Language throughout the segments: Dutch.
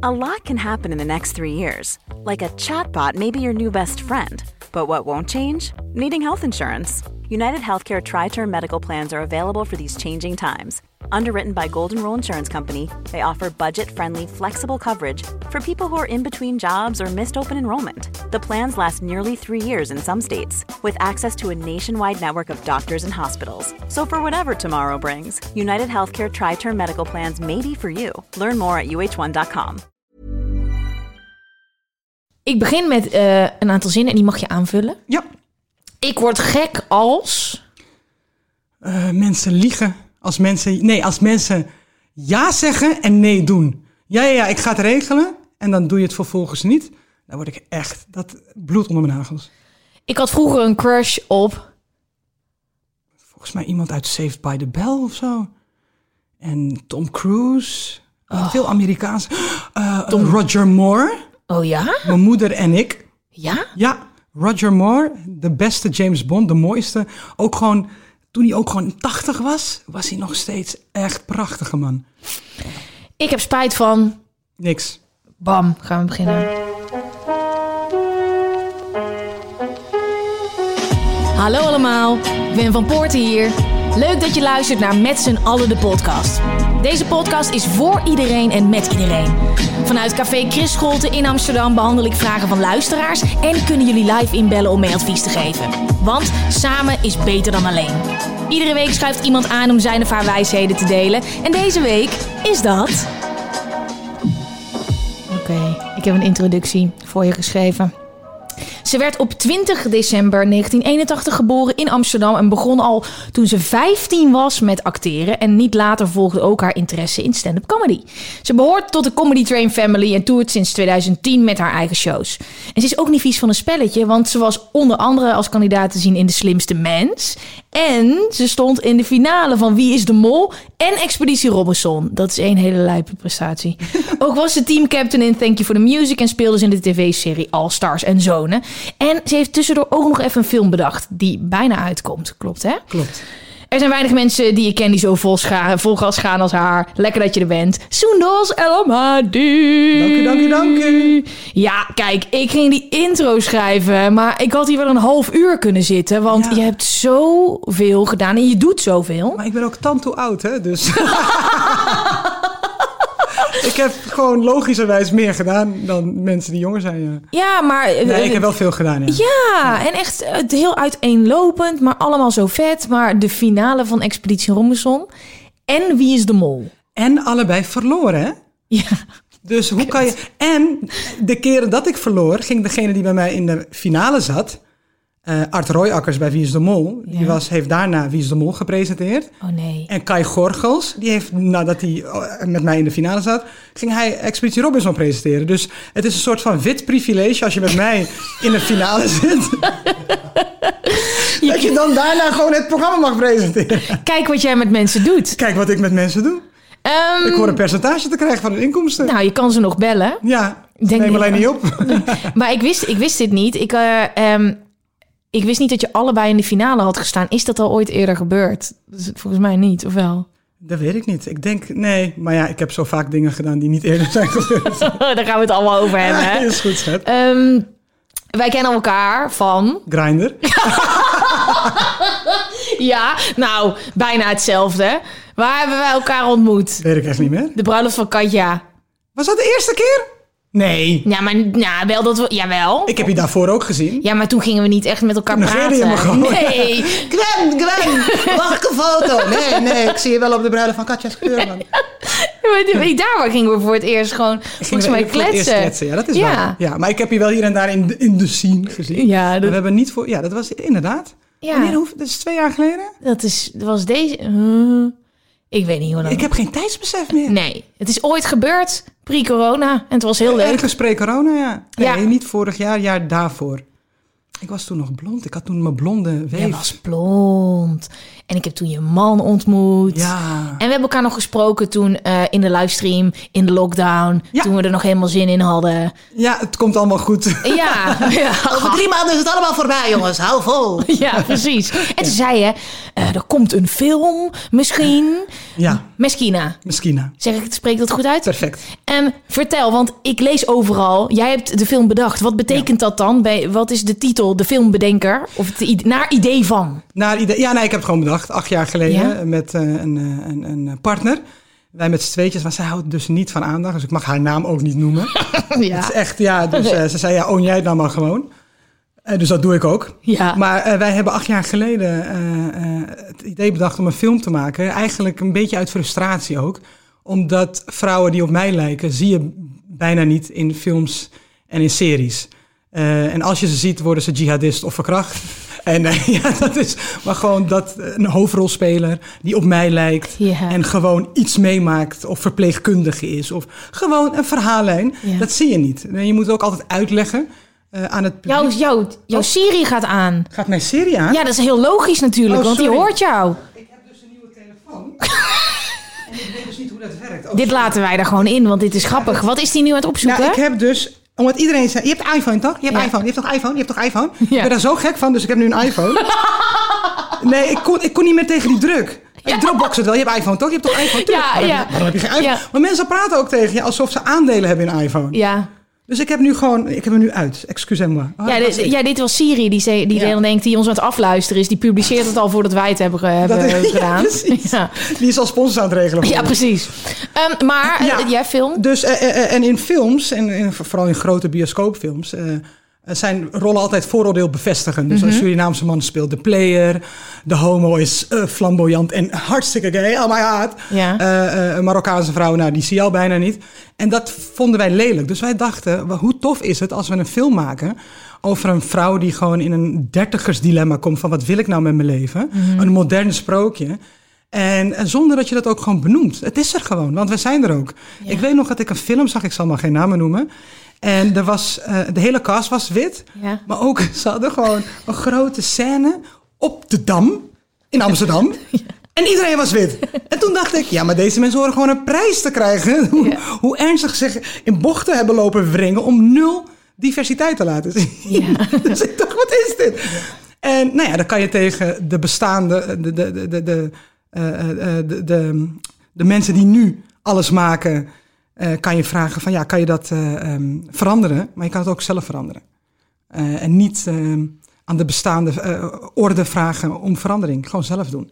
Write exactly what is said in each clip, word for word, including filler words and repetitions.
A lot can happen in the next three years. Like a chatbot may be your new best friend. But what won't change? Needing health insurance. United Healthcare Tri-Term Medical Plans are available for these changing times. Underwritten by Golden Rule Insurance Company, they offer budget-friendly, flexible coverage for people who are in between jobs or missed open enrollment. The plans last nearly three years in some states, with access to a nationwide network of doctors and hospitals. So for whatever tomorrow brings, United Healthcare Tri-Term Medical Plans may be for you. Learn more at U H one dot com. Ik begin met uh, een aantal zinnen en die mag je aanvullen. Ja. Ik word gek als... Uh, mensen liegen. Als mensen, nee, als mensen ja zeggen en nee doen. Ja, ja, ja, ik ga het regelen. En dan doe je het vervolgens niet. Dan word ik echt, dat bloed onder mijn nagels. Ik had vroeger een crush op... Volgens mij iemand uit Saved by the Bell of zo. En Tom Cruise. Oh. Veel Amerikaans. Uh, Tom... Roger Moore. Oh ja? Mijn moeder en ik. Ja? Ja, Roger Moore. De beste James Bond, de mooiste. Ook gewoon, toen hij ook gewoon tachtig was, was hij nog steeds echt prachtige man. Ik heb spijt van... Niks. Bam, gaan we beginnen. Hallo allemaal, ik ben Van Poorten hier. Leuk dat je luistert naar Met z'n allen de podcast. Deze podcast is voor iedereen en met iedereen. Vanuit Café Chris Scholte in Amsterdam behandel ik vragen van luisteraars... en kunnen jullie live inbellen om mee advies te geven. Want samen is beter dan alleen. Iedere week schuift iemand aan om zijn of haar wijsheden te delen. En deze week is dat... Oké, okay, ik heb een introductie voor je geschreven. Ze werd op twintig december negentien eenentachtig geboren in Amsterdam... en begon al toen ze vijftien was met acteren... en niet later volgde ook haar interesse in stand-up comedy. Ze behoort tot de Comedy Train Family... en toert sinds tweeduizend tien met haar eigen shows. En ze is ook niet vies van een spelletje... want ze was onder andere als kandidaat te zien in De Slimste Mens... en ze stond in de finale van Wie is de Mol... en Expeditie Robinson. Dat is één hele lijpe prestatie. Ook was ze teamcaptain in Thank You for the Music... en speelde ze in de tv-serie All Stars en Zonen... En ze heeft tussendoor ook nog even een film bedacht die bijna uitkomt. Klopt, hè? Klopt. Er zijn weinig mensen die ik ken die zo vol, scha- vol gas gaan als haar. Lekker dat je er bent. Soendos El Amadi. Dank u, dank u, dank u. Ja, kijk, ik ging die intro schrijven. Maar ik had hier wel een half uur kunnen zitten. Want ja. je hebt zoveel gedaan en je doet zoveel. Maar ik ben ook tantoe oud, hè? Dus... Ik heb gewoon logischerwijs meer gedaan dan mensen die jonger zijn. Ja, ja maar... Nee, ik heb wel veel gedaan, ja. Ja, en echt heel uiteenlopend, maar allemaal zo vet. Maar de finale van Expeditie Robinson en Wie is de Mol? En allebei verloren, hè? Ja. Dus hoe kan je... En de keren dat ik verloor, ging degene die bij mij in de finale zat... Uh, Art Royakkers bij Wie is de Mol. Ja. Die was, heeft daarna Wie is de Mol gepresenteerd. Oh nee. En Kai Gorgels, die heeft nadat hij met mij in de finale zat... ging hij Expeditie Robinson presenteren. Dus het is een soort van wit privilege als je met mij in de finale zit. Dat je dan daarna gewoon het programma mag presenteren. Kijk wat jij met mensen doet. Kijk wat ik met mensen doe. Um, ik hoor een percentage te krijgen van hun inkomsten. Nou, je kan ze nog bellen. Ja, Denk neem alleen niet op. Nee. Maar ik wist, ik wist dit niet. Ik... Uh, um, Ik wist niet dat je allebei in de finale had gestaan. Is dat al ooit eerder gebeurd? Volgens mij niet, of wel? Dat weet ik niet. Ik denk, nee. Maar ja, ik heb zo vaak dingen gedaan die niet eerder zijn gebeurd. Daar gaan we het allemaal over hebben. Ja, hè? is goed, schat. Um, wij kennen elkaar van... Grindr. Ja, nou, bijna hetzelfde. Waar hebben wij elkaar ontmoet? Weet ik echt niet meer. De bruiloft van Katja. Was dat de eerste keer? Nee. Ja, maar nou, wel dat we... Jawel. Ik heb je daarvoor ook gezien. Ja, maar toen gingen we niet echt met elkaar toen praten. Je me gewoon. Nee. Gwen, Gwen, mag ik een foto? Nee, nee, ik zie je wel op de bruiloft van Katja Scheurman. Ja, daar gingen we voor het eerst gewoon volgens mij kletsen. kletsen. Ja, dat is ja. waar. Ja, maar ik heb je wel hier en daar in de, in de scene gezien. Ja, dat... we hebben niet voor... Ja, dat was inderdaad. Ja. Wanneer, hoe, dat is twee jaar geleden? Dat, is, dat was deze... Uh, ik weet niet hoe lang. Ik heb geen tijdsbesef meer. Nee, het is ooit gebeurd, pre-corona. En het was heel leuk. Ergens pre-corona, ja. Nee, ja. Niet vorig jaar, jaar daarvoor. Ik was toen nog blond. Ik had toen mijn blonde weef. Je was blond. En ik heb toen je man ontmoet. Ja. En we hebben elkaar nog gesproken toen uh, in de livestream, in de lockdown. Ja. Toen we er nog helemaal zin in hadden. Ja, het komt allemaal goed. Ja. ja. Over drie maanden is het allemaal voorbij, jongens. Hou vol. Ja, precies. En toen zei je, uh, er komt een film, misschien. Ja. Meskina. Meskina. Zeg ik het, spreek ik dat goed uit? Perfect. Um, vertel, want ik lees overal. Jij hebt de film bedacht. Wat betekent ja. dat dan? Bij, wat is de titel? De filmbedenker? Of het, naar idee van? Naar idee, ja, nee, ik heb het gewoon bedacht. Acht jaar geleden ja? met uh, een, een, een partner. Wij met z'n tweetjes, maar zij houdt dus niet van aandacht. Dus ik mag haar naam ook niet noemen. ja. Het is echt, ja. Dus uh, ze zei, ja, own jij het nou maar gewoon. Uh, dus dat doe ik ook. Ja. Maar uh, wij hebben acht jaar geleden uh, uh, het idee bedacht om een film te maken. Eigenlijk een beetje uit frustratie ook. Omdat vrouwen die op mij lijken, zie je bijna niet in films en in series. Uh, en als je ze ziet, worden ze jihadist of verkracht. En uh, ja, dat is maar gewoon dat een hoofdrolspeler die op mij lijkt. Ja. En gewoon iets meemaakt of verpleegkundige is. Of gewoon een verhaallijn. Ja. Dat zie je niet. En je moet het ook altijd uitleggen uh, aan het publiek. Jouw, jouw, jouw serie gaat aan. Gaat mijn serie aan? Ja, dat is heel logisch natuurlijk, Oh, want die sorry. hoort jou. Ik heb dus een nieuwe telefoon. En ik weet dus niet hoe dat werkt. Oh, Dit sorry. laten wij er gewoon in, want dit is grappig. Wat is die nu aan het opzoeken? Nou, ik heb dus, omdat iedereen zei, je hebt iPhone toch? Je hebt Ja. iPhone, je hebt toch iPhone? Je hebt toch iPhone? Ja. Ik ben daar zo gek van, dus ik heb nu een iPhone. Nee, ik kon, ik kon niet meer tegen die druk. Ja. Ik dropbox het wel. Je hebt iPhone toch? Je hebt toch iPhone? Tuurlijk. Ja, waarom, ja. waarom heb je geen iPhone? Ja. Maar mensen praten ook tegen je alsof ze aandelen hebben in iPhone. Ja. Dus ik heb nu gewoon, ik heb hem nu uit. Excusez-moi. Oh, Ja, dat dit, is- ja, dit was Siri, die, zei, die Ja. dan denkt, die ons aan het afluisteren is. Die publiceert het al voordat wij het hebben, eh, hebben Dat- ja, gedaan. precies. Ja. Die is al sponsors aan het regelen. voor Ja, me. precies. Um, maar, Ja. uh, jij film? Dus, eh, eh, en in films, en, en vooral in grote bioscoopfilms, eh, zijn rollen altijd vooroordeel bevestigen. Dus Mhm. een Surinaamse man speelt de player, de homo is eh, flamboyant en hartstikke gay, oh my god. Ja. Eh, eh, een Marokkaanse vrouw, nou die zie je al bijna niet. En dat vonden wij lelijk. Dus wij dachten, wel, hoe tof is het als we een film maken over een vrouw die gewoon in een dertigersdilemma komt van wat wil ik nou met mijn leven? Mhm. Een modern sprookje. En, en zonder dat je dat ook gewoon benoemt. Het is er gewoon, want we zijn er ook. Ja. Ik weet nog dat ik een film zag, ik zal maar geen namen noemen. En er was, uh, de hele cast was wit. Ja. Maar ook, ze hadden gewoon een grote scène op de Dam in Amsterdam. Ja. En iedereen was wit. En toen dacht ik, ja, maar deze mensen horen gewoon een prijs te krijgen. Hoe, Ja. hoe ernstig ze zich in bochten hebben lopen wringen om nul diversiteit te laten zien. Ja. Dus ik dacht, wat is dit? Ja. En nou ja, dan kan je tegen de bestaande, de, de, de, de, de, uh, uh, de, de, de mensen die nu alles maken, uh, kan je vragen van ja, kan je dat uh, um, veranderen? Maar je kan het ook zelf veranderen. Uh, en niet uh, aan de bestaande uh, orde vragen om verandering. Gewoon zelf doen.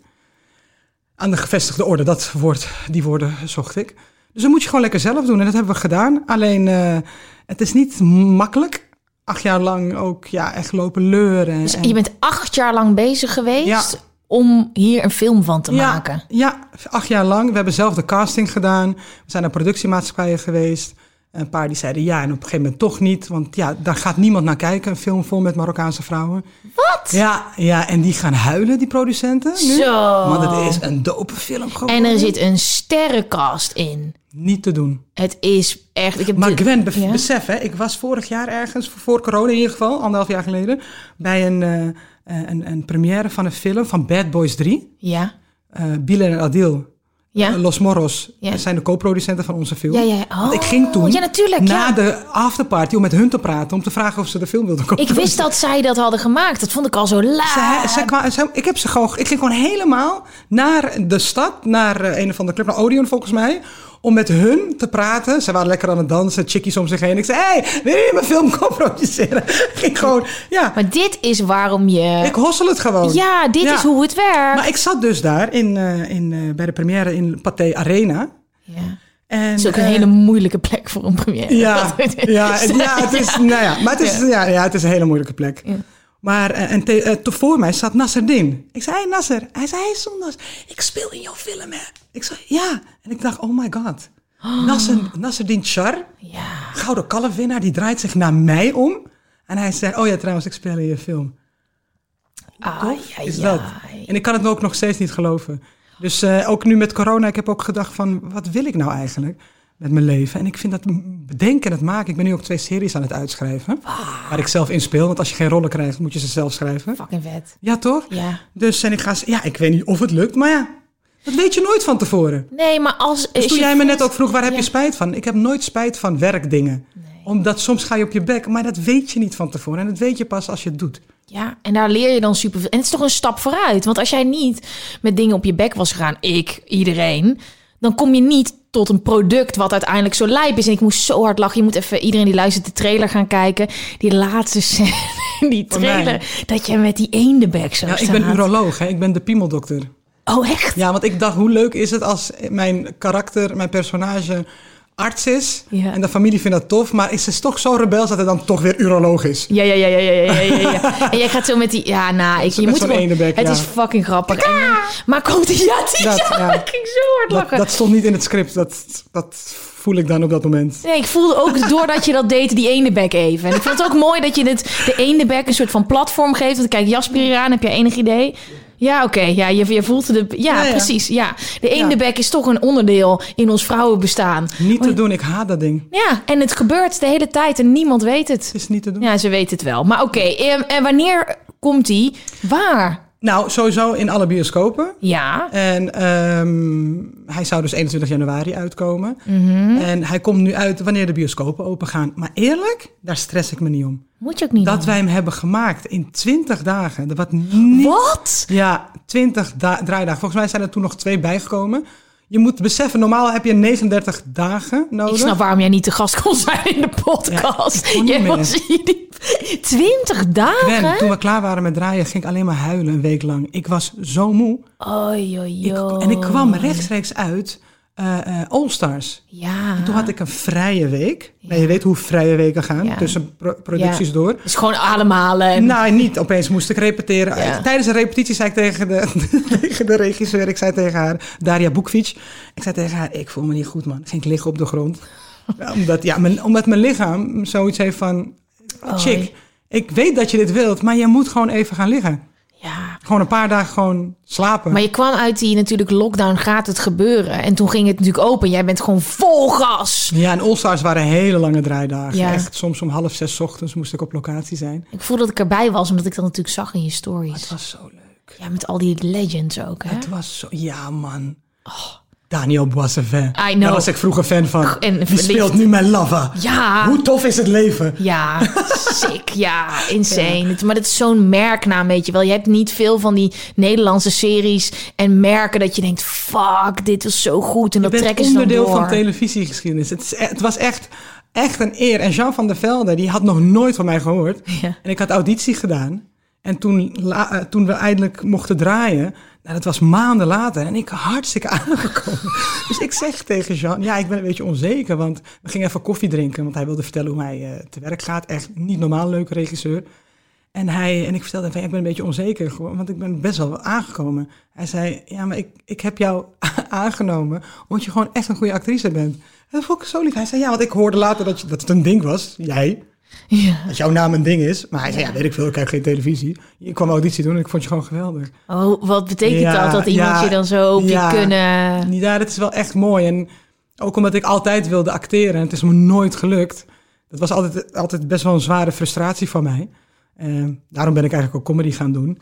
Aan de gevestigde orde, dat woord, die woorden zocht ik. Dus dat moet je gewoon lekker zelf doen. En dat hebben we gedaan. Alleen, uh, het is niet makkelijk. Acht jaar lang ook ja, echt lopen leuren. Dus en... je bent acht jaar lang bezig geweest Ja. om hier een film van te ja, maken. Ja, acht jaar lang. We hebben zelf de casting gedaan. We zijn naar productiemaatschappijen geweest. Een paar die zeiden ja en op een gegeven moment toch niet. Want ja, daar gaat niemand naar kijken. Een film vol met Marokkaanse vrouwen. Wat? Ja, ja, en die gaan huilen, die producenten. Nu. Zo. Want het is een dope film geworden. En er zit een sterrencast in. Niet te doen. Het is echt... Ik heb Maar de- Gwen, be- ja? besef hè, ik was vorig jaar ergens, voor corona in ieder geval, anderhalf jaar geleden, bij een, uh, een, een première van een film van Bad Boys drie. Ja. Uh, Bilal en Adil, Ja. uh, Los Morros, Ja. dat zijn de co-producenten van onze film. Ja, ja. Oh, Want ik ging toen ja, natuurlijk, na ja. de afterparty om met hun te praten, om te vragen of ze de film wilden kopen. Ik wist dat zij dat hadden gemaakt. Dat vond ik al zo laat. Ze, ze, kwa- ze, ik, heb ze gewoon, ik ging gewoon helemaal naar de stad, naar uh, een of andere club, naar Odeon volgens mij, om met hun te praten. Ze waren lekker aan het dansen, chickies om zich heen. Ik zei, hey, wil je mijn film co-produceren? Ik ging gewoon, ja, Maar dit is waarom je... ik hossel het gewoon. Ja, dit Ja. is hoe het werkt. Maar ik zat dus daar in, uh, in, uh, bij de première in Pathé Arena. Ja. En, Het is ook een uh, hele moeilijke plek voor een première. Ja, ja, het, ja, het is, nou ja, maar het is, Ja. ja. Ja, het is een hele moeilijke plek. Ja. Maar uh, en te, uh, te voor mij zat Nasserdin. Ik zei, hey Nasser. Hij zei, hey Sondas, ik speel in jouw film, hè. Ik zei, ja. En ik dacht, oh my god. Oh. Nasser, Nasserdin Char, Ja. gouden kalfwinnaar, die draait zich naar mij om. En hij zei, oh ja, trouwens, ik speel in je film. Ah, Tof ja, is ja. dat. En ik kan het ook nog steeds niet geloven. Dus uh, ook nu met corona, ik heb ook gedacht van, wat wil ik nou eigenlijk? met mijn leven. En ik vind dat bedenken en het maken... Ik ben nu ook twee series aan het uitschrijven. Wow. Waar ik zelf in speel. Want als je geen rollen krijgt, moet je ze zelf schrijven. Fucking vet. Ja, toch? Ja. Dus en ik ga... Ja, ik weet niet of het lukt, maar ja... Dat weet je nooit van tevoren. Nee, maar als... Dus toen jij me voelt... net ook vroeg, waar heb ja. je spijt van? Ik heb nooit spijt van werkdingen. Nee. Omdat soms ga je op je bek, maar dat weet je niet van tevoren. En dat weet je pas als je het doet. Ja, en daar leer je dan superveel. En het is toch een stap vooruit. Want als jij niet met dingen op je bek was gegaan, ik, iedereen... dan kom je niet tot een product wat uiteindelijk zo lijp is. En ik moest zo hard lachen. Je moet even, iedereen die luistert, de trailer gaan kijken. Die laatste scène in die trailer. Dat je met die eendebek zo Ja, staat. ik ben uroloog, hè? Ik ben de piemeldokter. Oh, echt? Ja, want ik dacht, hoe leuk is het als mijn karakter, mijn personage... arts is. Ja. En de familie vindt dat tof. Maar is ze toch zo rebels dat hij dan toch weer uroloog is. Ja, ja, ja, ja, ja, ja, ja, ja. En jij gaat zo met die... Ja, nou, ik, je met moet zo'n wel... eendenbek, Het ja. is fucking grappig. En, uh, maar komt die... Ja, die, Dat, ja, ja. ik ging zo hard Dat, lachen. dat stond niet in het script. Dat, dat voel ik dan op dat moment. Nee, ik voelde ook doordat je dat deed, die eendenbek even. En ik vond het ook mooi dat je het, de eendenbek een soort van platform geeft. Want kijk, Jasper hier aan, heb je enig idee? Ja, oké. Okay. Ja, je, je voelt de... Ja, Ja, ja. precies. Ja. De eendenbek is toch een onderdeel in ons vrouwenbestaan. Niet te Want- doen, ik haat dat ding. Ja, en het gebeurt de hele tijd en niemand weet het. Het is niet te doen. Ja, ze weten het wel. Maar oké, okay, en, en wanneer komt die? Waar? Nou, sowieso in alle bioscopen. Ja. En um, hij zou dus eenentwintig januari uitkomen. Mm-hmm. En hij komt nu uit wanneer de bioscopen open gaan. Maar eerlijk, daar stress ik me niet om. Moet je ook niet Dat doen. wij hem hebben gemaakt in twintig dagen. Dat wat niet... Wat? Ja, twintig da- draaidagen. Volgens mij zijn er toen nog twee bijgekomen. Je moet beseffen, normaal heb je negenendertig dagen nodig. Ik snap waarom jij niet te gast kon zijn in de podcast. Ja, ik kon niet jij meer. was hier die... twintig dagen? Gwen, toen we klaar waren met draaien, ging ik alleen maar huilen een week lang. Ik was zo moe. Oei, oei, Ik, oei. en ik kwam rechtstreeks uit uh, uh, All Stars. Ja. En toen had ik een vrije week. Ja. Nou, je weet hoe vrije weken gaan, Ja. tussen pro- producties Ja. door. Dus gewoon ademhalen. En... Nou, niet. Opeens moest ik repeteren. Ja. Tijdens een repetitie zei ik tegen de, tegen de regisseur, ik zei tegen haar, Daria Bukvic, ik zei tegen haar, ik voel me niet goed, man. Ging ik liggen op de grond. omdat, ja, mijn, omdat mijn lichaam zoiets heeft van, chick, Oei. ik weet dat je dit wilt, maar je moet gewoon even gaan liggen. Ja. Gewoon een paar dagen gewoon slapen. Maar je kwam uit die natuurlijk lockdown, gaat het gebeuren. En toen ging het natuurlijk open. Jij bent gewoon vol gas. Ja, en All Stars waren hele lange draaidagen. Ja. Echt, soms om half zes 's ochtends moest ik op locatie zijn. Ik voelde dat ik erbij was, omdat ik dat natuurlijk zag in je stories. Het was zo leuk. Ja, met al die legends ook, hè? Het was zo... Ja, man. Daniel Boissevin. I know. Daar was ik vroeger fan van. En Die verliefd. speelt nu met Lava. Ja. Hoe tof is het leven? Ja, sick. Ja, insane. Het- Maar dat is zo'n merknaam, weet je wel. Je hebt niet veel van die Nederlandse series en merken dat je denkt, fuck, dit was zo goed. En Je dat bent trekken ze dan onderdeel door. van televisiegeschiedenis. Het, is, e- het was echt, echt een eer. En Jean van der Velde, die had nog nooit van mij gehoord. Ja. En ik had auditie gedaan. En toen, la- eh, toen we eindelijk mochten draaien... Nou, dat was maanden later en ik hartstikke aangekomen. Dus ik zeg tegen Jean, ja, ik ben een beetje onzeker, want we gingen even koffie drinken, want hij wilde vertellen hoe hij uh, te werk gaat. Echt niet normaal leuke regisseur. En, hij, en ik vertelde hem, ik ben een beetje onzeker geworden, want ik ben best wel aangekomen. Hij zei, ja, maar ik, ik heb jou aangenomen omdat je gewoon echt een goede actrice bent. En dat vond ik zo lief. Hij zei, ja, want ik hoorde later dat, je, dat het een ding was, jij. Ja. Dat jouw naam een ding is. Maar hij zei, ja, weet ik veel, ik kijk geen televisie. Ik kwam auditie doen en ik vond je gewoon geweldig. Oh, wat betekent Ja, dat? Dat iemand ja, je dan zo op ja. je kunnen... Ja, dat is wel echt mooi. En ook omdat ik altijd wilde acteren en het is me nooit gelukt. Dat was altijd, altijd best wel een zware frustratie van mij. Um, daarom ben ik eigenlijk ook comedy gaan doen.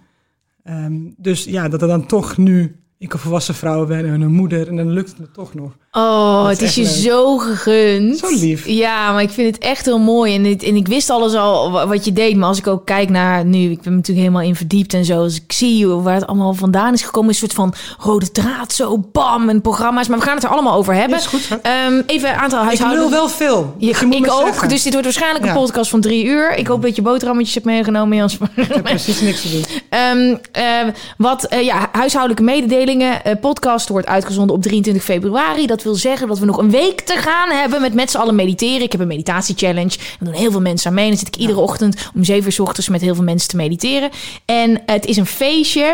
Um, dus ja, dat er dan toch nu... ik een volwassen vrouw ben en een moeder en dan lukt het me toch nog. Oh, Dat het is is echt je leuk. zo gegund. Zo lief. Ja, maar ik vind het echt heel mooi. En, het, en ik wist alles al wa- wat je deed. Maar als ik ook kijk naar nu, ik ben natuurlijk helemaal in verdiept en zo. Dus ik zie waar het allemaal vandaan is gekomen. Een soort van rode draad, zo bam, en programma's. Maar we gaan het er allemaal over hebben. Is goed, schat. Um, even een aantal Ik huishoudens. wil wel veel. Je, Je moet ik me ook, zeggen. dus dit wordt waarschijnlijk een Ja. podcast van drie uur. Ik hoop dat je boterhammetjes hebt meegenomen, Jasper. Ik heb precies niks te doen. Um, uh, wat, uh, ja, huishoudelijke mededelingen. Uh, podcast wordt uitgezonden op drieëntwintig februari. Dat wil zeggen dat we nog een week te gaan hebben met met z'n allen mediteren. Ik heb een meditatie-challenge. Er doen heel veel mensen aan mee. Dan zit ik iedere ochtend om zeven uur 's ochtends met heel veel mensen te mediteren. En uh, het is een feestje.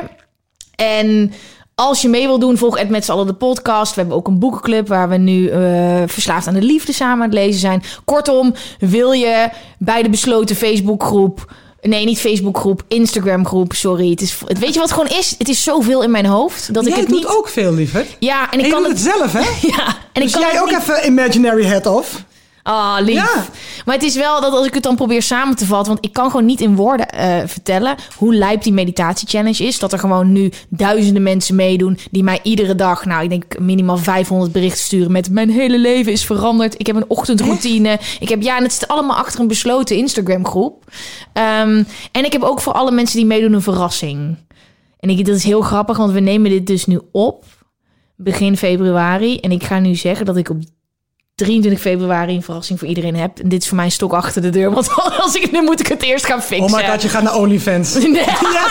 En... als je mee wil doen, volg het met z'n allen de podcast. We hebben ook een boekenclub waar we nu uh, verslaafd aan de liefde samen aan het lezen zijn. Kortom, wil je bij de besloten Facebookgroep Nee, niet Facebookgroep, Instagramgroep, sorry. Het is, het, weet je wat het gewoon is? Het is zoveel in mijn hoofd dat jij ik het doet niet... ook veel, liever. Ja, en ik en je kan doet het... het zelf, hè? Ja, en Dus ik kan jij het ook niet... even imaginary hat off? Ah, lief. Ja. Maar het is wel dat als ik het dan probeer samen te vatten... want ik kan gewoon niet in woorden uh, vertellen... hoe lijp die meditatie-challenge is. Dat er gewoon nu duizenden mensen meedoen... die mij iedere dag, nou, ik denk minimaal vijfhonderd berichten sturen... met mijn hele leven is veranderd. Ik heb een ochtendroutine. Echt? Ik heb, ja, en het zit allemaal achter een besloten Instagram-groep. Um, en ik heb ook voor alle mensen die meedoen een verrassing. En ik, dat is heel grappig, want we nemen dit dus nu op... begin februari. En ik ga nu zeggen dat ik op... drieëntwintig februari een verrassing voor iedereen heb. En dit is voor mij een stok achter de deur. Want als ik nu moet ik het eerst gaan fixen. Oh my god, je gaat naar OnlyFans. Nee. Yes.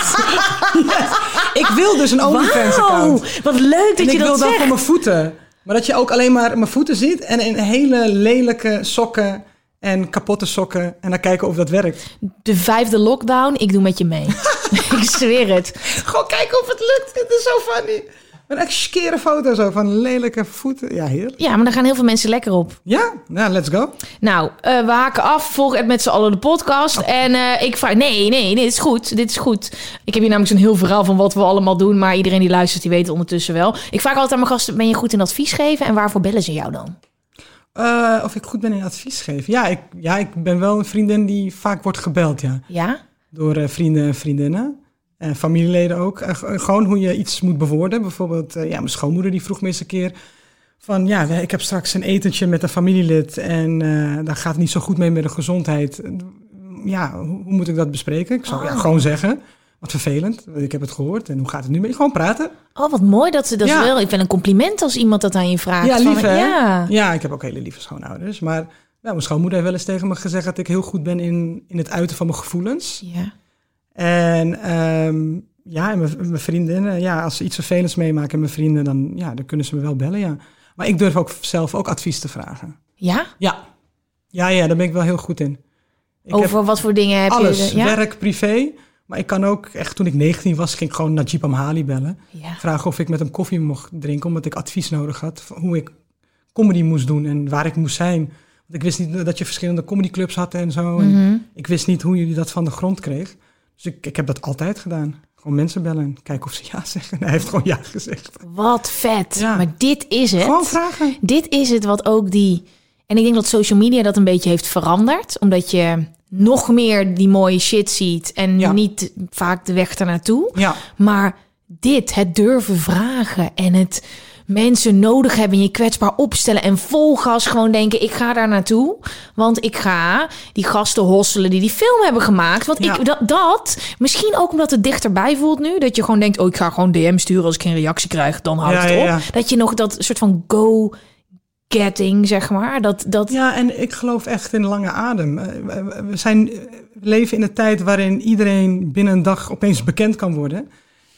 Yes. Ik wil dus een OnlyFans account. Wow, wat leuk dat en je ik dat wil zegt. dan voor mijn voeten. Maar dat je ook alleen maar mijn voeten ziet. En in hele lelijke sokken en kapotte sokken. En dan kijken of dat werkt. De vijfde lockdown, ik doe met je mee. Ik zweer het. Gewoon kijken of het lukt. Het is zo funny. Een echt skere foto zo van lelijke voeten. Ja, heerlijk. Ja, maar daar gaan heel veel mensen lekker op. Ja, nou, let's go. Nou, uh, we haken af. Volg het met z'n allen de podcast. Oh. En uh, ik vraag... Nee, nee, dit is goed. Dit is goed. Ik heb hier namelijk zo'n heel verhaal van wat we allemaal doen. Maar iedereen die luistert, die weet het ondertussen wel. Ik vraag altijd aan mijn gasten, ben je goed in advies geven? En waarvoor bellen ze jou dan? Uh, of ik goed ben in advies geven? Ja ik, ja, ik ben wel een vriendin die vaak wordt gebeld, ja. Ja? Door uh, vrienden en vriendinnen. En familieleden ook. Uh, gewoon hoe je iets moet bewoorden. Bijvoorbeeld, uh, ja, mijn schoonmoeder die vroeg me eens een keer... van ja, ik heb straks een etentje met een familielid... en uh, daar gaat het niet zo goed mee met de gezondheid. Ja, hoe, hoe moet ik dat bespreken? Ik zou oh. ja, gewoon zeggen... Wat vervelend, ik heb het gehoord. En hoe gaat het nu mee? Gewoon praten. Oh, wat mooi dat ze dat ja. wil. Ik vind een compliment als iemand dat aan je vraagt. Ja, lief, van, hè? Ja. ja, ik heb ook hele lieve schoonouders. Maar nou, mijn schoonmoeder heeft wel eens tegen me gezegd... dat ik heel goed ben in, in het uiten van mijn gevoelens. Ja. En um, ja, en mijn, mijn vriendinnen... Ja, als ze iets vervelends meemaken en mijn vrienden... Dan, ja, dan kunnen ze me wel bellen, ja. Maar ik durf ook zelf ook advies te vragen. Ja? Ja. Ja, ja, daar ben ik wel heel goed in. Ik Over wat voor dingen heb alles, je? Alles, ja? werk, privé... Maar ik kan ook, echt toen ik negentien was, ging ik gewoon Najib Amhali bellen. Ja. Vragen of ik met hem koffie mocht drinken, omdat ik advies nodig had. Van hoe ik comedy moest doen en waar ik moest zijn. Want ik wist niet dat je verschillende comedyclubs had en zo. Mm-hmm. En ik wist niet hoe jullie dat van de grond kreeg. Dus ik, ik heb dat altijd gedaan. Gewoon mensen bellen en kijken of ze ja zeggen. En hij heeft gewoon ja gezegd. Wat vet. Ja. Maar dit is het. Gewoon vragen. Dit is het wat ook die... En ik denk dat social media dat een beetje heeft veranderd. Omdat je... nog meer die mooie shit ziet en ja. niet vaak de weg ernaartoe. Ja. Maar dit, het durven vragen en het mensen nodig hebben en je kwetsbaar opstellen en vol gas gewoon denken, ik ga daar naartoe. Want ik ga die gasten hosselen die die film hebben gemaakt. Want ja. ik, dat, dat, misschien ook omdat het dichterbij voelt nu, dat je gewoon denkt, oh, ik ga gewoon D M sturen als ik geen reactie krijg, dan houdt ja, het op. Ja, ja. Dat je nog dat soort van go... getting, zeg maar. Dat, dat... Ja, en ik geloof echt in lange adem. We zijn, we leven in een tijd waarin iedereen binnen een dag opeens bekend kan worden.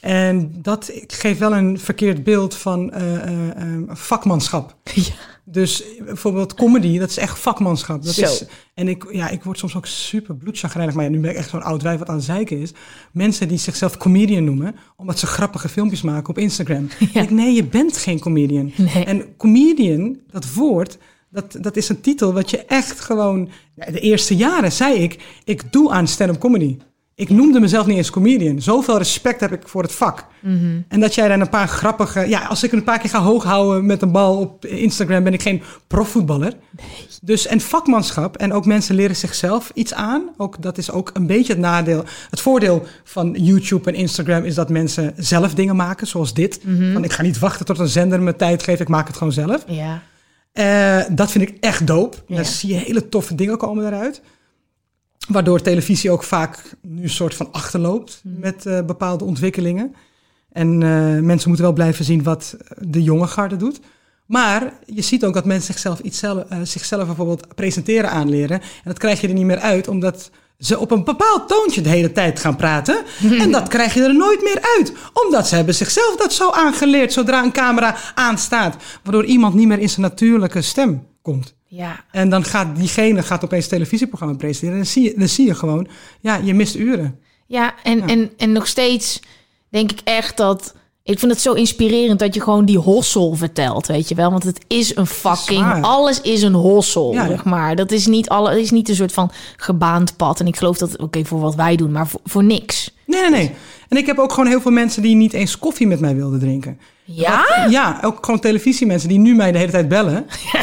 En dat geeft wel een verkeerd beeld van uh, uh, vakmanschap. Ja. Dus bijvoorbeeld comedy, dat is echt vakmanschap. Dat Zo. is, en ik, ja, ik word soms ook super bloedchagrijnig. Maar ja, nu ben ik echt zo'n oud wijf wat aan het zeiken is. Mensen die zichzelf comedian noemen, omdat ze grappige filmpjes maken op Instagram. Ja. Ik, nee, je bent geen comedian. Nee. En comedian, dat woord, dat, dat is een titel wat je echt gewoon... Ja, de eerste jaren zei ik, ik doe aan stand-up comedy. Ik noemde mezelf niet eens comedian. Zoveel respect heb ik voor het vak. Mm-hmm. En dat jij dan een paar grappige... Ja, als ik een paar keer ga hoog houden met een bal op Instagram... ben ik geen profvoetballer. Nee. Dus en vakmanschap. En ook mensen leren zichzelf iets aan. Ook, dat is ook een beetje het nadeel. Het voordeel van YouTube en Instagram... is dat mensen zelf dingen maken, zoals dit. Mm-hmm. Van, ik ga niet wachten tot een zender me tijd geeft. Ik maak het gewoon zelf. Ja. Uh, dat vind ik echt dope. Ja. Dan zie je hele toffe dingen komen eruit. Waardoor televisie ook vaak nu een soort van achterloopt met uh, bepaalde ontwikkelingen. En uh, mensen moeten wel blijven zien wat de jonge garde doet. Maar je ziet ook dat mensen zichzelf, iets zelf, uh, zichzelf bijvoorbeeld presenteren aanleren. En dat krijg je er niet meer uit, omdat ze op een bepaald toontje de hele tijd gaan praten. En dat krijg je er nooit meer uit. Omdat ze hebben zichzelf dat zo aangeleerd, zodra een camera aanstaat. Waardoor iemand niet meer in zijn natuurlijke stem komt. Ja. En dan gaat diegene gaat opeens een televisieprogramma presenteren. En dan zie je, dan zie je gewoon, ja, je mist uren. Ja, en, Ja. En, en nog steeds denk ik echt dat... Ik vind het zo inspirerend dat je gewoon die hossel vertelt, weet je wel. Want het is een fucking... Zwaar. Alles is een hossel, Ja, ja. zeg maar. Dat is niet alle, het is niet een soort van gebaand pad. En ik geloof dat, oké, okay, voor wat wij doen, maar voor, voor niks. Nee, nee, nee. En ik heb ook gewoon heel veel mensen die niet eens koffie met mij wilden drinken. Ja? Wat, ja, ook gewoon televisiemensen die nu mij de hele tijd bellen.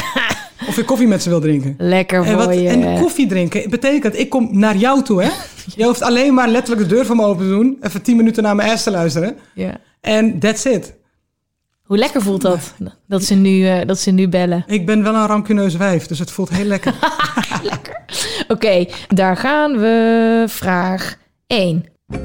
Of ik koffie met ze wil drinken. Lekker voor En, wat, je. en koffie drinken betekent, ik kom naar jou toe, hè. Je hoeft alleen maar letterlijk de deur van me open te doen. Even tien minuten naar mijn ass te luisteren. Ja. En that's it. Hoe lekker voelt dat? Dat ze nu, uh, dat ze nu bellen. Ik ben wel een rancuneus wijf, dus het voelt heel lekker. Lekker. Oké, okay, daar gaan we. Vraag één.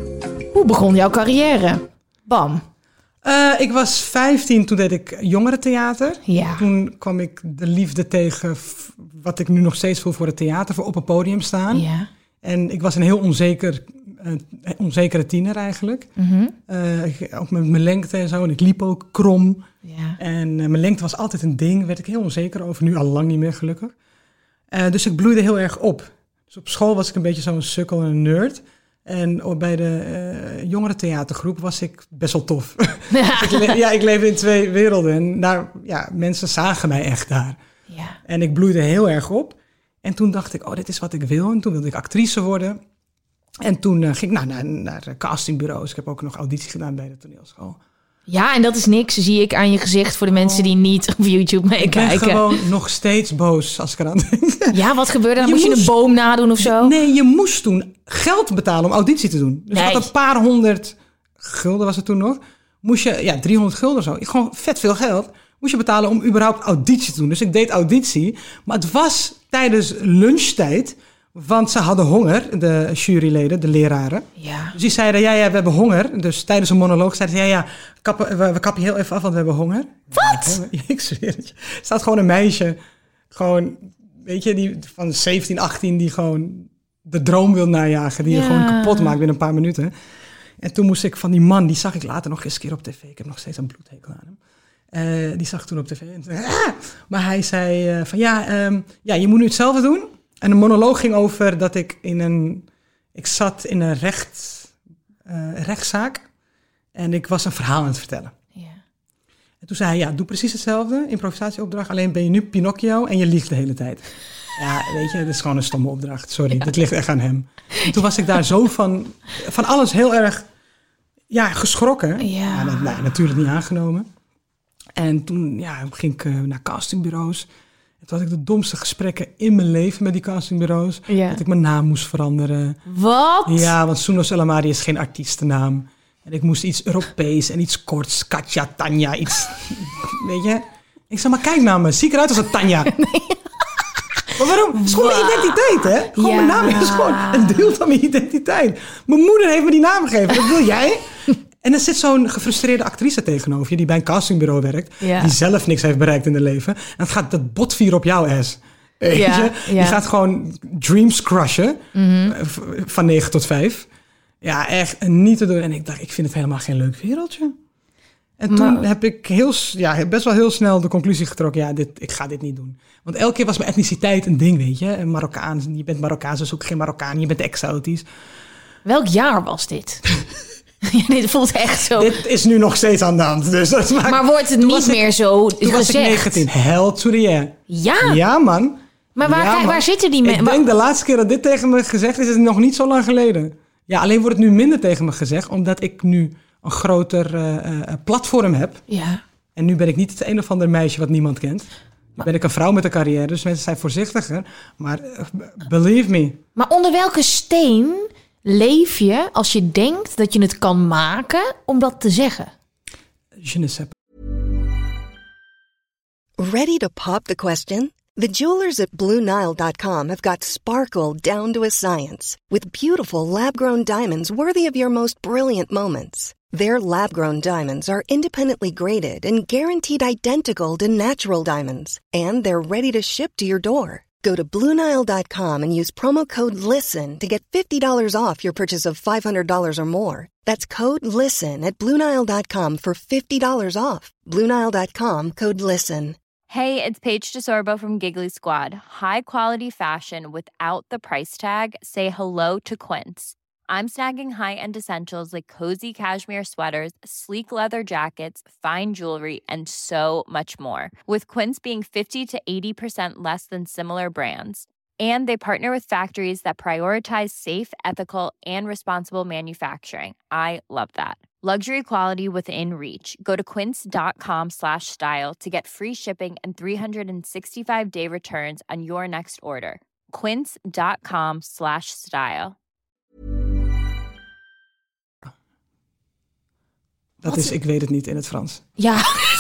Hoe begon jouw carrière? Bam. Uh, ik was vijftien, toen deed ik jongerentheater. Ja. Toen kwam ik de liefde tegen, f- wat ik nu nog steeds voel voor het theater, voor op een podium staan. Ja. En ik was een heel onzeker, uh, onzekere tiener eigenlijk. Mm-hmm. Uh, ik- ook met mijn lengte en zo. En ik liep ook krom. Ja. En uh, mijn lengte was altijd een ding. Daar werd ik heel onzeker over. Nu al lang niet meer, gelukkig. Uh, dus ik bloeide heel erg op. Dus op school was ik een beetje zo'n sukkel en een nerd. En bij de uh, jongerentheatergroep was ik best wel tof. ik le- ja, ik leefde in twee werelden. En daar, ja, mensen zagen mij echt daar. Ja. En ik bloeide heel erg op. En toen dacht ik, oh, dit is wat ik wil. En toen wilde ik actrice worden. En toen uh, ging ik nou, naar, naar castingbureaus. Ik heb ook nog auditie gedaan bij de toneelschool. Ja, en dat is niks, zie ik aan je gezicht voor de mensen die niet op YouTube meekijken. Ik ben gewoon nog steeds boos als ik eraan denk. Ja, wat gebeurde dan? Je Moest je moest- een boom nadoen of zo? Nee, je moest toen geld betalen om auditie te doen. Dus Nee. ik had een paar honderd gulden was het toen nog. Moest je, ja, driehonderd gulden of zo. Gewoon vet veel geld. Moest je betalen om überhaupt auditie te doen. Dus ik deed auditie. Maar het was tijdens lunchtijd. Want ze hadden honger, de juryleden, de leraren. Ja. Dus die zeiden, ja, ja, we hebben honger. Dus tijdens een monoloog zeiden ze, ja, ja, kappen, we, we kappen je heel even af, want we hebben honger. Wat? Ja, ik zweer het je. Er staat gewoon een meisje, gewoon, weet je, die van zeventien, achttien, die gewoon de droom wil najagen. Die je Ja. gewoon kapot maakt binnen een paar minuten. En toen moest ik van die man, die zag ik later nog eens een keer op tv. Ik heb nog steeds een bloedhekel aan hem. Uh, die zag ik toen op tv. En toen, ah! Maar hij zei uh, van, ja, um, ja, je moet nu hetzelfde doen. En de monoloog ging over dat ik in een... Ik zat in een recht, uh, rechtszaak. En ik was een verhaal aan het vertellen. Ja. En toen zei hij, ja, doe precies hetzelfde. Improvisatieopdracht. Alleen ben je nu Pinocchio en je liegt de hele tijd. Ja, weet je, dat is gewoon een stomme opdracht. Sorry, ja. Dit ligt echt aan hem. En toen was ik daar zo van... Van alles heel erg ja, geschrokken. Ja. Ja, dat, nou, natuurlijk niet aangenomen. En toen ja, ging ik uh, naar castingbureaus. En toen had ik de domste gesprekken in mijn leven met die castingbureaus. Ja. Dat ik mijn naam moest veranderen. Wat? Ja, want Sunos El Amadi is geen artiestennaam. En ik moest iets Europees en iets korts. Katja, Tanja, iets... Weet je? Ik zei, maar kijk naar me. Zie ik eruit als een Tanja? Nee. Maar waarom? Het is gewoon mijn identiteit, hè? Gewoon Ja. mijn naam is gewoon een deel van mijn identiteit. Mijn moeder heeft me die naam gegeven. Dat wil jij? En er zit zo'n gefrustreerde actrice tegenover je... die bij een castingbureau werkt... Ja. die zelf niks heeft bereikt in haar leven. En het gaat dat botvier op jouw ass. Weet Ja, je? ja. Die gaat gewoon dreams crushen... Mm-hmm. v- van negen tot vijf. Ja, echt niet te doen. En ik dacht, ik vind het helemaal geen leuk wereldje. En toen Maar- heb ik heel, s- ja, best wel heel snel de conclusie getrokken... ja, dit, ik ga dit niet doen. Want elke keer was mijn etniciteit een ding, weet je. Een Marokkaan, je bent Marokkaans, dus ook geen Marokkaan. Je bent exotisch. Welk jaar was dit? Ja, dit voelt echt zo. Dit is nu nog steeds aan de hand. Dus dat maakt... Maar wordt het niet was ik- meer zo Toen was ik gezegd? negentien. Hell to the yeah. Ja, Ja, man. maar waar, Ja, kijk, man. waar zitten die Ik mensen? denk de laatste keer dat dit tegen me gezegd is, is nog niet zo lang geleden. Ja, alleen wordt het nu minder tegen me gezegd, omdat ik nu een groter uh, uh, platform heb. Ja. En nu ben ik niet het een of ander meisje wat niemand kent. Nu ben ik een vrouw met een carrière, dus mensen zijn voorzichtiger. Maar uh, believe me. Maar onder welke steen leef je als je denkt dat je het kan maken om dat te zeggen? Je ne sais pas. Ready to pop the question? The jewelers at Blue Nile dot com have got sparkle down to a science with beautiful lab-grown diamonds worthy of your most brilliant moments. Their lab-grown diamonds are independently graded and guaranteed identical to natural diamonds, and they're ready to ship to your door. Go to Blue Nile dot com and use promo code LISTEN to get fifty dollars off your purchase of five hundred dollars or more. That's code LISTEN at Blue Nile dot com for fifty dollars off. Blue Nile dot com, code LISTEN. Hey, it's Paige DeSorbo from Giggly Squad. High quality fashion without the price tag. Say hello to Quince. I'm snagging high-end essentials like cozy cashmere sweaters, sleek leather jackets, fine jewelry, and so much more. With Quince being fifty to eighty percent less than similar brands. And they partner with factories that prioritize safe, ethical, and responsible manufacturing. I love that. Luxury quality within reach. Go to quince.com slash style to get free shipping and three sixty-five day returns on your next order. Quince.com slash style. Dat is, ik weet het niet in het Frans. Ja,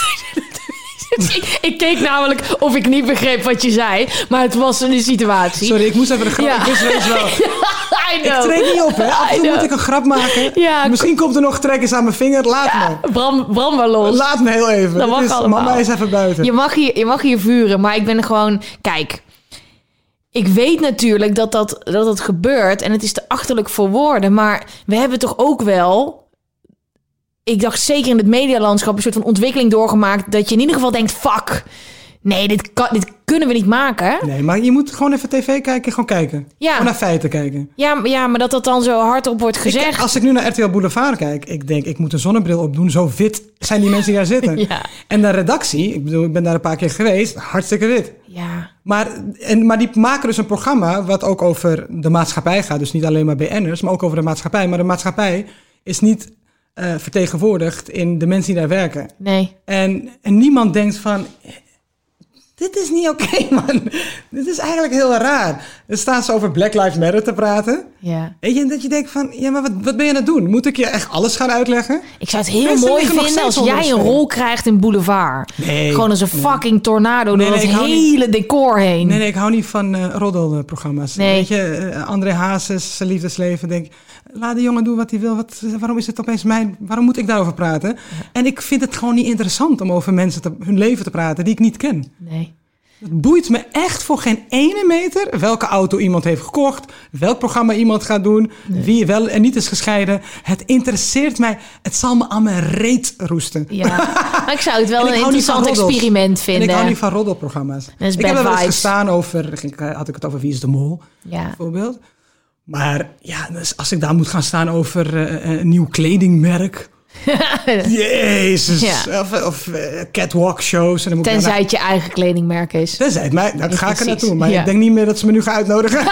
ik, ik keek namelijk of ik niet begreep wat je zei, maar het was een situatie. Sorry, ik moest even een grap. Ja. Ik wist wel eens wel. I know. Ik trek niet op, hè. Af en toe moet ik een grap maken. Ja, Misschien komt er nog trekkers aan mijn vinger. Laat ja, me. Bram, Bram maar los. Laat me heel even. Dat mag Het is, allemaal. Mama is even buiten. Je mag, hier, je mag hier vuren, maar ik ben gewoon... Kijk, ik weet natuurlijk dat dat, dat dat gebeurt en het is te achterlijk voor woorden, maar we hebben toch ook wel... Ik dacht zeker in het medialandschap een soort van ontwikkeling doorgemaakt dat je in ieder geval denkt, fuck, nee, dit, kan, dit kunnen we niet maken. Nee, maar je moet gewoon even tv kijken, gewoon kijken. Ja. Gewoon naar feiten kijken. Ja, maar- ja, maar dat dat dan zo hardop wordt gezegd. Ik, als ik nu naar R T L Boulevard kijk, ik denk, ik moet een zonnebril opdoen. Zo wit zijn die mensen die daar zitten. Ja. En de redactie, ik bedoel, ik ben daar een paar keer geweest, hartstikke wit. Ja, Maar, en, maar die maken dus een programma wat ook over de maatschappij gaat. Dus niet alleen maar B N'ers, maar ook over de maatschappij. Maar de maatschappij is niet uh, vertegenwoordigd in de mensen die daar werken. nee. En, en niemand denkt van, dit is niet oké, okay, man. Dit is eigenlijk heel raar. Er staan ze over Black Lives Matter te praten. Ja. Weet je, en dat je denkt van, ja, maar wat, wat ben je aan het doen? Moet ik je echt alles gaan uitleggen? Ik zou het heel Mensen mooi liggen nog vinden als steeds onder jij een de steen. rol krijgt in Boulevard. Nee. Gewoon als een fucking tornado Nee, door nee, het ik hou hele decor heen. Nee, nee, ik hou niet van uh, roddelprogramma's. Nee. Weet je, uh, André Hazes, zijn liefdesleven, denk laat de jongen doen wat hij wil. Wat, waarom is het opeens mijn, waarom moet ik daarover praten? Ja. En ik vind het gewoon niet interessant om over mensen te, hun leven te praten die ik niet ken. Nee. Het boeit me echt voor geen ene meter welke auto iemand heeft gekocht, welk programma iemand gaat doen, nee. wie wel en niet is gescheiden. Het interesseert mij. Het zal me aan mijn reet roesten. Ja, maar ik zou het wel En een ik hou niet van interessant roddels. experiment vinden. En ik hou niet van roddelprogramma's. Dat is Ik bad heb er wel eens vibes. gestaan over, had ik het over Wie is de Mol, Ja. bijvoorbeeld. Maar ja, dus als ik daar moet gaan staan over uh, een nieuw kledingmerk. Jezus. Ja. Of, of uh, catwalk shows. En dan moet ik Tenzij daarna- het je eigen kledingmerk is. Tenzij het mij, dan Ja, ga ik er precies. naartoe. Maar Ja. ik denk niet meer dat ze me nu gaan uitnodigen.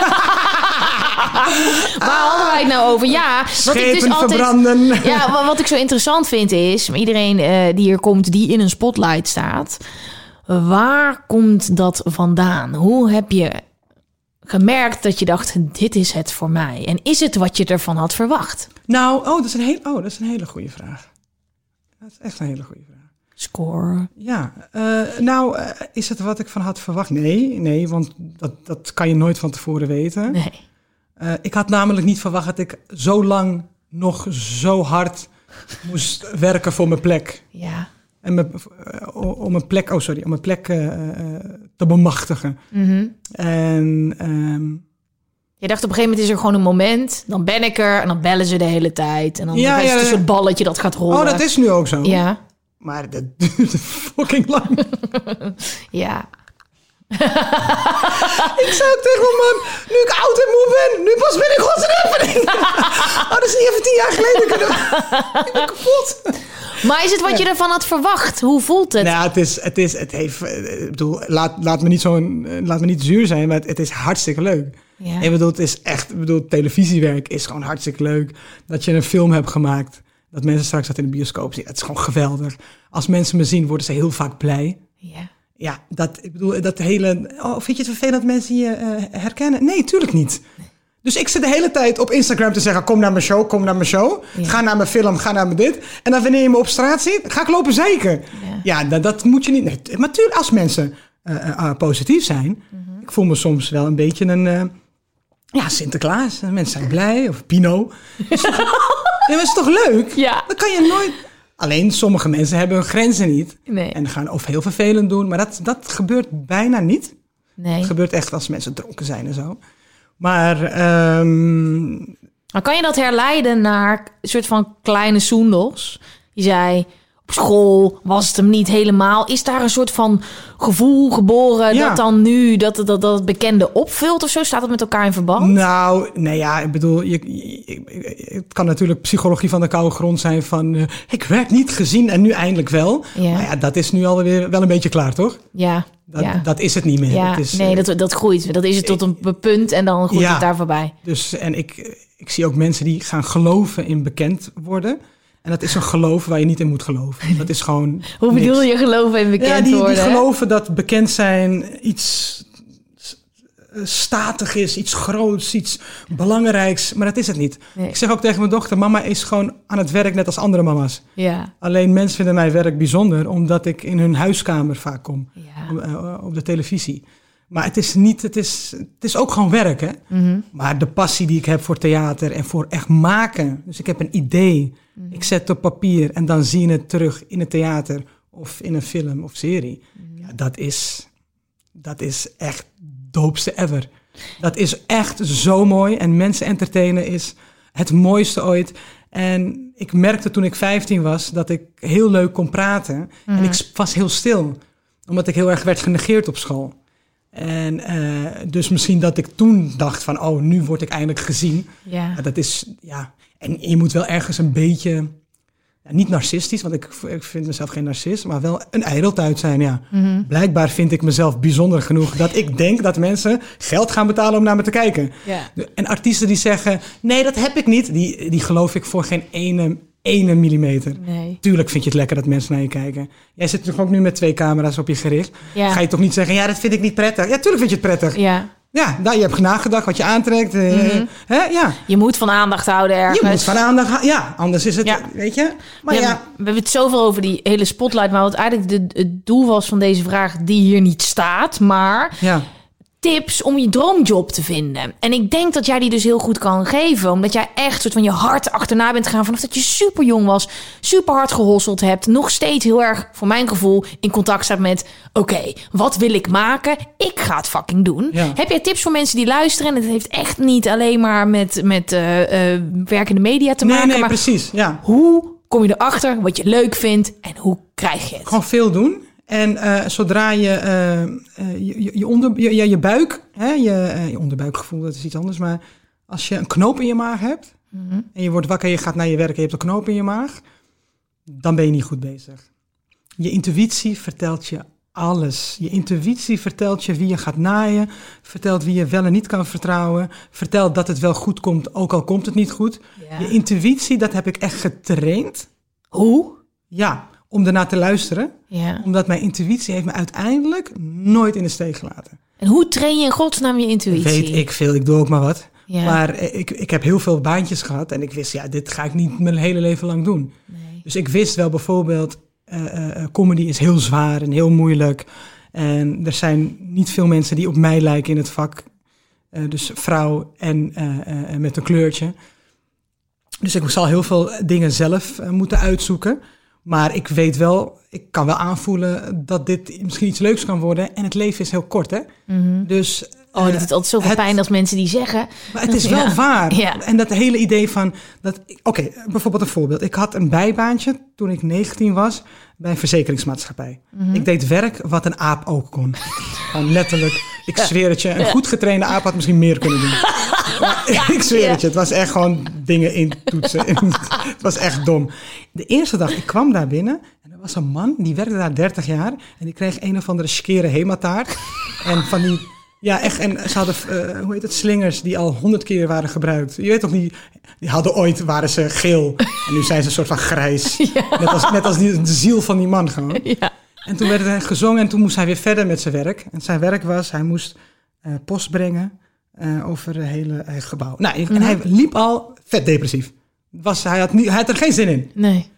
Waar hadden wij het nou over? Ja, wat ik Schepen dus altijd... verbranden. Ja, maar wat ik zo interessant vind is... iedereen uh, die hier komt die in een spotlight staat... waar komt dat vandaan? Hoe heb je gemerkt dat je dacht... dit is het voor mij? En is het wat je ervan had verwacht? Nou, oh dat, is een heel, oh, dat is een hele goede vraag. Dat is echt een hele goede vraag. Score. Ja, uh, nou, uh, is het wat ik van had verwacht? Nee, nee, want dat, dat kan je nooit van tevoren weten. Nee. Uh, ik had namelijk niet verwacht dat ik zo lang nog zo hard moest werken voor mijn plek. Ja. En me, uh, om een plek, oh sorry, om een plek uh, uh, te bemachtigen. Mm-hmm. En um, Je dacht op een gegeven moment is er gewoon een moment, dan ben ik er en dan bellen ze de hele tijd. En dan Ja, is het ja, een ja. soort balletje dat gaat rollen. oh, dat is nu ook zo. Ja, Maar dat duurt fucking lang. ja. Ik zei ook tegen mijn man, nu ik oud en moe ben, nu pas ben ik godsdienst. Oh, dat is niet even tien jaar geleden kunnen. Ik ben kapot. Maar is het wat je ervan had verwacht? Hoe voelt het? Nou, het is, het is, het heeft, ik bedoel, laat, laat me niet zo'n, laat me niet zuur zijn, maar het, het is hartstikke leuk. Ja. Ik bedoel, het is echt, ik bedoel, televisiewerk is gewoon hartstikke leuk. Dat je een film hebt gemaakt, dat mensen straks dat in de bioscoop zien. Het is gewoon geweldig. Als mensen me zien, worden ze heel vaak blij. Ja. Ja, dat, ik bedoel, dat hele, oh, vind je het vervelend dat mensen je uh, herkennen? Nee, tuurlijk niet. Dus ik zit de hele tijd op Instagram te zeggen, kom naar mijn show, kom naar mijn show. Ja. Ga Ga naar mijn film, ga naar mijn dit. En dan wanneer je me op straat ziet, ga ik lopen zeiken. Ja. Ja, dat, dat moet je niet. Nee, maar natuurlijk, als mensen uh, uh, positief zijn. Mm-hmm. Ik voel me soms wel een beetje een, uh, ja, Sinterklaas. Mensen zijn blij, of Pino. Is toch, ja, maar is toch leuk? Ja. Dan kan je nooit. Alleen sommige mensen hebben hun grenzen niet. Nee. En gaan of heel vervelend doen. Maar dat, dat gebeurt bijna niet. Nee. Het gebeurt echt als mensen dronken zijn en zo. Maar um, Maar kan je dat herleiden naar een soort van kleine soendels? Die zei, op school was het hem niet helemaal. Is daar een soort van gevoel geboren Ja. dat dan nu dat, dat, dat het bekende opvult of zo? Staat dat met elkaar in verband? Nou, nee ja, ik bedoel, je, je- je- het kan natuurlijk psychologie van de koude grond zijn van... Uh, ik werd niet gezien en nu eindelijk wel. Ja. Maar ja, dat is nu alweer wel een beetje klaar, toch? Ja, Dat, ja. dat is het niet meer. ja. Het is, nee, uh, dat, dat groeit. Dat is het tot een punt en dan groeit Ja. het daar voorbij. Dus, en ik, ik zie ook mensen die gaan geloven in bekend worden. En dat is een geloof waar je niet in moet geloven. Dat is gewoon Hoe niks. bedoel je geloven en bekend Ja, die, worden? die hè? geloven dat bekend zijn iets statig is, iets groots, iets belangrijks. Maar dat is het niet. Nee. Ik zeg ook tegen mijn dochter, mama is gewoon aan het werk net als andere mama's. Ja, Alleen mensen vinden mijn werk bijzonder, omdat ik in hun huiskamer vaak kom. ja. Op, uh, op de televisie. Maar het is niet, het is, het is ook gewoon werk, hè. Mhm. Maar de passie die ik heb voor theater en voor echt maken. Dus ik heb een idee. Mhm. Ik zet het op papier en dan zie je het terug in het theater of in een film of serie. Mhm. Ja, dat is, dat is echt doopste ever. Dat is echt zo mooi. En mensen entertainen is het mooiste ooit. En ik merkte toen ik vijftien was dat ik heel leuk kon praten. Mhm. En ik was heel stil. Omdat ik heel erg werd genegeerd op school. En uh, dus misschien dat ik toen dacht van, oh, nu word ik eindelijk gezien. Ja. Ja, dat is, ja. En je moet wel ergens een beetje, ja, niet narcistisch, want ik, ik vind mezelf geen narcist, maar wel een ijdeltuit zijn, ja. Mhm. Blijkbaar vind ik mezelf bijzonder genoeg dat ik denk dat mensen geld gaan betalen om naar me te kijken. Ja. En artiesten die zeggen, nee, dat heb ik niet, die, die geloof ik voor geen ene, ene millimeter. Nee. Tuurlijk vind je het lekker dat mensen naar je kijken. Jij zit toch ook nu met twee camera's op je gericht? Ja. Ga je toch niet zeggen, ja, dat vind ik niet prettig? Ja, tuurlijk vind je het prettig. Ja. Ja, nou, je hebt nagedacht wat je aantrekt. eh, Mhm. hè? Ja. Je moet van aandacht houden ergens. Je moet van aandacht ha- Ja, anders is het, Ja. weet je. Maar Ja, ja, We hebben het zoveel over die hele spotlight, maar wat eigenlijk de, het doel was van deze vraag die hier niet staat, maar ja. tips om je droomjob te vinden. En ik denk dat jij die dus heel goed kan geven, omdat jij echt soort van je hart achterna bent gegaan vanaf dat je super jong was, super hard gehosseld hebt, nog steeds heel erg, voor mijn gevoel, in contact staat met, oké, okay, wat wil ik maken? Ik ga het fucking doen. Ja. Heb jij tips voor mensen die luisteren? En het heeft echt niet alleen maar met, met uh, uh, werkende media te Nee, maken, nee, maar precies. Ja. hoe kom je erachter wat je leuk vindt en hoe krijg je het? Gewoon veel doen. En uh, zodra je, uh, uh, je, je, je, onder, je, je, je buik, hè, je, uh, je onderbuikgevoel, dat is iets anders. Maar als je een knoop in je maag hebt, Mm-hmm. en je wordt wakker, je gaat naar je werk en je hebt een knoop in je maag, dan ben je niet goed bezig. Je intuïtie vertelt je alles. Je intuïtie vertelt je wie je gaat naaien, vertelt wie je wel en niet kan vertrouwen, vertelt dat het wel goed komt, ook al komt het niet goed. Ja. Je intuïtie, dat heb ik echt getraind. Hoe? Ja, om ernaar te luisteren. Ja. Omdat mijn intuïtie heeft me uiteindelijk nooit in de steek gelaten. En hoe train je in godsnaam je intuïtie? Weet ik veel, ik doe ook maar wat. Ja. Maar ik, ik heb heel veel baantjes gehad en ik wist, ja, dit ga ik niet mijn hele leven lang doen. Nee. Dus ik wist wel bijvoorbeeld, uh, uh, comedy is heel zwaar en heel moeilijk. En er zijn niet veel mensen die op mij lijken in het vak. Uh, dus vrouw en uh, uh, met een kleurtje. Dus ik zal heel veel dingen zelf uh, moeten uitzoeken. Maar ik weet wel, ik kan wel aanvoelen dat dit misschien iets leuks kan worden. En het leven is heel kort, hè? Mm-hmm. Dus, Oh, dat doet altijd zoveel het, pijn als mensen die zeggen. Maar het is wel Ja. waar. Ja. En dat hele idee van... dat. Oké, okay, bijvoorbeeld een voorbeeld. Ik had een bijbaantje toen ik negentien was bij een verzekeringsmaatschappij. Mm-hmm. Ik deed werk wat een aap ook kon. Gewoon letterlijk, ik zweer het je. Een goed getrainde aap had misschien meer kunnen doen. Maar, ik zweer ja. het je, het was echt gewoon dingen intoetsen. Het was echt dom. De eerste dag, ik kwam daar binnen en er was een man, die werkte daar dertig jaar. En die kreeg een of andere skere hemataart. En van die... Ja, echt. En ze hadden, uh, hoe heet het, slingers die al honderd keer waren gebruikt. Je weet toch niet, die hadden ooit, waren ze geel. En nu zijn ze een soort van grijs. Ja. Net als, net als die, de ziel van die man gewoon. Ja. En toen werd er gezongen en toen moest hij weer verder met zijn werk. En zijn werk was, hij moest uh, post brengen uh, over het hele uh, gebouw. Nou, en mm-hmm. hij liep al vet depressief. Was, hij, had niet, hij had er geen zin in. Nee.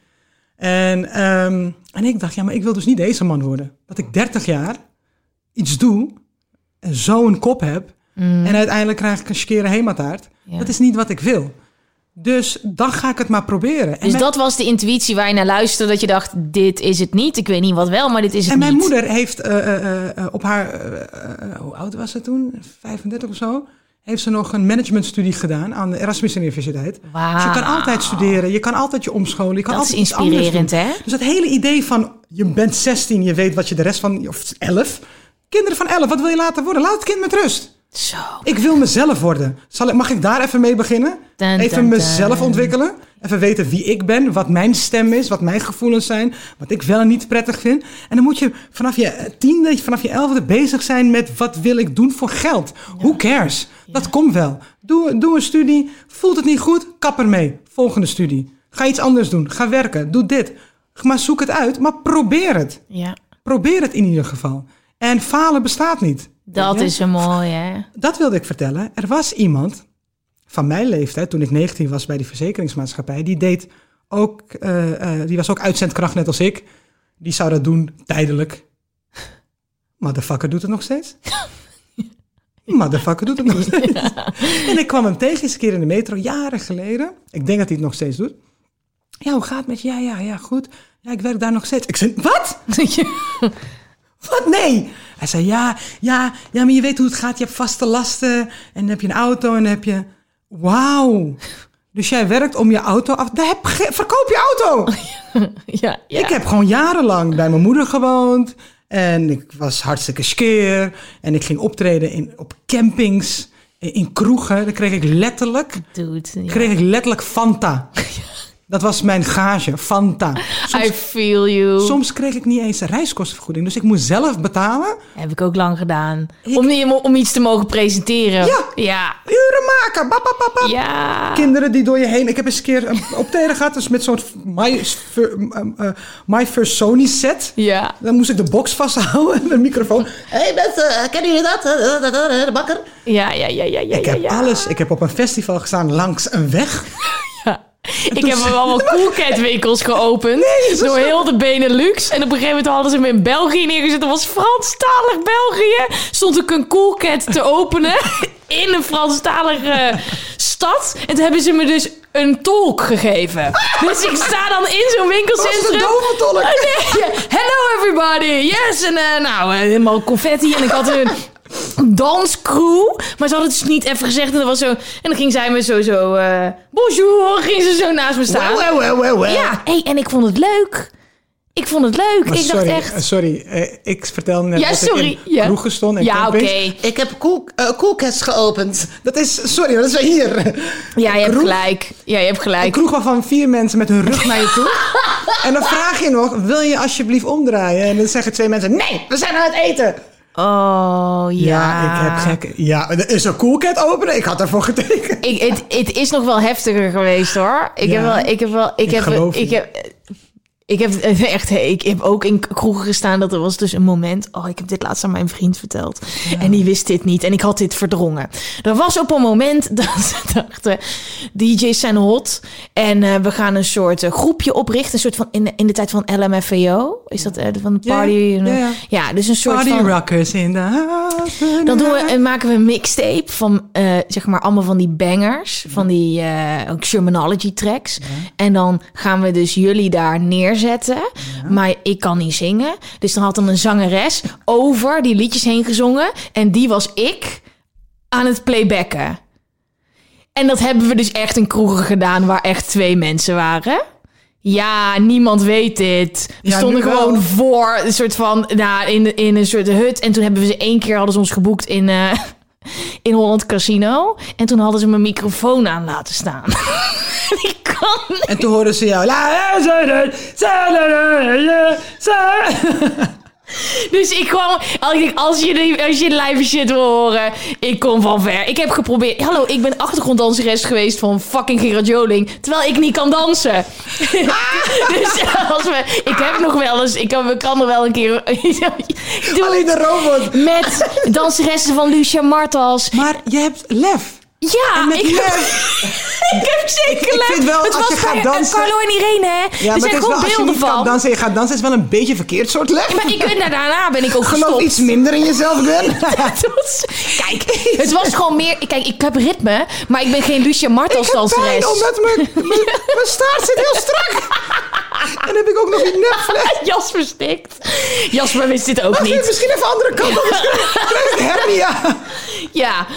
En, um, en ik dacht, ja, maar ik wil dus niet deze man worden. Dat ik dertig jaar iets doe... en zo een kop heb... Mm. en uiteindelijk krijg ik een skere hemataart. Ja. Dat is niet wat ik wil. Dus dan ga ik het maar proberen. Dus en mijn... dat was de intuïtie waar je naar luisterde... dat je dacht, dit is het niet. Ik weet niet wat wel, maar dit is het en niet. En mijn moeder heeft uh, uh, uh, op haar... Uh, uh, hoe oud was ze toen? vijfendertig of zo? heeft ze nog een managementstudie gedaan aan de Erasmus Universiteit. Wauw. Dus je kan altijd studeren, je kan altijd je omscholen. Je kan Dat is altijd iets anders inspirerend, doen. hè? Dus dat hele idee van, je bent zestien, je weet wat je de rest van, of elf. Kinderen van elf, wat wil je later worden? Laat het kind met rust. Zo. Ik wil mezelf worden. Zal ik, mag ik daar even mee beginnen? Dun, Even dun, mezelf dun. ontwikkelen. Even weten wie ik ben, wat mijn stem is, wat mijn gevoelens zijn, wat ik wel en niet prettig vind. En dan moet je vanaf je tiende, vanaf je elfde bezig zijn met wat wil ik doen voor geld. Ja. Who cares? Ja. Dat komt wel. Doe, doe een studie, voelt het niet goed, kap ermee. Volgende studie. Ga iets anders doen, ga werken, doe dit. Maar zoek het uit, maar probeer het. Ja. Probeer het in ieder geval. En falen bestaat niet. Dat Ja? is zo mooi, hè? Dat wilde ik vertellen. Er was iemand van mijn leeftijd, toen ik negentien was bij die verzekeringsmaatschappij, die deed ook, uh, uh, die was ook uitzendkracht net als ik. Die zou dat doen tijdelijk. Motherfucker doet het nog steeds. Motherfucker doet het nog steeds. Ja. En ik kwam hem tegen eens een keer in de metro, jaren geleden. Ik denk dat hij het nog steeds doet. Ja, hoe gaat het met je? Ja, ja, ja, goed. Ja, ik werk daar nog steeds. Ik zei, wat? Wat? Nee. Hij zei, ja, ja, ja, maar je weet hoe het gaat. Je hebt vaste lasten en dan heb je een auto en dan heb je... Wauw. Dus jij werkt om je auto af... Daar heb, verkoop je auto. Ja, ja. Ik heb gewoon jarenlang bij mijn moeder gewoond. En ik was hartstikke skeer. En ik ging optreden in, op campings, in, in kroegen. Dan kreeg ik letterlijk... Dude, ja. kreeg ik letterlijk Fanta. Dat was mijn gage, Fanta. Soms, I feel you. Soms kreeg ik niet eens een reiskostenvergoeding. Dus ik moest zelf betalen. Heb ik ook lang gedaan. Ik... Om, niet, om iets te mogen presenteren. Ja. Ja. Uren maken. Bap, bap, bap, bap. Ja. Kinderen die door je heen... Ik heb eens een keer een optreden gehad. Dus met zo'n My, uh, My First Sony set. Ja. Dan moest ik de box vasthouden. De microfoon. Hé hey mensen, kennen jullie dat? De bakker? Ja, ja, ja, ja, ja. Ik heb ja. alles. Ik heb op een festival gestaan langs een weg. Ik heb allemaal Coolcat winkels geopend. Nee, door heel de Benelux. En op een gegeven moment hadden ze me in België neergezet. Dat was Franstalig België. Stond ik een Coolcat te openen in een Franstalige stad. En toen hebben ze me dus een tolk gegeven. Dus ik sta dan in zo'n winkelcentrum. Dat was de doventolk. Oh, nee. Hello everybody. Yes. En uh, nou, helemaal confetti. En ik had een... danscrew, maar ze hadden het dus niet even gezegd en dat was zo. En dan ging zij me zo zo uh, bonjour, ging ze zo naast me staan. Well, well, well, well. Ja, hey, en ik vond het leuk. Ik vond het leuk. Maar ik sorry, dacht echt. Sorry, uh, ik vertelde net Ja, dat sorry. ik in Ja. kroegen stond en Ja, oké. campings. Okay. Ik heb cool, uh, Coolcats geopend. Dat is, sorry, dat is hier. Ja, je hebt Kroeg. gelijk. Ja, je hebt Een gelijk. kroeg waarvan vier mensen met hun rug naar je toe. En dan vraag je nog, wil je alsjeblieft omdraaien? En dan zeggen twee mensen, nee, we zijn aan het eten. Oh, ja. Ja, ik heb gek. Ja, er is een Coolcat openen. Ik had ervoor getekend. Ik, het, het is nog wel heftiger geweest, hoor. Ik Ja. heb wel... Ik heb wel... Ik, Ik heb... geloof Ik je. heb... Ik heb echt, ik heb ook in kroegen gestaan dat er was dus een moment. Oh, ik heb dit laatst aan mijn vriend verteld. Ja. En die wist dit niet en ik had dit verdrongen. Er was op een moment dat ze dachten, D J's zijn hot. En uh, we gaan een soort uh, groepje oprichten. Een soort van, in de, in de tijd van L M F A O. Is dat uh, van de party? Ja, ja, ja. ja, dus een soort Party van... rockers in the house. Dan doen we, en maken we een mixtape van, uh, zeg maar, allemaal van die bangers. Van die uh, ook Shermanology tracks. Ja. En dan gaan we dus jullie daar neerzetten. Ja. Maar ik kan niet zingen. Dus dan had dan een zangeres over die liedjes heen gezongen. En die was ik aan het playbacken. En dat hebben we dus echt in kroegen gedaan waar echt twee mensen waren. Ja, niemand weet dit. We ja, stonden gewoon wel. voor een soort van, nou, in, in een soort hut. En toen hebben we ze één keer, hadden ze ons geboekt in, uh, in Holland Casino. En toen hadden ze mijn microfoon aan laten staan. Ik kan niet. En toen hoorden ze jou. Dus ik kwam, als, ik, als, je, als je live shit wil horen, ik kom van ver. Ik heb geprobeerd, hallo, ik ben achtergronddanseres geweest van fucking Gerard Joling, terwijl ik niet kan dansen. Dus als we, ik heb nog wel eens, ik kan, we kan er wel een keer... Doe alleen de robot. Met danseressen van Lucia Martals. Maar je hebt lef. Ja, met ik, ik heb zeker Ik, ik vind wel, het als je was gaat bij dansen... Carlo en Irene, hè? Ja, Er maar zijn het is wel, gewoon als je beelden niet kan van. dansen en je gaat dansen, is wel een beetje verkeerd soort lef. Maar ik, nou, daarna ben ik ook Geloof gestopt. iets minder in jezelf, Gwen. Kijk, het was gewoon meer... Kijk, ik heb ritme, maar ik ben geen Lucia Martels danseres. Ik heb pijn, omdat mijn, mijn, mijn staart zit heel strak. En dan heb ik ook nog die nepvlees. Jasper stikt. Jasper wist dit ook Wacht, niet. misschien even andere kant op. Krijg ik hernia. Ja,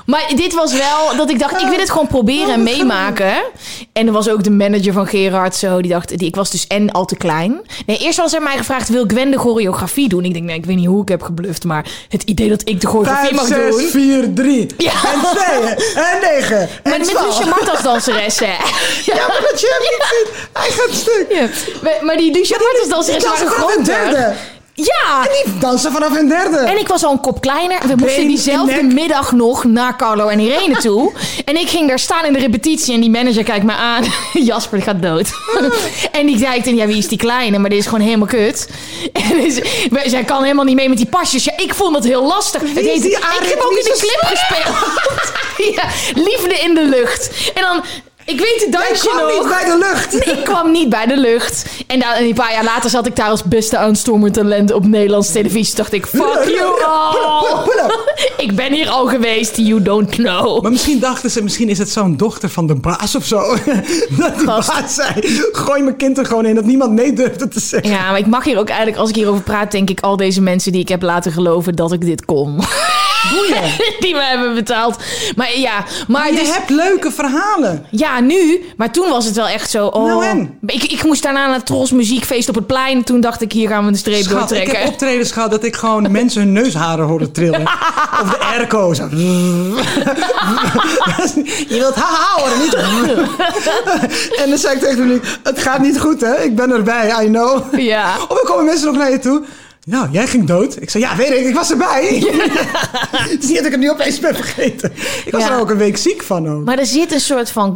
Maar dit was wel dat ik dacht, ik wil het gewoon proberen en meemaken. En er was ook de manager van Gerard zo, die dacht, die, ik was dus en al te klein. Nee, eerst was hij mij gevraagd, wil Gwen de choreografie doen? Ik denk, nee, ik weet niet hoe ik heb gebluft, maar het idee dat ik de choreografie mag vijf, doen. zes, vier, drie. Ja. En twee. En negen. En Maar met twaalf. Lucia Mart als danseres, hè. Ja, maar dat je hem niet ziet. Hij gaat stuk. Ja. Maar, maar die Lucia Mart als danseres waren vanaf een groter. derde. Ja. En die dansen vanaf een derde. En ik was al een kop kleiner. We moesten Been, diezelfde nek. middag nog naar Carlo en Irene toe. En ik ging daar staan in de repetitie en die manager kijkt me aan. Jasper, die gaat dood. En die zei tegen, ja, wie is die kleine? Maar dit is gewoon helemaal kut. En dus, zij kan helemaal niet mee met die pasjes. Ja, ik vond het heel lastig. Het is heet, die ik Arend heb ook in de Nieses? clip gespeeld. Ja, liefde in de lucht. En dan... Ik weet het Jij dansje kwam nog. niet bij de lucht. Ik kwam niet bij de lucht. En dan, een paar jaar later zat ik daar als beste aanstormend talent op Nederlandse televisie. Dacht ik, fuck you all. Ik ben hier al geweest, you don't know. Maar misschien dachten ze, misschien is het zo'n dochter van de baas of zo. Dat de Gast. baas zei, gooi mijn kind er gewoon in. Dat niemand nee durfde te zeggen. Ja, maar ik mag hier ook eigenlijk, als ik hierover praat, denk ik al deze mensen die ik heb laten geloven dat ik dit kon. Boeien. Die me hebben betaald. Maar ja, maar, Maar je dus- hebt leuke verhalen. ja, nu. Maar toen was het wel echt zo. Oh, Nou en? Ik, ik moest daarna naar het Trolls muziekfeest op het plein. Toen dacht ik, hier gaan we de streep Schat, ik doortrekken. heb optredens gehad dat ik gewoon mensen hun neusharen hoorde trillen. Of de airco. Zo. Je wilt haha horen, niet? En dan zei ik tegen het publiek, het gaat niet goed, hè? Ik ben erbij, I know. Ja. Of dan komen mensen nog naar je toe. Nou, jij ging dood. Ik zei, ja, weet ik, ik was erbij. Het is niet dat ik het nu opeens ben vergeten. Ik was Ja. er ook een week ziek van. Ook. Maar er zit een soort van...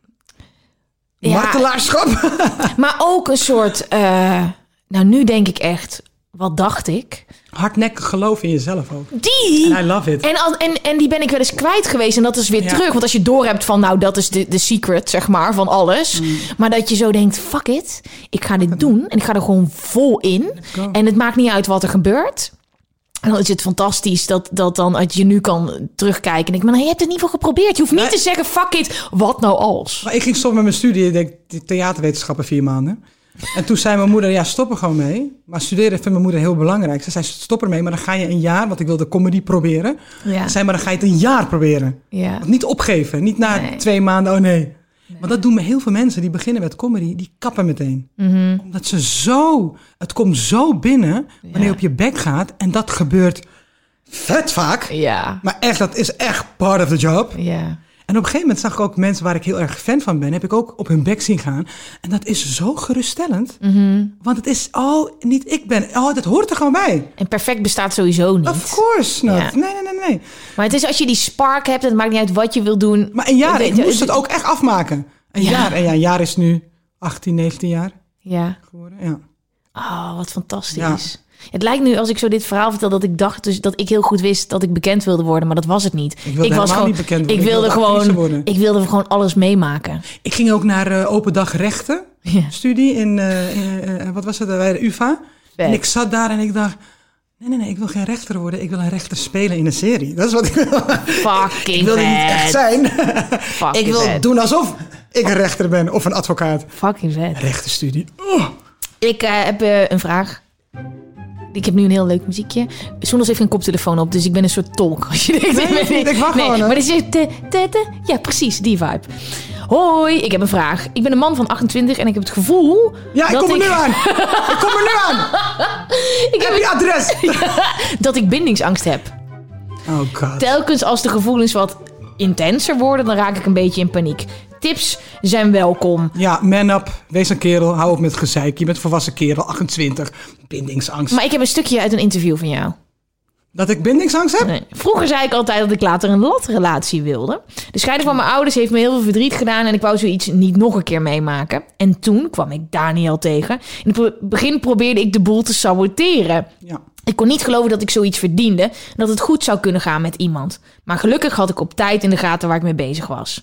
Ja, Martelaarschap. maar ook een soort... eh, nou, nu denk ik echt... Wat dacht ik? Hardnekkig geloof in jezelf ook. Die! And I love it. En, al- en, en die ben ik wel eens kwijt geweest. En dat is weer Ja. terug. Want als je doorhebt van... Nou, dat is de, de secret, zeg maar, van alles. Mm. Maar dat je zo denkt... Fuck it. Ik ga dit doen. En ik ga er gewoon vol in. go. En het maakt niet uit wat er gebeurt. En dan is het fantastisch dat, dat dan als je nu kan terugkijken. En ik, maar nou, je hebt het niet voor geprobeerd. Je hoeft niet Nee. te zeggen, fuck it. Wat nou als? Maar ik ging stoppen met mijn studie. Ik denk, theaterwetenschappen vier maanden. En toen zei mijn moeder, ja, stop er gewoon mee. Maar studeren vindt mijn moeder heel belangrijk. Ze zei, stop ermee, maar dan ga je een jaar... Want ik wilde comedy proberen. Ja. Ze zei, maar dan ga je het een jaar proberen. Ja. Want niet opgeven. Niet na Nee. twee maanden, oh nee. Want dat doen me heel veel mensen die beginnen met comedy. Die kappen meteen. Mhm. Omdat ze zo... Het komt zo binnen wanneer je op je bek gaat. En dat gebeurt vet vaak. Ja. Maar echt, dat is echt part of the job. Ja. En op een gegeven moment zag ik ook mensen waar ik heel erg fan van ben, heb ik ook op hun bek zien gaan. En dat is zo geruststellend. Want het is, oh, niet ik ben. Oh, dat hoort er gewoon bij. En perfect bestaat sowieso niet. Of course not. Ja. Nee, nee, nee, nee. Maar het is als je die spark hebt, het maakt niet uit wat je wil doen. Maar een jaar, ik Het- moest het ook echt afmaken. Een Ja. jaar. En ja, een jaar is nu achttien, negentien jaar Ja. geworden. Ja. Oh, wat fantastisch. Ja. Het lijkt nu, als ik zo dit verhaal vertel, dat ik dacht dus dat ik heel goed wist dat ik bekend wilde worden, maar dat was het niet. Ik wilde helemaal niet bekend worden. Ik Ik wilde, wilde actrice gewoon, worden. ik wilde gewoon alles meemaken. Ik ging ook naar uh, open dag rechten. Ja. Studie in, uh, in uh, wat was het, bij de U vA. Vet. En ik zat daar en ik dacht, nee, nee, nee, ik wil geen rechter worden. Ik wil een rechter spelen in een serie. Dat is wat ik wil. Fucking Ik wil niet vet. echt zijn. Fucking Ik wil vet. doen alsof ik een rechter ben of een advocaat. Fucking vet. Rechtenstudie. Oh. Ik uh, heb uh, een vraag. Ik heb nu een heel leuk muziekje. Soendos heeft een koptelefoon op, dus ik ben een soort tolk. Als je denkt, Nee, ik, ben- ik wacht gewoon, hè. Maar dit is te, te, te, ja, precies, die vibe. Hoi, ik heb een vraag. Ik ben een man van achtentwintig en ik heb het gevoel Ja, ik dat kom er ik, nu aan. Ik kom er nu aan. ik Heb heb je adres? dat ik bindingsangst heb. Oh god. Telkens als de gevoelens wat intenser worden, dan raak ik een beetje in paniek. Tips zijn welkom. Ja, man up. Wees een kerel. Hou op met gezeik. Je bent een volwassen kerel. achtentwintig. Bindingsangst. Maar ik heb een stukje uit een interview van jou. Dat ik bindingsangst heb? Nee. Vroeger zei ik altijd dat ik later een latrelatie wilde. De scheiding van mijn ouders heeft me heel veel verdriet gedaan en ik wou zoiets niet nog een keer meemaken. En toen kwam ik Daniel tegen. In het begin probeerde ik de boel te saboteren. Ja. Ik kon niet geloven dat ik zoiets verdiende en dat het goed zou kunnen gaan met iemand. Maar gelukkig had ik op tijd in de gaten waar ik mee bezig was.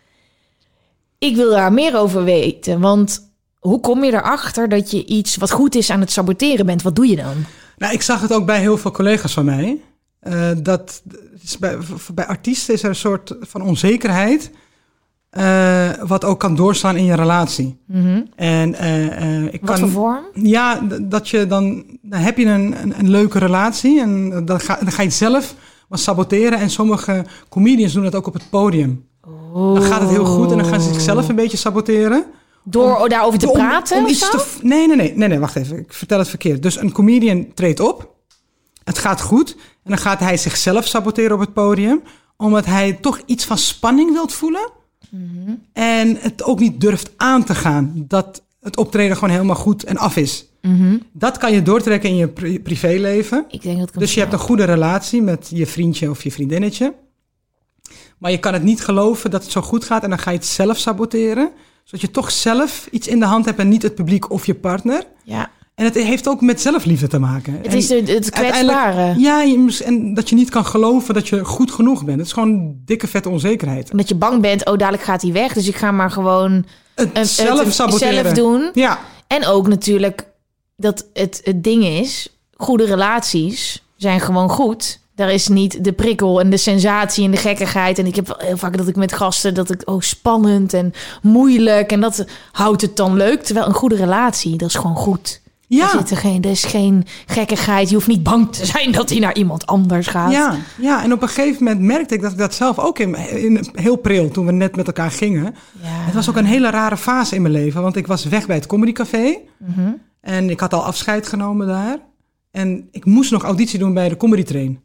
Ik wil daar meer over weten, want hoe kom je erachter dat je iets wat goed is aan het saboteren bent? Wat doe je dan? Nou, ik zag het ook bij heel veel collega's van mij. Uh, dat is bij, bij artiesten is er een soort van onzekerheid. Uh, wat ook kan doorslaan in je relatie. Mm-hmm. En, uh, uh, ik Wat kan, voor vorm? Ja, d- dat je dan, dan heb je een, een, een leuke relatie. En dan ga, dan ga je het zelf, was saboteren. En sommige comedians doen dat ook op het podium. Oh. Dan gaat het heel goed en dan gaan ze zichzelf een beetje saboteren. Door om, daarover te om, praten om, om of iets zo? te, nee, nee, nee, nee, nee, wacht even. Ik vertel het verkeerd. Dus een comedian treedt op. Het gaat goed. En dan gaat hij zichzelf saboteren op het podium. Omdat hij toch iets van spanning wilt voelen. Mm-hmm. En het ook niet durft aan te gaan. Dat het optreden gewoon helemaal goed en af is. Mm-hmm. Dat kan je doortrekken in je pri- privéleven. Ik denk dat ik dus je hebt een goede relatie met je vriendje of je vriendinnetje. Maar je kan het niet geloven dat het zo goed gaat. En dan ga je het zelf saboteren. Zodat je toch zelf iets in de hand hebt en niet het publiek of je partner. Ja. En het heeft ook met zelfliefde te maken. Het en is het, het kwetsbare. Ja, je, en dat je niet kan geloven dat je goed genoeg bent. Het is gewoon dikke vette onzekerheid. Omdat je bang bent, oh dadelijk gaat hij weg. Dus ik ga maar gewoon het een, zelf het saboteren. zelf doen. Ja. En ook natuurlijk dat het, het ding is, goede relaties zijn gewoon goed. Daar is niet de prikkel en de sensatie en de gekkigheid. En ik heb heel vaak dat ik met gasten, dat ik, oh spannend en moeilijk. En dat houdt het dan leuk. Terwijl een goede relatie, dat is gewoon goed. Ja. Er, zit er, geen, er is geen gekkigheid. Je hoeft niet bang te zijn dat hij naar iemand anders gaat. Ja, ja, en op een gegeven moment merkte ik dat ik dat zelf ook in, in heel pril toen we net met elkaar gingen. Ja. Het was ook een hele rare fase in mijn leven. Want ik was weg bij het Comedy Café. Mm-hmm. En ik had al afscheid genomen daar. En ik moest nog auditie doen bij de Comedy Train.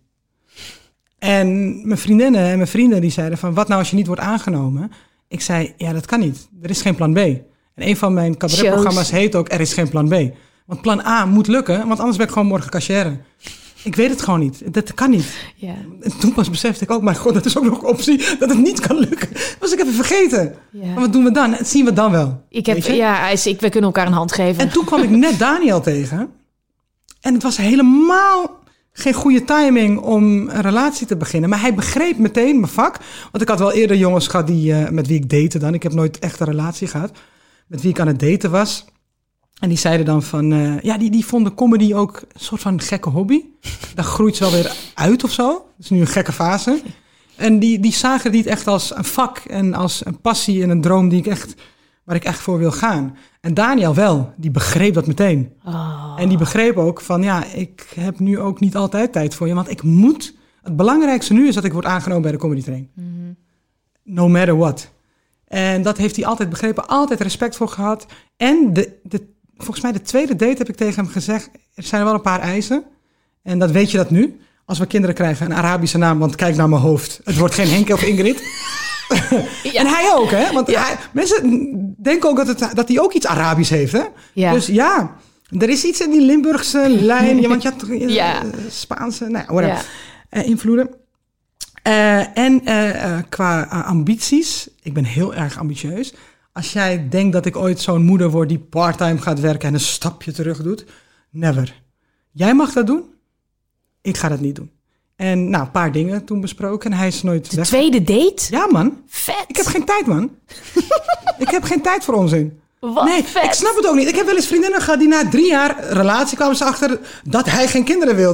En mijn vriendinnen en mijn vrienden die zeiden van, wat nou als je niet wordt aangenomen? Ik zei, ja, dat kan niet. Er is geen plan B. En een van mijn cabaretprogramma's heet ook, er is geen plan B. Want plan A moet lukken, want anders ben ik gewoon morgen cashier. Ik weet het gewoon niet. Dat kan niet. Ja. En toen pas besefte ik ook, mijn god, dat is ook nog een optie dat het niet kan lukken. Dat was ik even vergeten. Ja. Maar wat doen we dan? Dat zien we dan wel. Ik heb, ja, hij is, ik, we kunnen elkaar een hand geven. En toen kwam ik net Daniel tegen. En het was helemaal geen goede timing om een relatie te beginnen. Maar hij begreep meteen mijn vak. Want ik had wel eerder jongens gehad die, uh, met wie ik date dan. Ik heb nooit echt een relatie gehad. Met wie ik aan het daten was. En die zeiden dan van, uh, ja, die, die vonden comedy ook een soort van gekke hobby. Daar groeit ze wel weer uit of zo. Dat is nu een gekke fase. En die, die zagen dit echt als een vak en als een passie en een droom die ik echt, waar ik echt voor wil gaan. En Daniel wel, die begreep dat meteen. Oh. En die begreep ook van, ja, ik heb nu ook niet altijd tijd voor je. Want ik moet, het belangrijkste nu is dat ik word aangenomen bij de Comedy Train. Mm-hmm. No matter what. En dat heeft hij altijd begrepen, altijd respect voor gehad. En de, de volgens mij de tweede date heb ik tegen hem gezegd, er zijn wel een paar eisen. En dat weet je dat nu. Als we kinderen krijgen, een Arabische naam, want kijk naar mijn hoofd. Het wordt geen Henk of Ingrid. Ja. En hij ook, hè? Want ja. hij, mensen denken ook dat, het, dat hij ook iets Arabisch heeft, hè? Ja. Dus ja, er is iets in die Limburgse lijn. Ja, want je had toch ja. Spaanse, nou ja, whatever, ja. uh, invloeden. Uh, en uh, uh, qua uh, ambities, ik ben heel erg ambitieus. Als jij denkt dat ik ooit zo'n moeder word die parttime gaat werken en een stapje terug doet, never. Jij mag dat doen, ik ga dat niet doen. En nou, een paar dingen toen besproken en hij is nooit De weg. tweede date? Ja, man. Vet. Ik heb geen tijd, man. Ik heb geen tijd voor onzin. Wat nee, vet. Ik snap het ook niet. Ik heb wel eens vriendinnen gehad die na drie jaar relatie kwamen ze achter dat hij geen kinderen wil.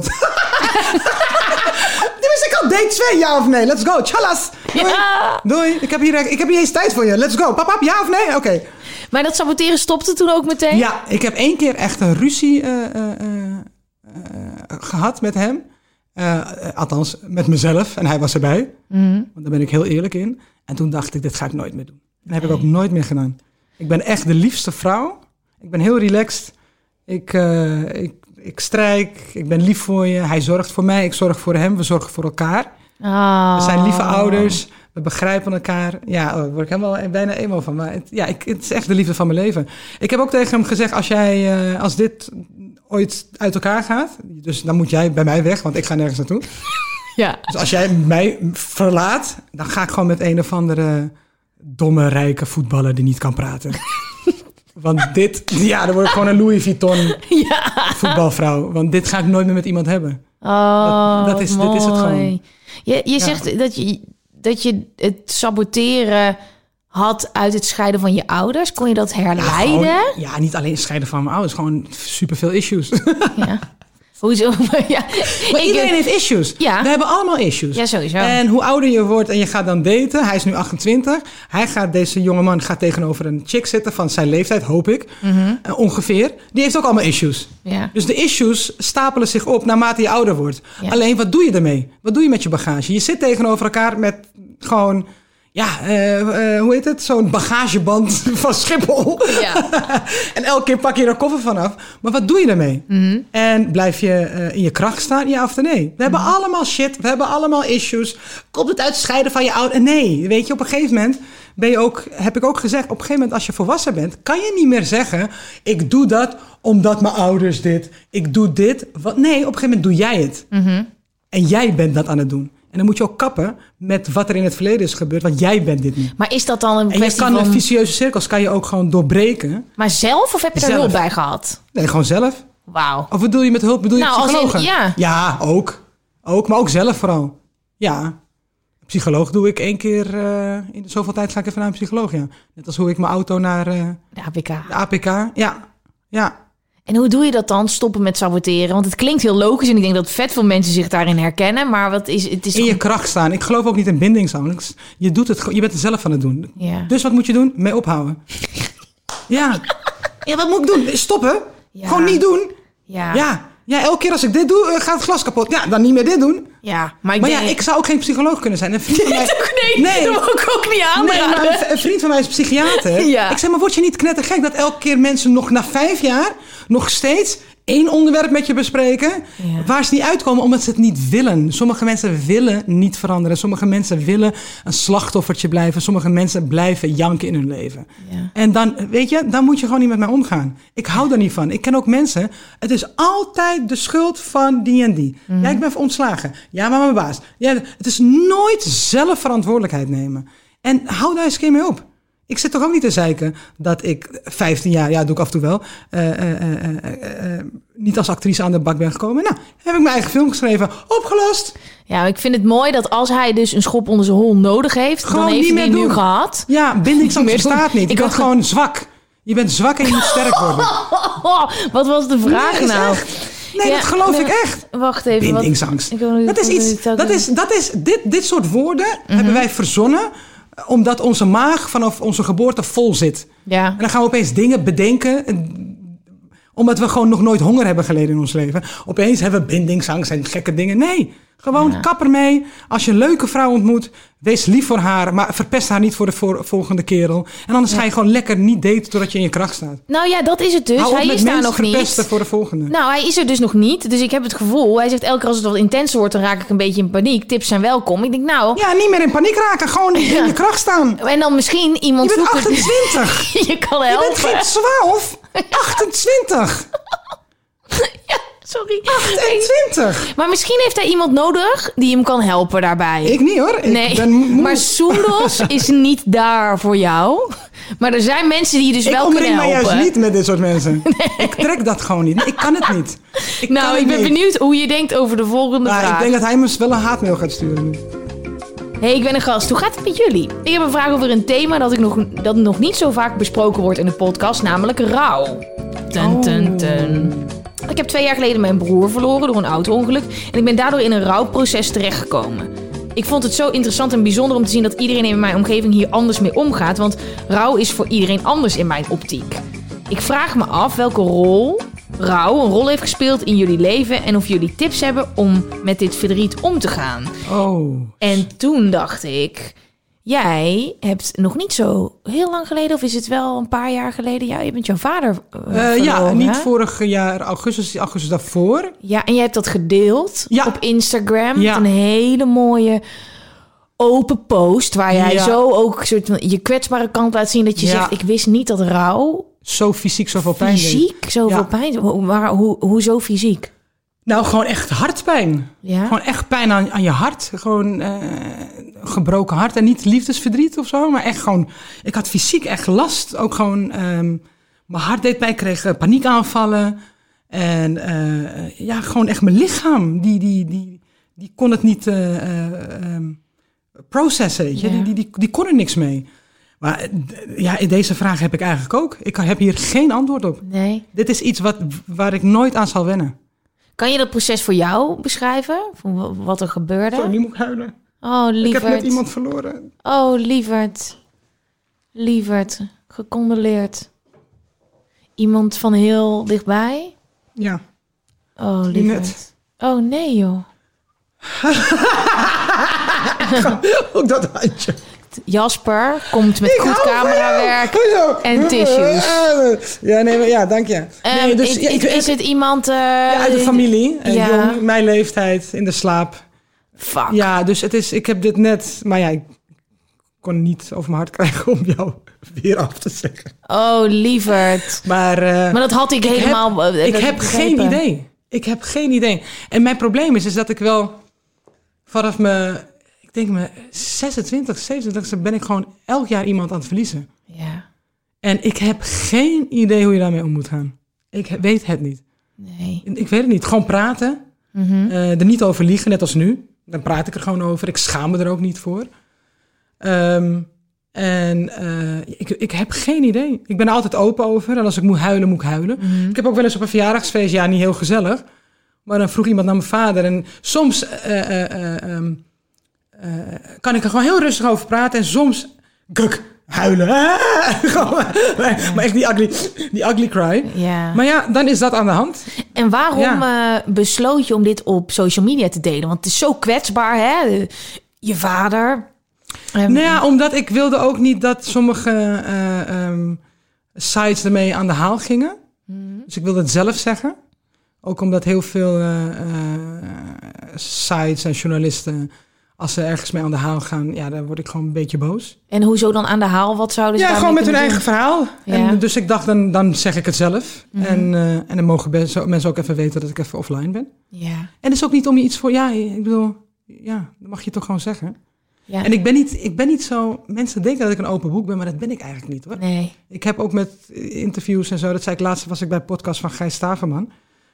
Dus ik al date twee, ja of nee? Let's go. Tjallas. Doei. Ja. Doei. Ik heb, hier, ik heb niet eens tijd voor je. Let's go. Pap, pap, ja of nee? Oké. Okay. Maar dat saboteren stopte toen ook meteen? Ja, ik heb één keer echt een ruzie uh, uh, uh, gehad met hem. Uh, althans, met mezelf. En hij was erbij. Mm. Want daar ben ik heel eerlijk in. En toen dacht ik, dit ga ik nooit meer doen. Dat heb ik ook nooit meer gedaan. Ik ben echt de liefste vrouw. Ik ben heel relaxed. Ik, uh, ik, ik strijk. Ik ben lief voor je. Hij zorgt voor mij. Ik zorg voor hem. We zorgen voor elkaar. Oh. We zijn lieve ouders. We begrijpen elkaar. Ja, daar word ik helemaal bijna emo van. Maar het, ja, ik, het is echt de liefde van mijn leven. Ik heb ook tegen hem gezegd, als jij, uh, als dit ooit uit elkaar gaat, dus dan moet jij bij mij weg, want ik ga nergens naartoe. Ja. Dus als jij mij verlaat, dan ga ik gewoon met een of andere domme, rijke voetballer die niet kan praten. Want dit, ja, dan word ik gewoon een Louis Vuitton ja. voetbalvrouw. Want dit ga ik nooit meer met iemand hebben. Oh, dat, dat is, dit is het gewoon. Je, je zegt ja. dat je... dat je het saboteren had uit het scheiden van je ouders. Kon je dat herleiden? Ja, gewoon, ja, niet alleen het scheiden van mijn ouders. Gewoon superveel issues. Ja. Hoezo? ja, Maar ik, iedereen heeft issues. Ja. We hebben allemaal issues. Ja, sowieso. En hoe ouder je wordt en je gaat dan daten. Hij is nu achtentwintig. Hij gaat, deze jongeman gaat tegenover een chick zitten van zijn leeftijd, hoop ik. Mm-hmm. Uh, ongeveer. Die heeft ook allemaal issues. Ja. Dus de issues stapelen zich op naarmate je ouder wordt. Ja. Alleen, wat doe je ermee? Wat doe je met je bagage? Je zit tegenover elkaar met gewoon... Ja, uh, uh, hoe heet het? Zo'n bagageband van Schiphol. Ja. En elke keer pak je er een koffer vanaf. Maar wat doe je ermee? Mm-hmm. En blijf je uh, in je kracht staan? Ja of nee? We hebben allemaal shit. We hebben allemaal issues. Komt het uit het scheiden van je ouder? Nee, weet je, op een gegeven moment ben je ook... Heb ik ook gezegd, op een gegeven moment als je volwassen bent... kan je niet meer zeggen... Ik doe dat omdat mijn ouders dit... Ik doe dit. Wat, nee, op een gegeven moment doe jij het. Mm-hmm. En jij bent dat aan het doen. En dan moet je ook kappen met wat er in het verleden is gebeurd. Want jij bent dit niet. Maar is dat dan een En je kwestie kan van... de vicieuze cirkels kan je ook gewoon doorbreken. Maar zelf of heb je daar Zelf. hulp bij gehad? Nee, gewoon zelf. Wauw. Of bedoel je met hulp? Bedoel je Nou, als in- psychologen? ja. Ja, ook. Ook, maar ook zelf vooral. Ja. Psycholoog doe ik één keer... Uh, in de zoveel tijd ga ik even naar een psycholoog, ja. Net als hoe ik mijn auto naar uh, De A P K. de A P K... Ja, ja. En hoe doe je dat dan? Stoppen met saboteren? Want het klinkt heel logisch en ik denk dat vet veel mensen zich daarin herkennen. Maar wat is het? Is In je toch- kracht staan. Ik geloof ook niet in bindingsangst. Je doet het, ge- je bent er zelf aan het doen. Ja. Dus wat moet je doen? Mee ophouden. Ja. Ja, wat moet ik doen? Stoppen? Ja. Gewoon niet doen? Ja. Ja. Ja, elke keer als ik dit doe, uh, gaat het glas kapot. Ja, dan niet meer dit doen. Ja, maar ik Maar denk... ja, ik zou ook geen psycholoog kunnen zijn. Een vriend van mij... Nee, Nee. dat wil ik ook niet Nee, aanraden. maar een, een vriend van mij is psychiater. Ja. Ik zeg, maar word je niet knettergek dat elke keer mensen nog na vijf jaar... nog steeds één onderwerp met je bespreken... Ja. waar ze niet uitkomen omdat ze het niet willen. Sommige mensen willen niet veranderen. Sommige mensen willen een slachtoffertje blijven. Sommige mensen blijven janken in hun leven. Ja. En dan, weet je, dan moet je gewoon niet met mij omgaan. Ik hou daar niet van. Ik ken ook mensen... Het is altijd de schuld van die en die. Mhm. Ja, ik ben ontslagen. Ja, maar mijn baas. Ja, het is nooit zelf verantwoordelijkheid nemen. En hou daar eens een keer mee op. Ik zit toch ook niet te zeiken dat ik vijftien jaar, ja, doe ik af en toe wel, uh, uh, uh, uh, uh, niet als actrice aan de bak ben gekomen. Nou, heb ik mijn eigen film geschreven. Opgelost. Ja, ik vind het mooi dat als hij dus een schop onder zijn hol nodig heeft, Gewoon dan heeft niet hij die meer nu doen. gehad. Ja, bindingsangst Meer doen. bestaat niet. Je Ik bent had- gewoon zwak. Je bent zwak en je moet sterk worden. Oh, wat was de vraag Nee, is nou? echt. Nee, Ja, dat geloof nee, ik echt. Wacht even. wat- Bindingsangst. Ik wil nu- Dat is ik wil nu iets. telkens- Dat is, dat is, dit, dit soort woorden Mhm. hebben wij verzonnen omdat onze maag vanaf onze geboorte vol zit. Ja. En dan gaan we opeens dingen bedenken, eh, omdat we gewoon nog nooit honger hebben geleden in ons leven. Opeens hebben we bindingsangst en gekke dingen. Nee, gewoon Ja. kap ermee. Als je een leuke vrouw ontmoet, wees lief voor haar, maar verpest haar niet voor de voor- volgende kerel. En anders ga je gewoon lekker niet daten totdat je in je kracht staat. Nou ja, dat is het dus. Hou op Hij met is daar mensen nog niet. verpesten voor de volgende. Nou, hij is er dus nog niet. Dus ik heb het gevoel, hij zegt elke keer als het wat intenser wordt, dan raak ik een beetje in paniek. Tips zijn welkom. Ik denk nou, Ja, niet meer in paniek raken. Gewoon in je kracht staan. en dan misschien iemand Je bent zoeken- achtentwintig. Je kan Je helpen. bent geen twaalf. achtentwintig. Sorry. achtentwintig. Maar misschien heeft hij iemand nodig die hem kan helpen daarbij. Ik niet hoor. Ik nee, ben moe. maar Soendos is niet daar voor jou. Maar er zijn mensen die je dus Ik wel kunnen omring mij helpen. juist niet met dit soort mensen. Ik trek dat gewoon niet. Ik kan het niet. Ik kan Nou, het ik ben niet. benieuwd hoe je denkt over de volgende Nou, vraag. ik denk dat hij me wel een haatmail gaat sturen nu. Hey, ik ben een gast. Hoe gaat het met jullie? Ik heb een vraag over een thema dat, ik nog, dat nog niet zo vaak besproken wordt in de podcast, namelijk rouw. Ten, ten, ten. Ik heb twee jaar geleden mijn broer verloren door een auto-ongeluk en ik ben daardoor in een rouwproces terechtgekomen. Ik vond het zo interessant en bijzonder om te zien dat iedereen in mijn omgeving hier anders mee omgaat, want rouw is voor iedereen anders in mijn optiek. Ik vraag me af welke rol rouw een rol heeft gespeeld in jullie leven en of jullie tips hebben om met dit verdriet om te gaan. Oh. En toen dacht ik, jij hebt nog niet zo heel lang geleden, of is het wel een paar jaar geleden? Ja, je bent jouw vader uh, Uh, ja, verloren, niet hè? vorig jaar augustus, augustus daarvoor. Ja, en jij hebt dat gedeeld Ja. op Instagram. Ja. Met een hele mooie open post, waar jij Ja. zo ook soort van je kwetsbare kant laat zien. Dat je Ja. zegt, ik wist niet dat rouw Zo fysiek zoveel pijn deed. fysiek zoveel Ja. pijn... Hoe, maar hoe, hoezo fysiek? Nou, gewoon echt hartpijn. Ja? Gewoon echt pijn aan, aan je hart. Gewoon eh, gebroken hart. En niet liefdesverdriet of zo, maar echt gewoon... Ik had fysiek echt last. Ook gewoon... ehm, mijn hart deed mij, ik kreeg eh, paniekaanvallen. En eh, ja, gewoon echt mijn lichaam. Die, die, die, die kon het niet eh, eh, ehm, processen, weet je. Ja. Die, die, die, die kon er niks mee. Maar eh, d- ja, deze vraag heb ik eigenlijk ook. Ik heb hier geen antwoord op. Nee. Dit is iets wat, waar ik nooit aan zal wennen. Kan je dat proces voor jou beschrijven? Van wat er gebeurde? Zo, nu moet ik huilen. Oh, lieverd. Ik heb net iemand verloren. Oh, lieverd. Lieverd. Gecondoleerd. Iemand van heel dichtbij? Ja. Oh, lieverd. Oh, nee, joh. Ook dat handje. Jasper komt met Ik goed hou van camerawerk jou. en tissues. Ja, nee, maar ja, dank je. Nee, Um, dus, is, ja, ik- is, is het iemand... Uh, ja, uit de familie. eh, Ja. Jong, mijn leeftijd, in de slaap. Fuck. Ja, dus het is, ik heb dit net... Maar ja, ik kon niet over mijn hart krijgen om jou weer af te zeggen. Oh, lieverd. Maar, uh, Maar dat had ik, ik helemaal... Heb, uh, ik dat heb geen begrepen. idee. Ik heb geen idee. En mijn probleem is, is dat ik wel vanaf mijn... Ik denk mijn zesentwintig, zevenentwintigste ben ik gewoon elk jaar iemand aan het verliezen. Ja, En ik heb geen idee hoe je daarmee om moet gaan. Ik he- weet het niet. nee. Ik weet het niet. Gewoon praten. Mhm. Uh, er niet over liegen, net als nu. Dan praat ik er gewoon over. Ik schaam me er ook niet voor. Um, en uh, ik, ik heb geen idee. Ik ben er altijd open over. En als ik moet huilen, moet ik huilen. Mhm. Ik heb ook wel eens op een verjaardagsfeest, ja, niet heel gezellig. Maar dan vroeg iemand naar mijn vader. En soms uh, uh, uh, um, uh, kan ik er gewoon heel rustig over praten. En soms guk, huilen. Gewoon, maar, maar echt die ugly, die ugly cry. Ja. Maar ja, dan is dat aan de hand. En waarom Ja. uh, besloot je om dit op social media te delen? Want het is zo kwetsbaar, hè? Je vader. Um, Nou ja, omdat ik wilde ook niet dat sommige uh, um, sites ermee aan de haal gingen. Hmm. Dus ik wilde het zelf zeggen. Ook omdat heel veel uh, uh, sites en journalisten, als ze ergens mee aan de haal gaan, ja, dan word ik gewoon een beetje boos. En hoezo dan aan de haal? Wat zouden ze Ja, daarmee gewoon met hun kunnen eigen verhaal. Ja. En dus ik dacht, dan, dan zeg ik het zelf. Mhm. En, uh, en dan mogen best, zo, mensen ook even weten dat ik even offline ben. doen? Ja. En het is ook niet om je iets voor, ja, ik bedoel, ja, dat mag je toch gewoon zeggen. Ja. En ik ben, niet, ik ben niet zo... Mensen denken dat ik een open boek ben, maar dat ben ik eigenlijk niet, hoor. Nee. Ik heb ook met interviews en zo... Dat zei ik laatst, was ik bij de podcast van Gijs Staverman.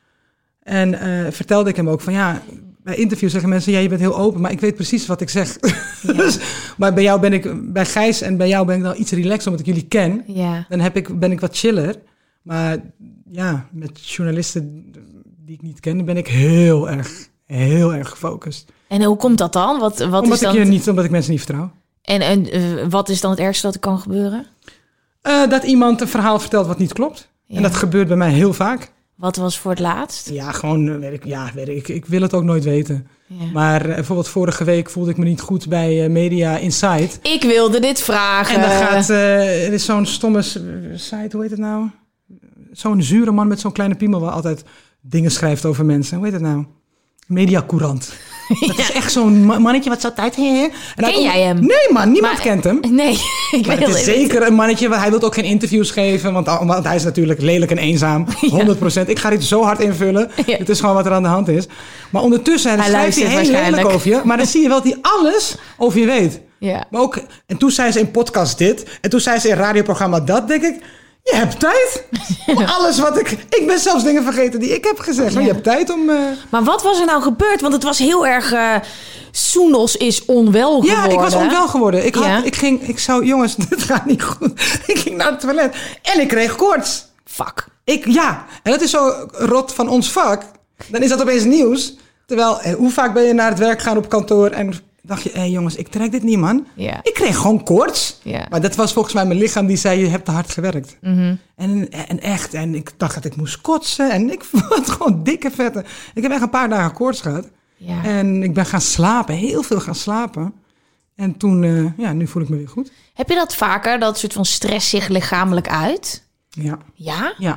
En uh, vertelde ik hem ook van... Ja, bij interviews zeggen mensen... Ja, je bent heel open, maar ik weet precies wat ik zeg. Ja. dus, maar bij jou ben ik... Bij Gijs en bij jou ben ik dan iets relaxed... omdat ik jullie ken. Ja. Dan heb ik, ben ik wat chiller. Maar ja, met journalisten die ik niet ken... ben ik heel erg, heel erg gefocust. En hoe komt dat dan? Wat, wat omdat is dan... ik je niet, omdat ik mensen niet vertrouw. En, en uh, wat is dan het ergste dat er kan gebeuren? Uh, dat iemand een verhaal vertelt wat niet klopt. Ja. En dat gebeurt bij mij heel vaak. Wat was voor het laatst? Ja, gewoon, uh, weet ik, ja, weet ik, ik wil het ook nooit weten. Ja. Maar uh, bijvoorbeeld vorige week voelde ik me niet goed bij uh, Media Insight. Ik wilde dit vragen. En dan gaat, uh, er is zo'n stomme site, hoe heet het nou? Zo'n zure man met zo'n kleine piemel... waar altijd dingen schrijft over mensen. Hoe heet het nou? Media Courant. Dat is echt zo'n ma- mannetje wat zo tijd... En Ken jij hem? Nee man, niemand Maar- kent hem. Nee, ik Maar wil het is dit. zeker een mannetje, want hij wil ook geen interviews geven. Want, want hij is natuurlijk lelijk en eenzaam. honderd procent. Ik ga dit zo hard invullen. Ja. Het is gewoon wat er aan de hand is. Maar ondertussen hij Hij schrijft hij heel luistert lelijk waarschijnlijk. over je. Maar dan zie je wel dat hij alles over je weet. Ja. Maar ook, en toen zei ze in podcast dit. En toen zei ze in radioprogramma dat. Denk ik, je hebt tijd. Om alles wat ik... Ik ben zelfs dingen vergeten die ik heb gezegd. Maar Ja. je hebt tijd om... Uh, Maar wat was er nou gebeurd? Want het was heel erg... Uh, Soenos is onwel geworden. Ja, ik was onwel geworden. Ik, had, Ja. ik ging... Ik zou... Jongens, dit gaat niet goed. Ik ging naar het toilet. En ik kreeg koorts. Fuck. Ik, ja, en dat is zo rot van ons vak. Dan is dat opeens nieuws. Terwijl, eh, hoe vaak ben je naar het werk gaan op kantoor... en dacht je, hé hey jongens, ik trek dit niet, man. Ja. Ik kreeg gewoon koorts. Ja. Maar dat was volgens mij mijn lichaam die zei... je hebt te hard gewerkt. Mhm. En, en echt, en ik dacht dat ik moest kotsen. En ik vond gewoon dikke vetten. Ik heb echt een paar dagen koorts gehad. Ja. En ik ben gaan slapen, heel veel gaan slapen. En toen, uh, ja, nu voel ik me weer goed. Heb je dat vaker, dat soort van stress zich lichamelijk uit? Ja. Ja? Ja.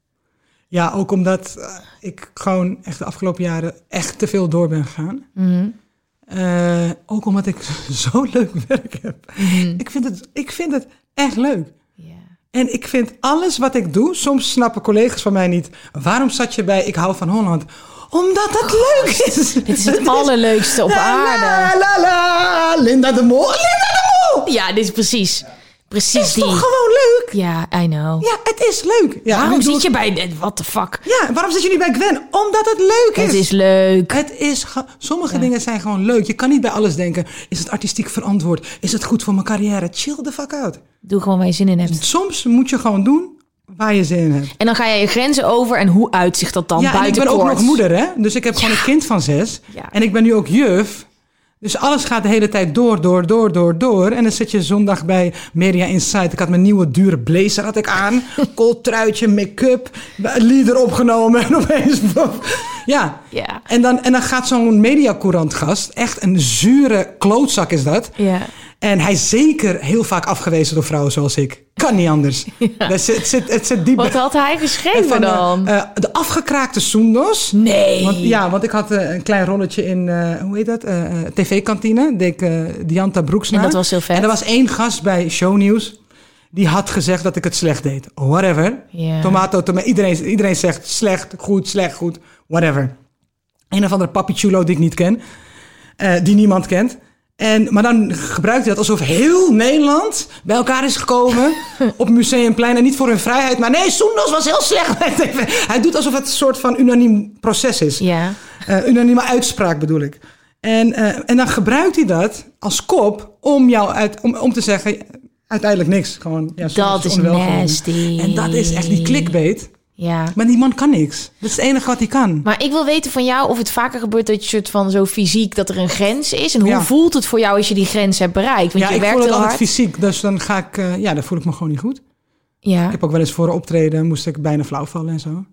Ja, ook omdat uh, ik gewoon echt de afgelopen jaren echt te veel door ben gegaan. Mhm. Uh, ook omdat ik zo leuk werk heb. Mhm. Ik, vind het, ik vind het echt leuk. Ja. En ik vind alles wat ik doe... Soms snappen collega's van mij niet... waarom zat je bij Ik hou van Holland? Omdat dat leuk is. Dit is het allerleukste op aarde. La, la, la, Linda de Mol. Linda de Mol! Ja, dit is precies... Precies Het is die. toch gewoon leuk? Ja, I know. Ja, het is leuk. Ja, Waarom nu doe zit je ik- bij... What the fuck? Ja, waarom zit je niet bij Gwen? Omdat het leuk is. Het is leuk. Het is ge- Sommige Ja. dingen zijn gewoon leuk. Je kan niet bij alles denken. Is het artistiek verantwoord? Is het goed voor mijn carrière? Chill the fuck out. Doe gewoon waar je zin in hebt. Soms moet je gewoon doen waar je zin in hebt. En dan ga je je grenzen over en hoe uitzicht dat dan Ja, en buiten ik ben koord? ook nog moeder, hè? Dus ik heb gewoon een kind van zes. Ja. En ik ben nu ook juf. Dus alles gaat de hele tijd door, door, door, door, door. En dan zit je zondag bij Media Insight. Ik had mijn nieuwe dure blazer had ik aan. Kooltruitje, make-up, lieder opgenomen. En opeens... Ja. Ja. En dan, en dan gaat zo'n Mediacourant gast, echt een zure klootzak is dat. Ja. En hij is zeker heel vaak afgewezen door vrouwen zoals ik. Kan niet anders. Ja. Het, zit, het, zit, het zit diep. Wat had hij geschreven van, dan? Uh, uh, de afgekraakte Soendos. Nee. Want, ja, want ik had uh, een klein rolletje in, uh, hoe heet dat? Uh, uh, tv-kantine. Deed ik uh, Dianta Broeksna. En dat was heel vet. En er was één gast bij Shownieuws. Die had gezegd dat ik het slecht deed. Whatever. Ja. Tomato, tomato. Iedereen, iedereen zegt slecht, goed, slecht, goed. Whatever. Een of andere papi chulo die ik niet ken. Uh, die niemand kent. En, maar dan gebruikt hij dat alsof heel Nederland bij elkaar is gekomen op Museumplein. En niet voor hun vrijheid. Maar nee, Soendos was heel slecht. Hij doet alsof het een soort van unaniem proces is. Ja. Uh, unanieme uitspraak bedoel ik. En, uh, en dan gebruikt hij dat als kop om, jou uit, om, om te zeggen... Uiteindelijk niks. Gewoon, ja, dat is nasty. En dat is echt die clickbait. Ja. Maar die man kan niks. Dat is het enige wat hij kan. Maar ik wil weten van jou of het vaker gebeurt dat je soort van zo fysiek dat er een grens is. En hoe Ja. voelt het voor jou als je die grens hebt bereikt? Want Ja, je ik werkt voel het heel altijd hard. fysiek. Dus dan ga ik... Uh, ja, dan voel ik me gewoon niet goed. Ja. Ik heb ook wel eens voor een optreden... moest ik bijna flauw vallen en zo.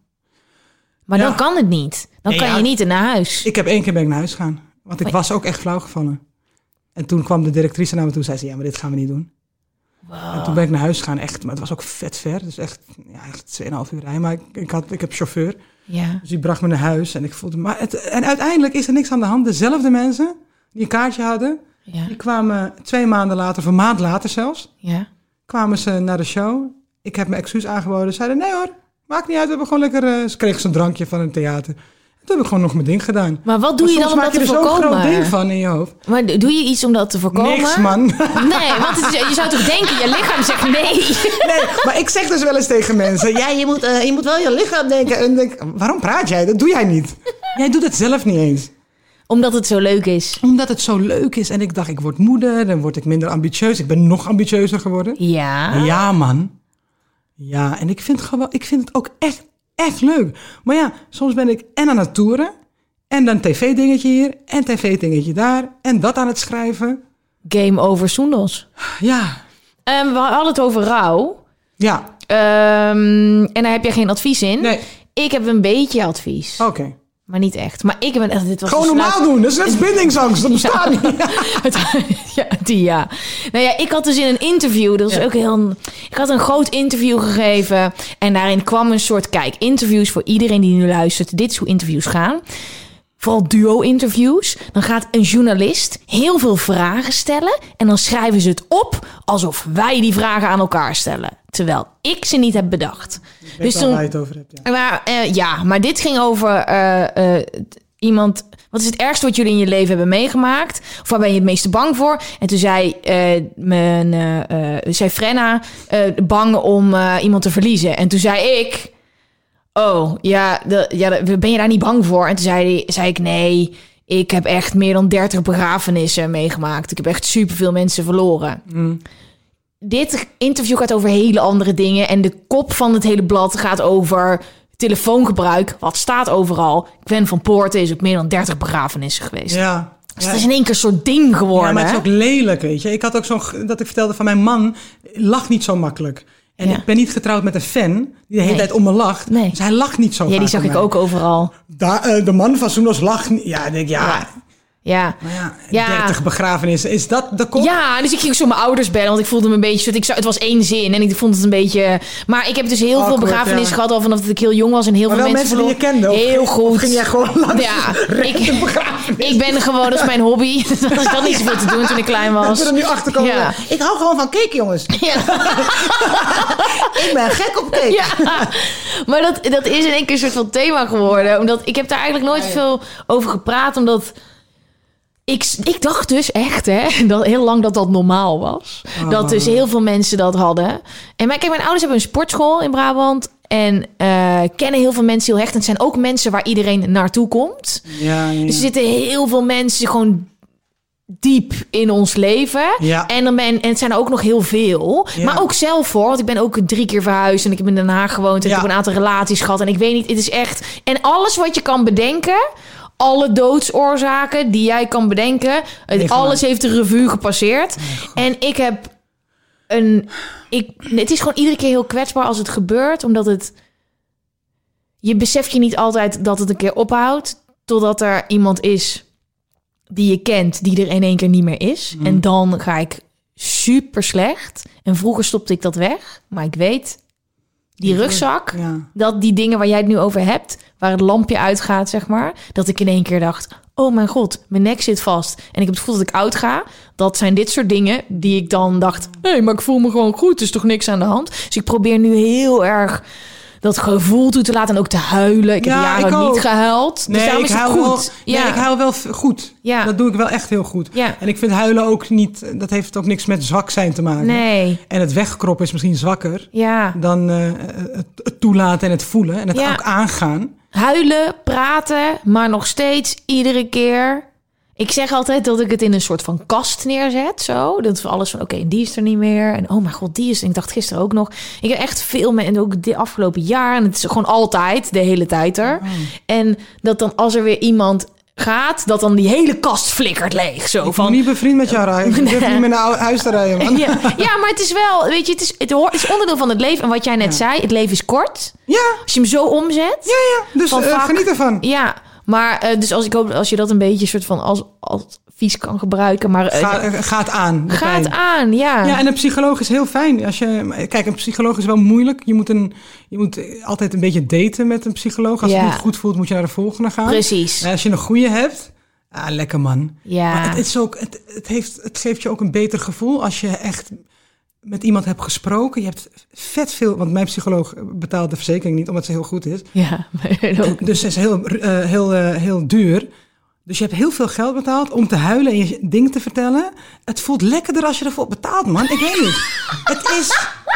Maar Ja. dan kan het niet. Dan Nee, kan ja. je niet naar huis. Ik heb één keer ben ik naar huis gegaan. Want ik Maar- was ook echt flauw gevallen. En toen kwam de directrice naar me toe en zei ze... Ja, maar dit gaan we niet doen. Wow. En toen ben ik naar huis gegaan. Echt, maar het was ook vet ver. Dus echt, ja, echt tweeënhalf uur rijden. Maar ik, ik, had, ik heb chauffeur. Ja. Dus die bracht me naar huis. En ik voelde... Maar het, en uiteindelijk is er niks aan de hand. Dezelfde mensen die een kaartje hadden... Ja. Die kwamen twee maanden later, of een maand later zelfs... Ja. kwamen ze naar de show. Ik heb mijn excuus aangeboden. Zeiden, nee hoor, maakt niet uit. We hebben gewoon lekker... Uh, ze kregen zo'n drankje van een theater. En toen heb ik gewoon nog mijn ding gedaan. Maar wat doe Maar je dan soms om maak dat te je er zo'n voorkomen? groot ding van in je hoofd. Maar doe je iets om dat te voorkomen? Niks, man. Nee, want het is, je zou toch denken, je lichaam zegt nee. Nee, maar ik zeg dus wel eens tegen mensen... Ja, je moet, uh, je moet wel je lichaam denken. En denk, waarom praat jij? Dat doe jij niet. Jij doet het zelf niet eens. Omdat het zo leuk is. Omdat het zo leuk is. En ik dacht, ik word moeder. Dan word ik minder ambitieus. Ik ben nog ambitieuzer geworden. Ja. Ja, man. Ja, en ik vind, gewoon, ik vind het ook echt, echt leuk. Maar ja, soms ben ik en aan het toeren... en dan tv-dingetje hier en tv-dingetje daar... en dat aan het schrijven. Game over Soendos. Ja, Um, we hadden het over rouw. ja, Um, en daar heb je geen advies in. nee, Ik heb een beetje advies. oké. Maar niet echt. Maar ik heb een echt... Dit was Gewoon dus normaal laatst- doen, dat is net bindingsangst, dat bestaat niet. Het- ja, die ja. Nou ja, ik had dus in een interview, dat was Ja. ook heel... Ik had een groot interview gegeven en daarin kwam een soort... Kijk, interviews voor iedereen die nu luistert. Dit is hoe interviews gaan. Vooral duo-interviews. Dan gaat een journalist heel veel vragen stellen... en dan schrijven ze het op alsof wij die vragen aan elkaar stellen. Terwijl ik ze niet heb bedacht. Dus toen... waar je het over hebt, ja. Maar uh, ja, maar dit ging over uh, uh, iemand... Wat is het ergste wat jullie in je leven hebben meegemaakt? Of waar ben je het meeste bang voor? En toen zei, uh, mijn, uh, uh, zei Frenna uh, bang om uh, iemand te verliezen. En toen zei ik... Oh, ja, de, ja de, ben je daar niet bang voor? En toen zei, zei ik, nee, ik heb echt meer dan dertig begrafenissen meegemaakt. Ik heb echt superveel mensen verloren. Mm. Dit interview gaat over hele andere dingen. En de kop van het hele blad gaat over telefoongebruik. Wat staat overal. Gwen van Poorten is op meer dan dertig begrafenissen geweest. Ja. Dus dat is in één keer een soort ding geworden. Ja, maar het is hè? ook lelijk, weet je. Ik had ook zo'n... Dat ik vertelde van mijn man lacht niet zo makkelijk. En Ja. ik ben niet getrouwd met een fan die de hele Nee. tijd om me lacht. Nee. Dus hij lacht niet zo Ja, vaak die zag om ik mij. ook overal. Da, uh, de man van Soendos lacht niet. Ja, ik denk ja... Ja. Ja. Maar ja, Ja. dertig begrafenissen. Is dat de kop? Ja, dus ik ging zo mijn ouders bellen, want ik voelde me een beetje... soort- Ik zou, het was één zin en ik vond het een beetje... Maar ik heb dus heel veel Awkward, begrafenissen ja. gehad al vanaf dat ik heel jong was en heel Maar veel wel mensen mensen die je verloren. kende? Of Heel ging- goed. Of ging jij gewoon langs Ja, ik, de begrafenis? ik ben gewoon, dat is mijn hobby. Ik had niet zoveel te doen toen ik klein was. Ik er nu achter komen. Ja. Ik hou gewoon van cake, jongens. Ja. Ik ben gek op cake. Ja, maar dat, dat is in één keer een soort van thema geworden. Omdat ik heb daar eigenlijk nooit veel over gepraat, omdat ik, ik dacht dus echt, hè, dat heel lang dat dat normaal was. Oh. Dat dus heel veel mensen dat hadden. En mijn, kijk, mijn ouders hebben een sportschool in Brabant en uh, kennen heel veel mensen heel hecht. En het zijn ook mensen waar iedereen naartoe komt. Ja, ja. Dus er zitten heel veel mensen gewoon diep in ons leven. Ja. En, dan ben, en het zijn er ook nog heel veel. Ja. Maar ook zelf hoor. Want ik ben ook drie keer verhuisd. En ik heb in Den Haag gewoond. En Ja. ik heb een aantal relaties gehad. En ik weet niet, het is echt... En alles wat je kan bedenken... Alle doodsoorzaken die jij kan bedenken... Het, Meegemaakt. alles heeft de revue gepasseerd. Oh, en ik heb een... Ik, het is gewoon iedere keer heel kwetsbaar als het gebeurt. Omdat het... Je beseft je niet altijd dat het een keer ophoudt... totdat er iemand is die je kent... die er in één keer niet meer is. Mm. En dan ga ik super slecht. En vroeger stopte ik dat weg. Maar ik weet, die rugzak... Ja. dat die dingen waar jij het nu over hebt... waar het lampje uitgaat, zeg maar... dat ik in één keer dacht... oh mijn god, mijn nek zit vast... en ik heb het gevoel dat ik oud ga. Dat zijn dit soort dingen die ik dan dacht... hé, hey, maar ik voel me gewoon goed, er is toch niks aan de hand? Dus ik probeer nu heel erg... dat gevoel toe te laten en ook te huilen. Ik heb Ja, jaren ik ook. niet gehuild. Nee, dus daarom ik is het huil goed. wel, Ja. nee, ik huil wel f- goed. Ja. Dat doe ik wel echt heel goed. Ja. En ik vind huilen ook niet... Dat heeft ook niks met zwak zijn te maken. Nee. En het wegkroppen is misschien zwakker... Ja. dan uh, het, het toelaten en het voelen. En het Ja. ook aangaan. Huilen, praten, maar nog steeds iedere keer... Ik zeg altijd dat ik het in een soort van kast neerzet. Zo. Dat is alles van, oké, okay, die is er niet meer. En oh mijn god, die is... En ik dacht gisteren ook nog... Ik heb echt veel mee... En ook de afgelopen jaar... En het is gewoon altijd, de hele tijd er. Oh. En dat dan als er weer iemand gaat... Dat dan die hele kast flikkert leeg. Zo Ik van... ben niet bevriend met jou, Rai. Ik durf niet meer naar huis te rijden, man. Ja, ja, maar het is wel... Weet je, het is, het, hoort, het is onderdeel van het leven. En wat jij net ja. zei, het leven is kort. Ja. Als je hem zo omzet... Ja, ja. Dus uh, vaak, geniet ervan. Ja, maar uh, dus als ik hoop als je dat een beetje soort van als advies kan gebruiken, maar uh, Ga, uh, gaat aan. Gaat pijn. aan, ja. Ja, en een psycholoog is heel fijn. Als je, kijk, een psycholoog is wel moeilijk. Je moet een, je moet altijd een beetje daten met een psycholoog. Als ja. het niet goed voelt, moet je naar de volgende gaan. Precies. En als je een goede hebt, ah, lekker man. Ja. Maar het is ook, het, het heeft, het geeft je ook een beter gevoel als je echt met iemand hebt gesproken. Je hebt vet veel, want mijn psycholoog betaalt de verzekering niet, omdat ze heel goed is. Ja, ook. Dus ze is heel, uh, heel, uh, heel duur. Dus je hebt heel veel geld betaald om te huilen en je dingen te vertellen. Het voelt lekkerder als je ervoor betaalt, man. Ik weet niet. Het is...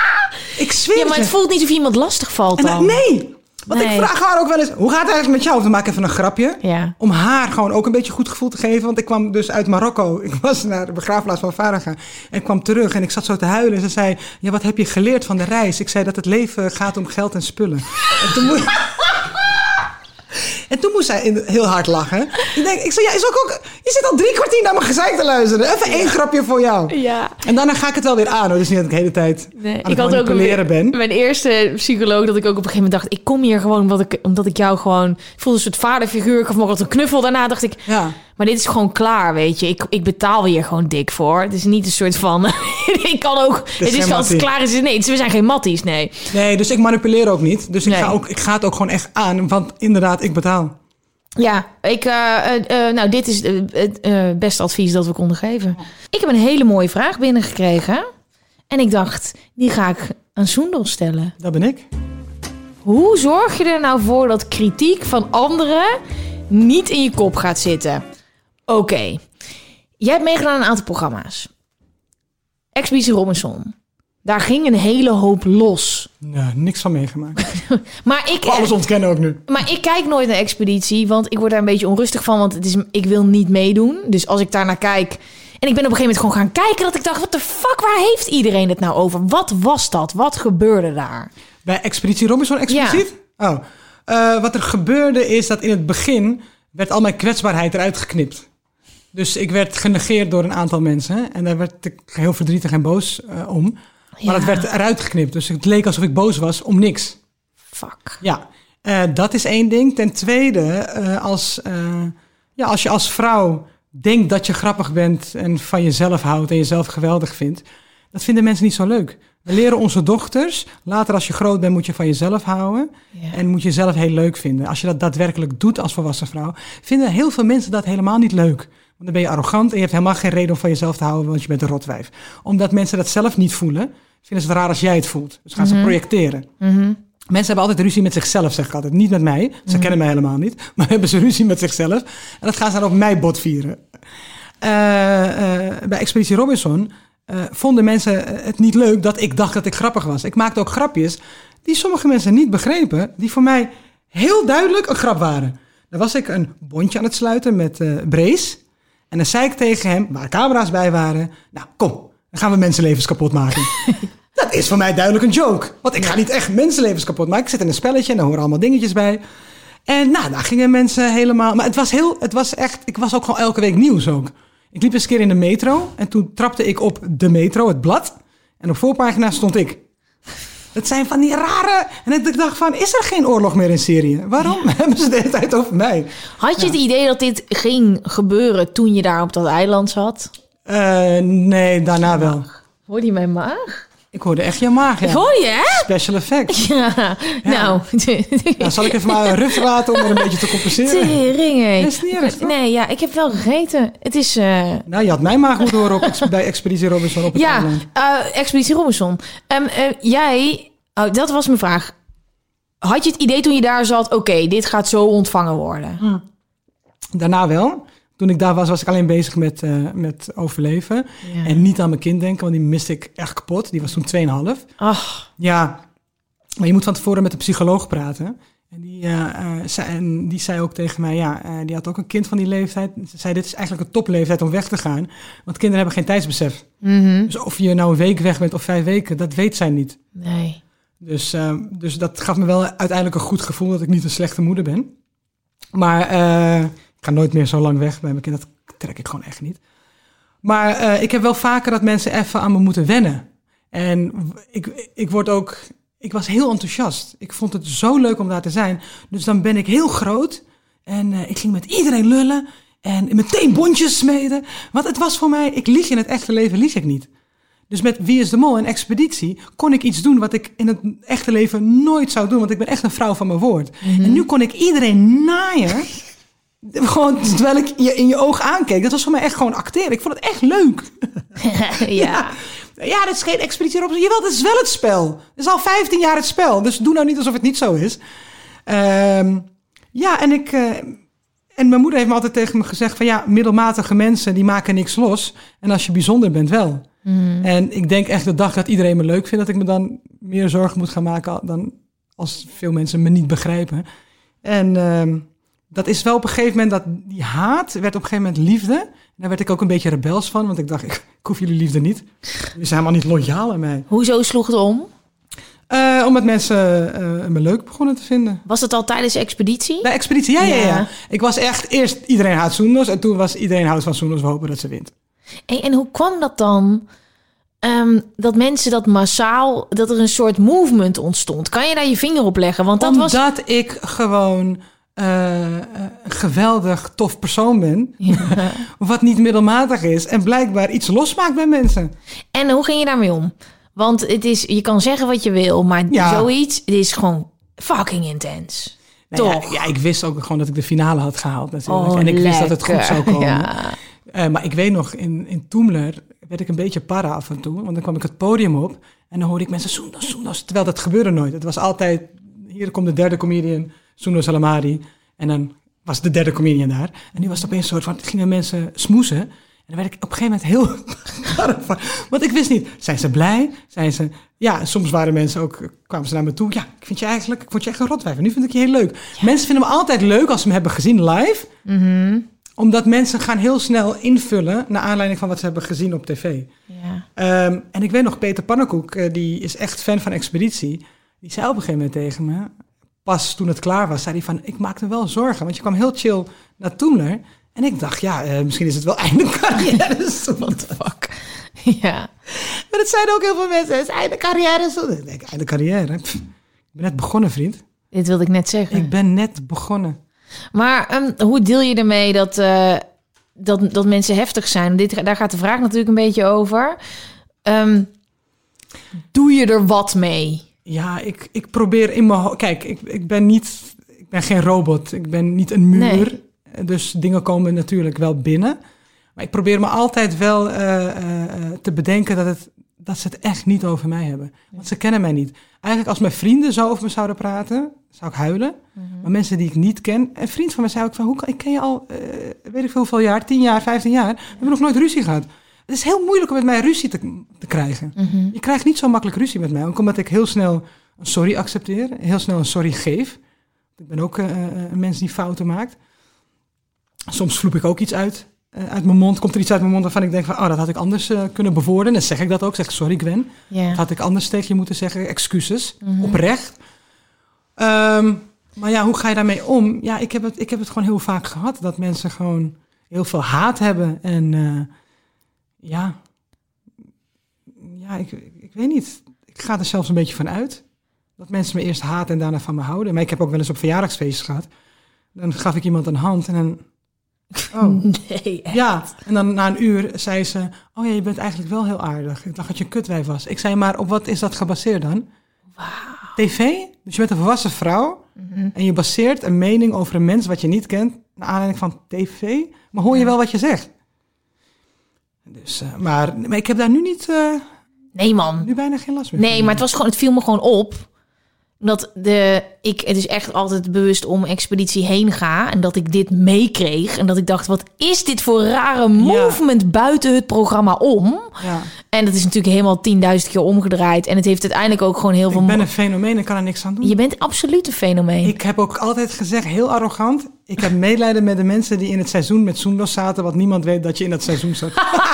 Ik zweer Ja, maar het voelt niet alsof iemand lastig valt dan. En, nee. Want nee. ik vraag haar ook wel eens, hoe gaat het eigenlijk met jou? Of dan maak ik even een grapje. Ja. Om haar gewoon ook een beetje goed gevoel te geven. Want ik kwam dus uit Marokko. Ik was naar de begraafplaats van Farah gegaan. En ik kwam terug en ik zat zo te huilen. En ze zei, ja, wat heb je geleerd van de reis? Ik zei dat het leven gaat om geld en spullen. En toen moest... En toen moest zij heel hard lachen. Ik denk, ik zei, ja, is ook, ook, je zit al drie kwartier naar mijn gezeik te luisteren. Even één ja. grapje voor jou. Ja. En daarna ga ik het wel weer aan. Hoor. Dus niet dat ik de hele tijd nee, aan het manipuleren ben. Mijn eerste psycholoog dat ik ook op een gegeven moment dacht... ik kom hier gewoon omdat ik, omdat ik jou gewoon... Ik voelde een soort vaderfiguur. Ik gaf nog wat een knuffel. Daarna dacht ik... Ja. Maar dit is gewoon klaar, weet je. Ik, ik betaal hier gewoon dik voor. Het is niet een soort van... ik kan ook... Het is als het klaar is. Nee, we zijn geen matties, nee. Nee, dus ik manipuleer ook niet. Dus ik, nee. ga, ook, ik ga het ook gewoon echt aan. Want inderdaad, ik betaal. Ja, ik, uh, uh, nou, dit is het uh, uh, beste advies dat we konden geven. Ik heb een hele mooie vraag binnengekregen. En ik dacht, die ga ik aan Soendel stellen. Dat ben ik. Hoe zorg je er nou voor dat kritiek van anderen niet in je kop gaat zitten? Oké, okay. Jij hebt meegedaan aan een aantal programma's. Expeditie Robinson. Daar ging een hele hoop los. Ja, niks van meegemaakt. maar ik, Alles ontkennen ook nu. Maar ik kijk nooit naar Expeditie, want ik word daar een beetje onrustig van. Want het is, ik wil niet meedoen. Dus als ik daar naar kijk... En ik ben op een gegeven moment gewoon gaan kijken... dat ik dacht, wat de fuck, waar heeft iedereen het nou over? Wat was dat? Wat gebeurde daar? Bij Expeditie Robinson expliciet? Ja. Oh. Uh, wat er gebeurde is dat in het begin... werd al mijn kwetsbaarheid eruit geknipt. Dus ik werd genegeerd door een aantal mensen. En daar werd ik heel verdrietig en boos uh, om... Maar ja. het werd eruit geknipt. Dus het leek alsof ik boos was om niks. Fuck. Ja, uh, dat is één ding. Ten tweede, uh, als, uh, ja, als je als vrouw denkt dat je grappig bent... en van jezelf houdt en jezelf geweldig vindt... dat vinden mensen niet zo leuk. We leren onze dochters... later als je groot bent moet je van jezelf houden... Ja. en moet je jezelf heel leuk vinden. Als je dat daadwerkelijk doet als volwassen vrouw... vinden heel veel mensen dat helemaal niet leuk... Want dan ben je arrogant en je hebt helemaal geen reden om van jezelf te houden... want je bent een rotwijf. Omdat mensen dat zelf niet voelen... vinden ze het raar als jij het voelt. Dus gaan mm-hmm. ze projecteren. Mm-hmm. Mensen hebben altijd ruzie met zichzelf, zeg ik altijd. Niet met mij, ze mm-hmm. kennen mij helemaal niet. Maar hebben ze ruzie met zichzelf. En dat gaan ze dan op mij botvieren. Uh, uh, bij Expeditie Robinson uh, vonden mensen het niet leuk... dat ik dacht dat ik grappig was. Ik maakte ook grapjes die sommige mensen niet begrepen... die voor mij heel duidelijk een grap waren. Dan was ik een bondje aan het sluiten met uh, Brace... En dan zei ik tegen hem, waar camera's bij waren... nou, kom, dan gaan we mensenlevens kapot maken. Dat is voor mij duidelijk een joke. Want ik ga niet echt mensenlevens kapot maken. Ik zit in een spelletje en daar horen allemaal dingetjes bij. En nou, daar gingen mensen helemaal... Maar het was heel, het was echt... Ik was ook gewoon elke week nieuws ook. Ik liep eens een keer in de metro en toen trapte ik op de metro, het blad. En op voorpagina stond ik. Het zijn van die rare... En ik dacht van, is er geen oorlog meer in Syrië? Waarom ja. hebben ze de hele tijd over mij? Had je ja. het idee dat dit ging gebeuren toen je daar op dat eiland zat? Uh, nee, daarna wel. Hoorde je mijn maag? Ik hoorde echt je maag, ja. Hoor je, hè? Special effect. Ja, ja. nou. nou. Zal ik even maar een ruf laten om er een beetje te compenseren? Tering, is niet erg, toch? Nee, ja, ik heb wel gegeten. Het is... Uh... Nou, je had mijn maag moeten horen op, bij Expeditie Robinson op het ja, eiland. Ja, uh, Expeditie Robinson. Um, uh, jij... Oh, dat was mijn vraag. Had je het idee toen je daar zat... Oké, okay, dit gaat zo ontvangen worden? Hm. Daarna wel. Toen ik daar was, was ik alleen bezig met, uh, met overleven. Ja. En niet aan mijn kind denken, want die miste ik echt kapot. Die was toen tweeënhalf. Ach. Ja, maar je moet van tevoren met een psycholoog praten. En die, uh, uh, zei, en die zei ook tegen mij, ja, uh, die had ook een kind van die leeftijd. Ze zei, dit is eigenlijk een topleeftijd om weg te gaan. Want kinderen hebben geen tijdsbesef. Mm-hmm. Dus of je nou een week weg bent of vijf weken, dat weet zij niet. Nee. Dus, uh, dus dat gaf me wel uiteindelijk een goed gevoel dat ik niet een slechte moeder ben. Maar... Uh, Ik ga nooit meer zo lang weg bij mijn kind. Dat trek ik gewoon echt niet. Maar uh, ik heb wel vaker dat mensen even aan me moeten wennen. En ik, ik word ook... Ik was heel enthousiast. Ik vond het zo leuk om daar te zijn. Dus dan ben ik heel groot. En uh, ik ging met iedereen lullen. En meteen bondjes smeden. Want het was voor mij... Ik lieg in het echte leven, lieg ik niet. Dus met Wie is de Mol en Expeditie kon ik iets doen wat ik in het echte leven nooit zou doen. Want ik ben echt een vrouw van mijn woord. Mm-hmm. En nu kon ik iedereen naaien... Gewoon terwijl ik je in je oog aankeek. Dat was voor mij echt gewoon acteren. Ik vond het echt leuk. ja. ja. Ja, dat is geen Expeditie Robinson. Jawel, dat is wel het spel. Dat is al vijftien jaar het spel. Dus doe nou niet alsof het niet zo is. Um, ja, en ik... Uh, en mijn moeder heeft me altijd tegen me gezegd van... ja, middelmatige mensen, die maken niks los. En als je bijzonder bent, wel. Mm. En ik denk echt de dag dat iedereen me leuk vindt... dat ik me dan meer zorgen moet gaan maken... dan als veel mensen me niet begrijpen. En... Uh, dat is wel op een gegeven moment dat die haat werd op een gegeven moment liefde. En daar werd ik ook een beetje rebels van, want ik dacht, ik, ik hoef jullie liefde niet. Jullie zijn helemaal niet loyaal aan mij. Hoezo sloeg het om? Uh, omdat mensen uh, me leuk begonnen te vinden. Was het al tijdens de expeditie? De expeditie, ja, ja, ja. ja. Ik was echt eerst iedereen haat Soendos en toen was iedereen houdt van Soendos, we hopen dat ze wint. En, en hoe kwam dat dan? Um, dat mensen dat massaal, dat er een soort movement ontstond. Kan je daar je vinger op leggen? Want dat omdat was... ik gewoon... Uh, uh, een geweldig tof persoon ben. Ja. Wat niet middelmatig is. En blijkbaar iets losmaakt bij mensen. En hoe ging je daarmee om? Want het is, je kan zeggen wat je wil. Maar ja. zoiets, het is gewoon fucking intens. Nee, Toch? Ja, ja, ik wist ook gewoon dat ik de finale had gehaald natuurlijk. Oh, en ik lekker. wist dat het goed zou komen. Ja. Uh, maar ik weet nog, in, in Toemler werd ik een beetje para af en toe. Want dan kwam ik het podium op. En dan hoorde ik mensen Soendos, Soendos. Terwijl dat gebeurde nooit. Het was altijd, hier komt de derde comedian... Soendos Alamari. En dan was de derde comedian daar. En nu was het opeens een soort van... gingen mensen smoesen. En dan werd ik op een gegeven moment heel... van, want ik wist niet... zijn ze blij? Zijn ze... Ja, soms waren mensen ook... kwamen ze naar me toe. Ja, ik vind je eigenlijk... ik vond je echt een rotwijf. En nu vind ik je heel leuk. Ja. Mensen vinden me altijd leuk als ze me hebben gezien live. Mm-hmm. Omdat mensen gaan heel snel invullen... naar aanleiding van wat ze hebben gezien op tv. Ja. Um, en ik weet nog, Peter Pannenkoek... die is echt fan van Expeditie. Die zei op een gegeven moment tegen me... Pas toen het klaar was, zei hij van... ik maakte me wel zorgen, want je kwam heel chill naar Toemler. En ik dacht, ja, uh, misschien is het wel einde carrière. What the fuck? Ja. Maar dat zeiden ook heel veel mensen. Het is einde carrière. Ik denk, einde carrière? Pff, ik ben net begonnen, vriend. Dit wilde ik net zeggen. Ik ben net begonnen. Maar um, hoe deel je ermee dat, uh, dat, dat mensen heftig zijn? Dit, daar gaat de vraag natuurlijk een beetje over. Um, doe je er wat mee? Ja, ik, ik probeer in mijn... Ho- Kijk, ik, ik ben niet... Ik ben geen robot. Ik ben niet een muur. Nee. Dus dingen komen natuurlijk wel binnen. Maar ik probeer me altijd wel uh, uh, te bedenken dat, het, dat ze het echt niet over mij hebben. Want ze kennen mij niet. Eigenlijk als mijn vrienden zo over me zouden praten, zou ik huilen. Mm-hmm. Maar mensen die ik niet ken... Een vriend van mij zei ook van... Hoe kan, ik ken je al, uh, weet ik veel hoeveel jaar, tien jaar, vijftien jaar. We hebben nog nooit ruzie gehad. Het is heel moeilijk om met mij ruzie te, te krijgen. Mm-hmm. Je krijgt niet zo makkelijk ruzie met mij. Ook omdat ik heel snel een sorry accepteer. Heel snel een sorry geef. Ik ben ook uh, een mens die fouten maakt. Soms vloep ik ook iets uit. uh, uit mijn mond, komt er iets uit mijn mond waarvan ik denk van, oh, dat had ik anders uh, kunnen bewoorden. Dan zeg ik dat ook. Zeg sorry Gwen. Ja. Dat had ik anders tegen je moeten zeggen. Excuses. Mm-hmm. Oprecht. Um, maar ja, hoe ga je daarmee om? Ja, ik heb het, ik heb het gewoon heel vaak gehad. Dat mensen gewoon heel veel haat hebben. En uh, ja, ja ik, ik, ik weet niet. Ik ga er zelfs een beetje van uit. Dat mensen me eerst haten en daarna van me houden. Maar ik heb ook wel eens op verjaardagsfeestjes gehad. Dan gaf ik iemand een hand en dan... Oh. Nee, echt? Ja, en dan na een uur zei ze... Oh ja, je bent eigenlijk wel heel aardig. Ik dacht dat je een kutwijf was. Ik zei, maar op wat is dat gebaseerd dan? Wauw. T V? Dus je bent een volwassen vrouw... Mm-hmm. en je baseert een mening over een mens wat je niet kent... naar aanleiding van T V? Maar hoor je wel wat je zegt? Dus, uh, maar, maar ik heb daar nu niet... Uh, nee, man. Nu bijna geen last meer Nee, van. maar het, was gewoon, het viel me gewoon op... dat de, ik het is echt altijd bewust om expeditie heen ga... en dat ik dit meekreeg. En dat ik dacht, wat is dit voor rare movement... Ja. buiten het programma om? Ja. En dat is natuurlijk helemaal tienduizend keer omgedraaid. En het heeft uiteindelijk ook gewoon heel ik veel... Ik ben een fenomeen, ik kan er niks aan doen. Je bent absoluut een fenomeen. Ik heb ook altijd gezegd, heel arrogant... ik heb medelijden met de mensen die in het seizoen met Soendos zaten... want niemand weet dat je in dat seizoen zat.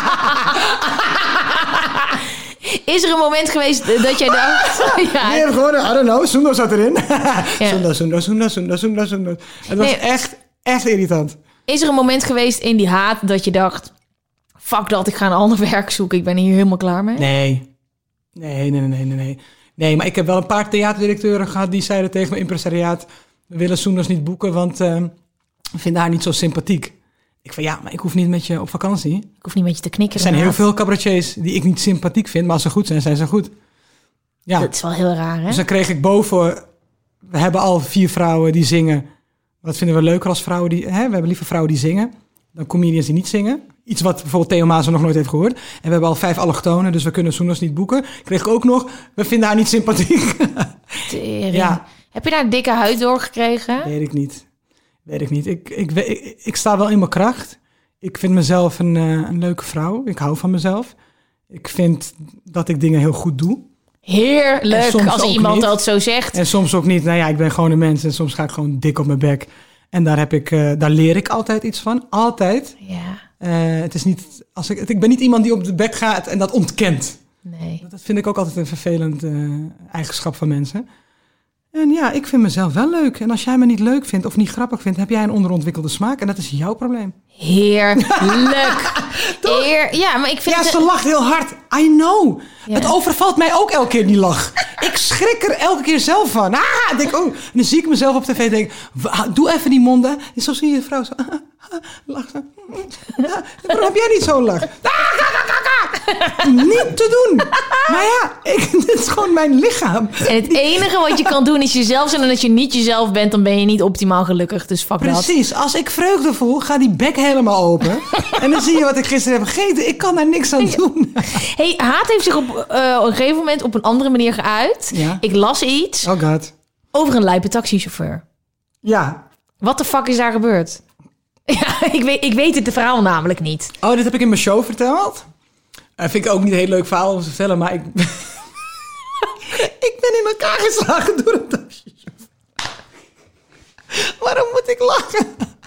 Is er een moment geweest dat jij dacht... ja, nee, gewoon, I don't know, Soendos zat erin. Ja. Soendos, Soendos, Soendos, Soendos, Soendos, Soendos. Het was nee. echt, echt irritant. Is er een moment geweest in die haat dat je dacht... fuck dat, ik ga een ander werk zoeken. Ik ben hier helemaal klaar mee. Nee. Nee, nee, nee, nee, nee. Nee, maar ik heb wel een paar theaterdirecteuren gehad... die zeiden tegen mijn impresariaat... we willen Soendos niet boeken, want uh, we vinden haar niet zo sympathiek. Ik van ja, maar ik hoef niet met je op vakantie. Ik hoef niet met je te knikken. Er zijn heel veel cabaretiers die ik niet sympathiek vind... maar als ze goed zijn, zijn ze goed. Ja. Dat is wel heel raar, hè? Dus dan kreeg ik boven... we hebben al vier vrouwen die zingen. Wat vinden we leuker als vrouwen die... Hè? We hebben liever vrouwen die zingen... dan comedians die niet zingen. Iets wat bijvoorbeeld Theo Maas nog nooit heeft gehoord. En we hebben al vijf allochtonen, dus we kunnen Soendos niet boeken. Kreeg ik ook nog... we vinden haar niet sympathiek. Ja. Heb je daar een dikke huid door gekregen? Weet ik niet. Weet ik niet. Ik, ik, ik, ik sta wel in mijn kracht. Ik vind mezelf een, uh, een leuke vrouw. Ik hou van mezelf. Ik vind dat ik dingen heel goed doe. Heerlijk, als iemand niet. Dat zo zegt. En soms ook niet. Nou ja, ik ben gewoon een mens en soms ga ik gewoon dik op mijn bek. En daar, heb ik, uh, daar leer ik altijd iets van. Altijd. Ja. Uh, het is niet, als ik, ik ben niet iemand die op de bek gaat en dat ontkent. Nee. Dat vind ik ook altijd een vervelend uh, eigenschap van mensen. En ja, ik vind mezelf wel leuk. En als jij me niet leuk vindt of niet grappig vindt... heb jij een onderontwikkelde smaak. En dat is jouw probleem. Heerlijk. Heer, ja, maar ik vind... Ja, het... ze lacht heel hard. I know. Ja. Het overvalt mij ook elke keer, die lach. Ik schrik er elke keer zelf van. Ah, denk, oh. En dan zie ik mezelf op tv en denk... doe even die monden. En zo zie je de vrouw zo... lachen. Waarom heb jij niet zo'n lach? Niet te doen. Maar ja, ik, dit is gewoon mijn lichaam. En het enige wat je kan doen is jezelf zijn. En als je niet jezelf bent, dan ben je niet optimaal gelukkig. Dus fuck dat. Precies. Als ik vreugde voel, gaat die bek helemaal open. En dan zie je wat ik gisteren heb gegeten. Ik kan daar niks aan doen. Hey, haat heeft zich op uh, een gegeven moment op een andere manier geuit. Ja. Ik las iets oh God. over een lijpe taxichauffeur. Ja. Wat de fuck is daar gebeurd? Ja, ik weet, ik weet het de verhaal namelijk niet. Oh, dit heb ik in mijn show verteld. Dat vind ik ook niet een heel leuk verhaal om te vertellen, maar ik... ik ben in elkaar geslagen door een taxichauffeur. Waarom moet ik lachen?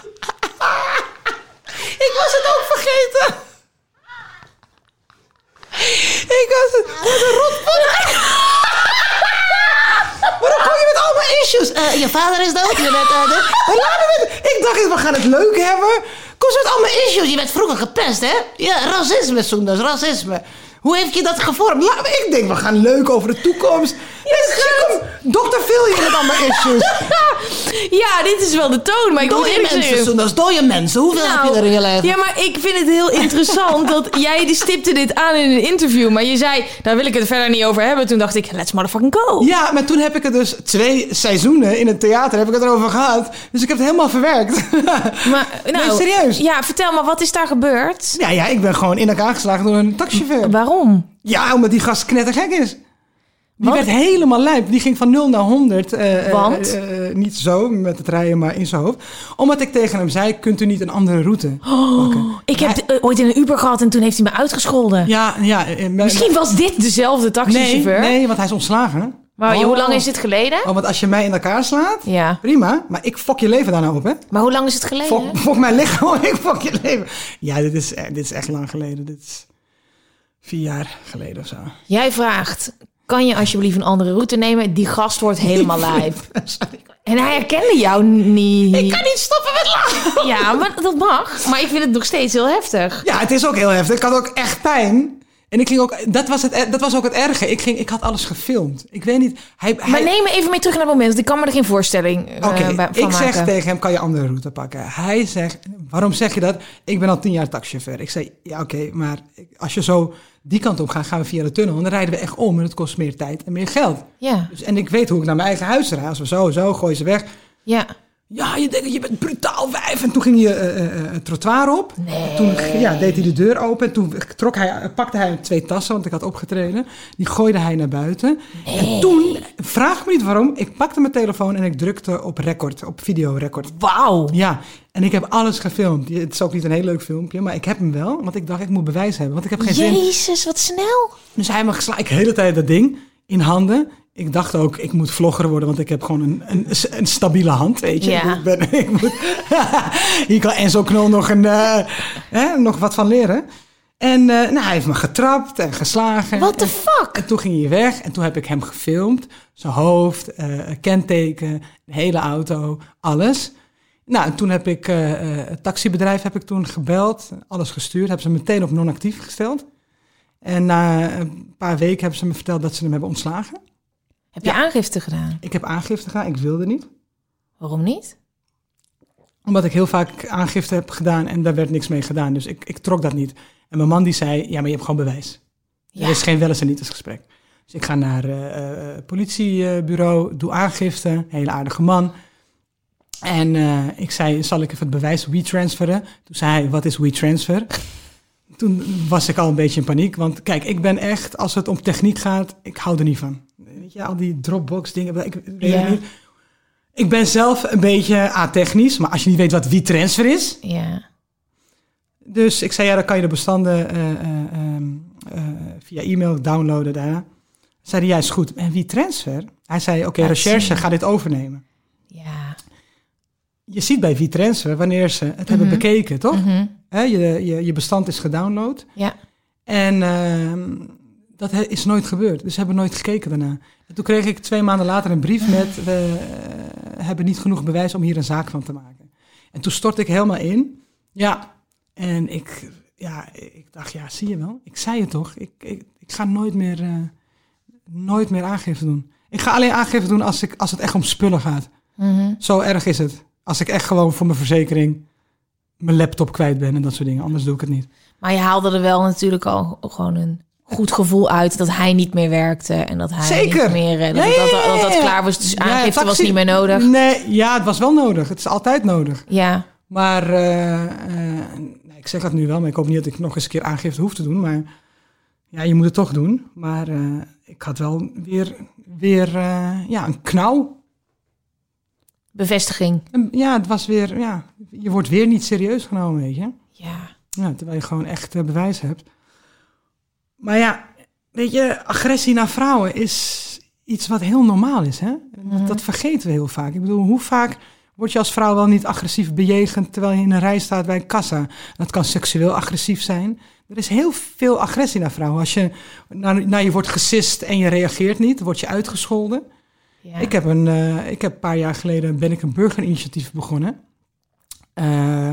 Ik was het ook vergeten. Ik was het... Wat een rotpot. Waarom kom je met allemaal issues? Uh, je vader is dood. Je bent, uh, de... Ik dacht, we gaan het leuk hebben. Kom ze met allemaal issues. Je bent vroeger gepest, hè? Ja, racisme, Soendos, racisme. Hoe heeft je dat gevormd? La- ik denk, we gaan leuk over de toekomst. dokter Phil hier met allemaal issues. Ja, dit is wel de toon. Maar ik moet dode mensen, Soendos, dode mensen. Hoeveel nou, heb je er in je leven? Ja, maar ik vind het heel interessant dat jij stipte dit aan in een interview. Maar je zei, daar wil ik het verder niet over hebben. Toen dacht ik, let's motherfucking go. Ja, maar toen heb ik het dus twee seizoenen in het theater heb ik het erover gehad. Dus ik heb het helemaal verwerkt. Maar, nou, nee, serieus. Ja, vertel maar, wat is daar gebeurd? Ja, ja, ik ben gewoon in elkaar geslagen door een taxichauffeur. Waarom? Ja, omdat die gast knettergek is. Die Wat? werd helemaal lijp. Die ging van nul naar honderd. Uh, Want? Uh, uh, niet zo met het rijden, maar in zijn hoofd. Omdat ik tegen hem zei, kunt u niet een andere route pakken? Oh, ik heb hij... uh, ooit in een Uber gehad en toen heeft hij me uitgescholden. Ja, ja. Uh, Misschien was dit dezelfde taxichauffeur. Nee, nee, want hij is ontslagen. Maar Oh. hoe lang is dit geleden? Oh, want als je mij in elkaar slaat, Ja. prima. Maar ik fok je leven daarna op, hè? Maar hoe lang is het geleden? Fok, fok mijn lichaam, ik fok je leven. Ja, dit is, dit is echt lang geleden. Dit is vier jaar geleden of zo. Jij vraagt, kan je alsjeblieft een andere route nemen? Die gast wordt helemaal lijp. En hij herkende jou niet. Ik kan niet stoppen met lachen. Ja, maar dat mag. Maar ik vind het nog steeds heel heftig. Ja, het is ook heel heftig. Ik had ook echt pijn. En ik ging ook, dat was, het, dat was ook het erge. Ik, ging, ik had alles gefilmd. Ik weet niet. Hij, Maar hij, neem me even mee terug naar het moment. Want ik kan me er geen voorstelling uh, Oké, bij- van ik zeg maken. tegen hem, kan je andere route pakken? Hij zegt, waarom zeg je dat? Ik ben al tien jaar taxichauffeur. Ik zei, ja oké, okay, maar als je zo die kant op gaat, gaan we via de tunnel. En dan rijden we echt om en het kost meer tijd en meer geld. Ja, Dus, en ik weet hoe ik naar mijn eigen huis rijd. Als we zo, zo, gooi ze weg. ja. Ja, je denkt, je bent brutaal wijf. En toen ging je uh, uh, het trottoir op. Nee. En toen ja, deed hij de deur open. En toen trok hij, pakte hij twee tassen, want ik had opgetreden. Die gooide hij naar buiten. Nee. En toen, vraag me niet waarom, ik pakte mijn telefoon en ik drukte op record, op videorecord. Wauw. Ja, en ik heb alles gefilmd. Het is ook niet een heel leuk filmpje, maar ik heb hem wel. Want ik dacht, ik moet bewijs hebben, want ik heb geen zin. Jezus, wat snel. Dus hij mag sla ik de hele tijd dat ding in handen. Ik dacht ook, ik moet vlogger worden, want ik heb gewoon een, een, een stabiele hand, weet je. Ja. Ik ben, ik moet, hier kan Enzo Knol nog, een, uh, hè, nog wat van leren. En uh, nou, hij heeft me getrapt en geslagen. What the En- fuck? En toen ging hij weg en toen heb ik hem gefilmd. Zijn hoofd, uh, kenteken, de hele auto, alles. Nou, en toen heb ik uh, uh, het taxibedrijf heb ik toen gebeld, alles gestuurd. Hebben ze meteen op non-actief gesteld. En na een paar weken hebben ze me verteld dat ze hem hebben ontslagen. Heb je aangifte gedaan? Ik heb aangifte gedaan, ik wilde niet. Waarom niet? Omdat ik heel vaak aangifte heb gedaan en daar werd niks mee gedaan. Dus ik, ik trok dat niet. En mijn man die zei, ja, maar je hebt gewoon bewijs. Ja. Er is geen wel eens en niet eens gesprek. Dus ik ga naar het uh, politiebureau, doe aangifte, hele aardige man. En uh, ik zei, zal ik even het bewijs WeTransferen? Toen zei hij, wat is WeTransfer? Toen was ik al een beetje in paniek. Want kijk, ik ben echt, als het om techniek gaat, ik hou er niet van. Weet je, al die Dropbox dingen, ik weet Ja. het niet. Ik ben zelf een beetje atechnisch, maar als je niet weet wat WeTransfer is. Ja. Dus ik zei, ja, dan kan je de bestanden uh, uh, um, uh, via e-mail downloaden daarna. Zei hij, ja, is goed. En WeTransfer? Hij zei, oké, okay, Laat recherche, zien. ga dit overnemen. Ja. Je ziet bij WeTransfer wanneer ze het Mhm. hebben bekeken, toch? Mhm. Hè, je, je, je bestand is gedownload. Ja. En uh, dat he- is nooit gebeurd. Dus ze hebben nooit gekeken daarna. En toen kreeg ik twee maanden later een brief met... we uh, hebben niet genoeg bewijs om hier een zaak van te maken. En toen stortte ik helemaal in. Ja, en ik, ja, ik dacht, ja, zie je wel. Ik zei het toch. Ik, ik, ik ga nooit meer, uh, nooit meer aangifte doen. Ik ga alleen aangifte doen als, ik, als het echt om spullen gaat. Mhm. Zo erg is het. Als ik echt gewoon voor mijn verzekering mijn laptop kwijt ben en dat soort dingen. Anders doe ik het niet. Maar je haalde er wel natuurlijk al gewoon een goed gevoel uit dat hij niet meer werkte en dat hij Zeker. niet meer eh, dat, Ja, dat, ja, dat, ja, dat, dat ja. klaar was. Dus Ja, aangifte was taxi- niet meer nodig. Nee, ja, het was wel nodig. Het is altijd nodig. Ja. Maar uh, uh, nee, ik zeg dat nu wel, maar ik hoop niet dat ik nog eens een keer aangifte hoef te doen. Maar ja, je moet het toch doen. Maar uh, ik had wel weer, weer uh, ja, een knauw. Bevestiging. En, ja, het was weer, ja, je wordt weer niet serieus genomen, weet je. Ja. Ja, terwijl je gewoon echt uh, bewijs hebt. Maar ja, weet je, agressie naar vrouwen is iets wat heel normaal is, hè? Mm-hmm. Dat vergeten we heel vaak. Ik bedoel, hoe vaak word je als vrouw wel niet agressief bejegend terwijl je in een rij staat bij een kassa? Dat kan seksueel agressief zijn. Er is heel veel agressie naar vrouwen. Als je naar, naar je wordt gesist en je reageert niet, word je uitgescholden. Ja. Ik heb een, uh, ik heb een paar jaar geleden ben ik een burgerinitiatief begonnen uh, uh,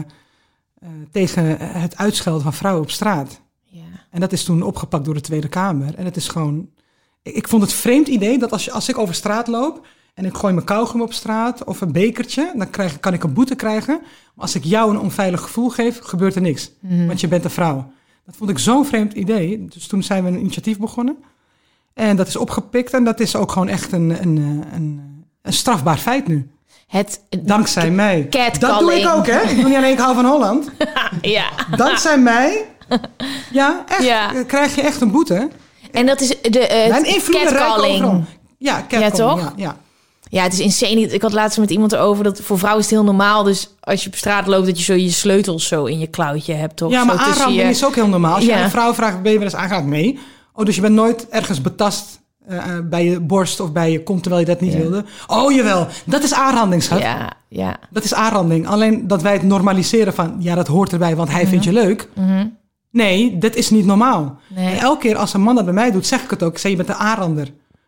tegen het uitschelden van vrouwen op straat. Ja. En dat is toen opgepakt door de Tweede Kamer. En het is gewoon, ik, ik vond het vreemd idee dat als, je, als ik over straat loop en ik gooi mijn kauwgom op straat of een bekertje, dan krijg, kan ik een boete krijgen. Maar als ik jou een onveilig gevoel geef, gebeurt er niks. Mm. Want je bent een vrouw. Dat vond ik zo'n vreemd idee. Dus toen zijn we een initiatief begonnen. En dat is opgepikt en dat is ook gewoon echt een, een, een, een strafbaar feit nu. Het, Dankzij mij. catcalling. Dat doe ik ook, hè? Ik doe niet alleen ik hou van Holland. Ja. Dankzij mij, ja, echt, Ja. krijg je echt een boete. En dat is de uh, Mijn invloed rijdt overal. catcalling. Ja, catcalling, Ja, toch? Ja, ja. Ja, het is insane. Ik had laatst met iemand erover dat voor vrouwen is het heel normaal. Dus als je op straat loopt, dat je zo je sleutels zo in je klauwtje hebt, toch? Ja, maar zo tussen aanranding je... is ook heel normaal. Als je Ja. aan een vrouw vraagt, ben je wel eens aangehaald? Nee. Oh, dus je bent nooit ergens betast uh, bij je borst of bij je kont terwijl je dat niet Ja. wilde. Oh, jawel. Dat is aanranding, schat. Ja, ja. Dat is aanranding. Alleen dat wij het normaliseren van... ja, dat hoort erbij, want hij Mm-hmm. vindt je leuk. Mm-hmm. Nee, dat is niet normaal. Nee. En elke keer als een man dat bij mij doet, zeg ik het ook. Ik zeg, je bent een aanrander.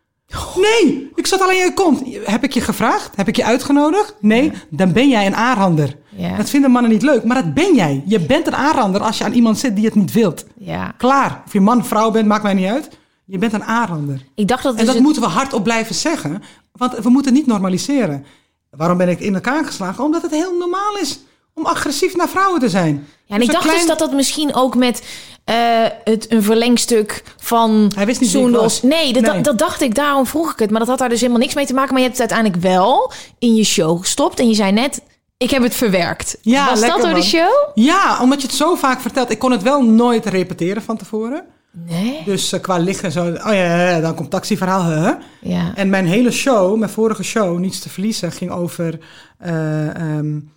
Nee, ik zat alleen in je kont. Heb ik je gevraagd? Heb ik je uitgenodigd? Nee, ja. Dan ben jij een aanrander. Ja. Dat vinden mannen niet leuk, maar dat ben jij. Je bent een aanrander als je aan iemand zit die het niet wilt. Ja. Klaar. Of je man, vrouw bent, maakt mij niet uit. Je bent een aanrander. Ik dacht dat dus en dat het... moeten we hardop blijven zeggen. Want we moeten niet normaliseren. Waarom ben ik in elkaar geslagen? Omdat het heel normaal is om agressief naar vrouwen te zijn. Ja, en ik dacht klein... dus dat dat misschien ook met uh, het een verlengstuk van Hij wist niet Soendos... Nee, dat, nee. dat dacht ik, daarom vroeg ik het. Maar dat had daar dus helemaal niks mee te maken. Maar je hebt het uiteindelijk wel in je show gestopt. En je zei net, ik heb het verwerkt. Ja, was lekker, dat door man. de show? Ja, omdat je het zo vaak vertelt. Ik kon het wel nooit repeteren van tevoren. Nee. Dus uh, qua liggen zo... Oh ja, ja, dan komt taxiverhaal. Huh? Ja. En mijn hele show, mijn vorige show, Niets te verliezen, ging over... Uh, um,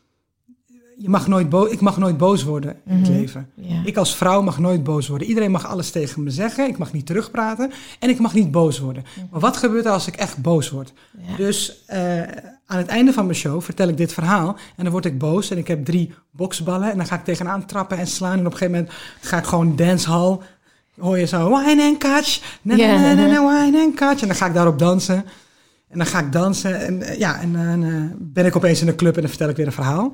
je mag nooit bo- ik mag nooit boos worden in het Mm-hmm. leven. Ja. Ik als vrouw mag nooit boos worden. Iedereen mag alles tegen me zeggen. Ik mag niet terugpraten. En ik mag niet boos worden. Mm-hmm. Maar wat gebeurt er als ik echt boos word? Ja. Dus uh, aan het einde van mijn show vertel ik dit verhaal. En dan word ik boos. En ik heb drie boksballen. En dan ga ik tegenaan trappen en slaan. En op een gegeven moment ga ik gewoon dancehall. Hoor je zo, wine and catch. Na, na, na, na, na, wine and catch. En dan ga ik daarop dansen. En dan ga ik dansen. En uh, ja, en dan uh, ben ik opeens in een club. En dan vertel ik weer een verhaal.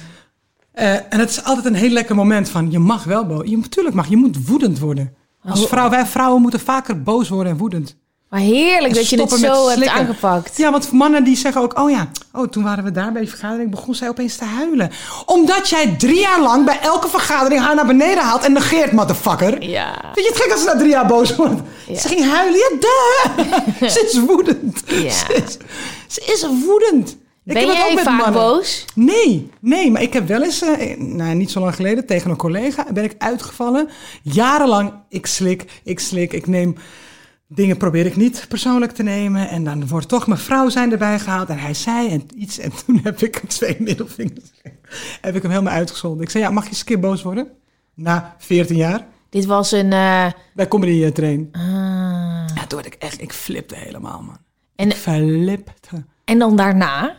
Uh, en het is altijd een heel lekker moment van... je mag wel boos. Je natuurlijk mag. Je moet woedend worden. Als vrouw, wij vrouwen moeten vaker boos worden en woedend. Maar heerlijk en dat je het zo hebt aangepakt. Ja, want mannen die zeggen ook... oh ja, oh, toen waren we daar bij die vergadering... begon zij opeens te huilen. Omdat jij drie jaar lang bij elke vergadering... haar naar beneden haalt en negeert, motherfucker. Ja. Vind je het gek als ze na drie jaar boos wordt? Ja. Ze ging huilen. Ja, duh. Ze is woedend. Ja. Ze, is, ze is woedend. Ik ben heb jij het ook met vaak mannen. boos? Nee, nee, maar ik heb wel eens, uh, nou, niet zo lang geleden, tegen een collega ben ik uitgevallen. Jarenlang, ik slik, ik slik, ik neem dingen, probeer ik niet persoonlijk te nemen. En dan wordt toch mijn vrouw zijn erbij gehaald en hij zei en iets. En toen heb ik twee middelvingers, heb ik hem helemaal uitgescholden. Ik zei, ja, mag je eens een keer boos worden? Na veertien jaar. Dit was een... Uh... Bij Comedy Train. Ah. Ja, toen werd ik echt, ik flipte helemaal, man. En, ik flipte. En dan daarna...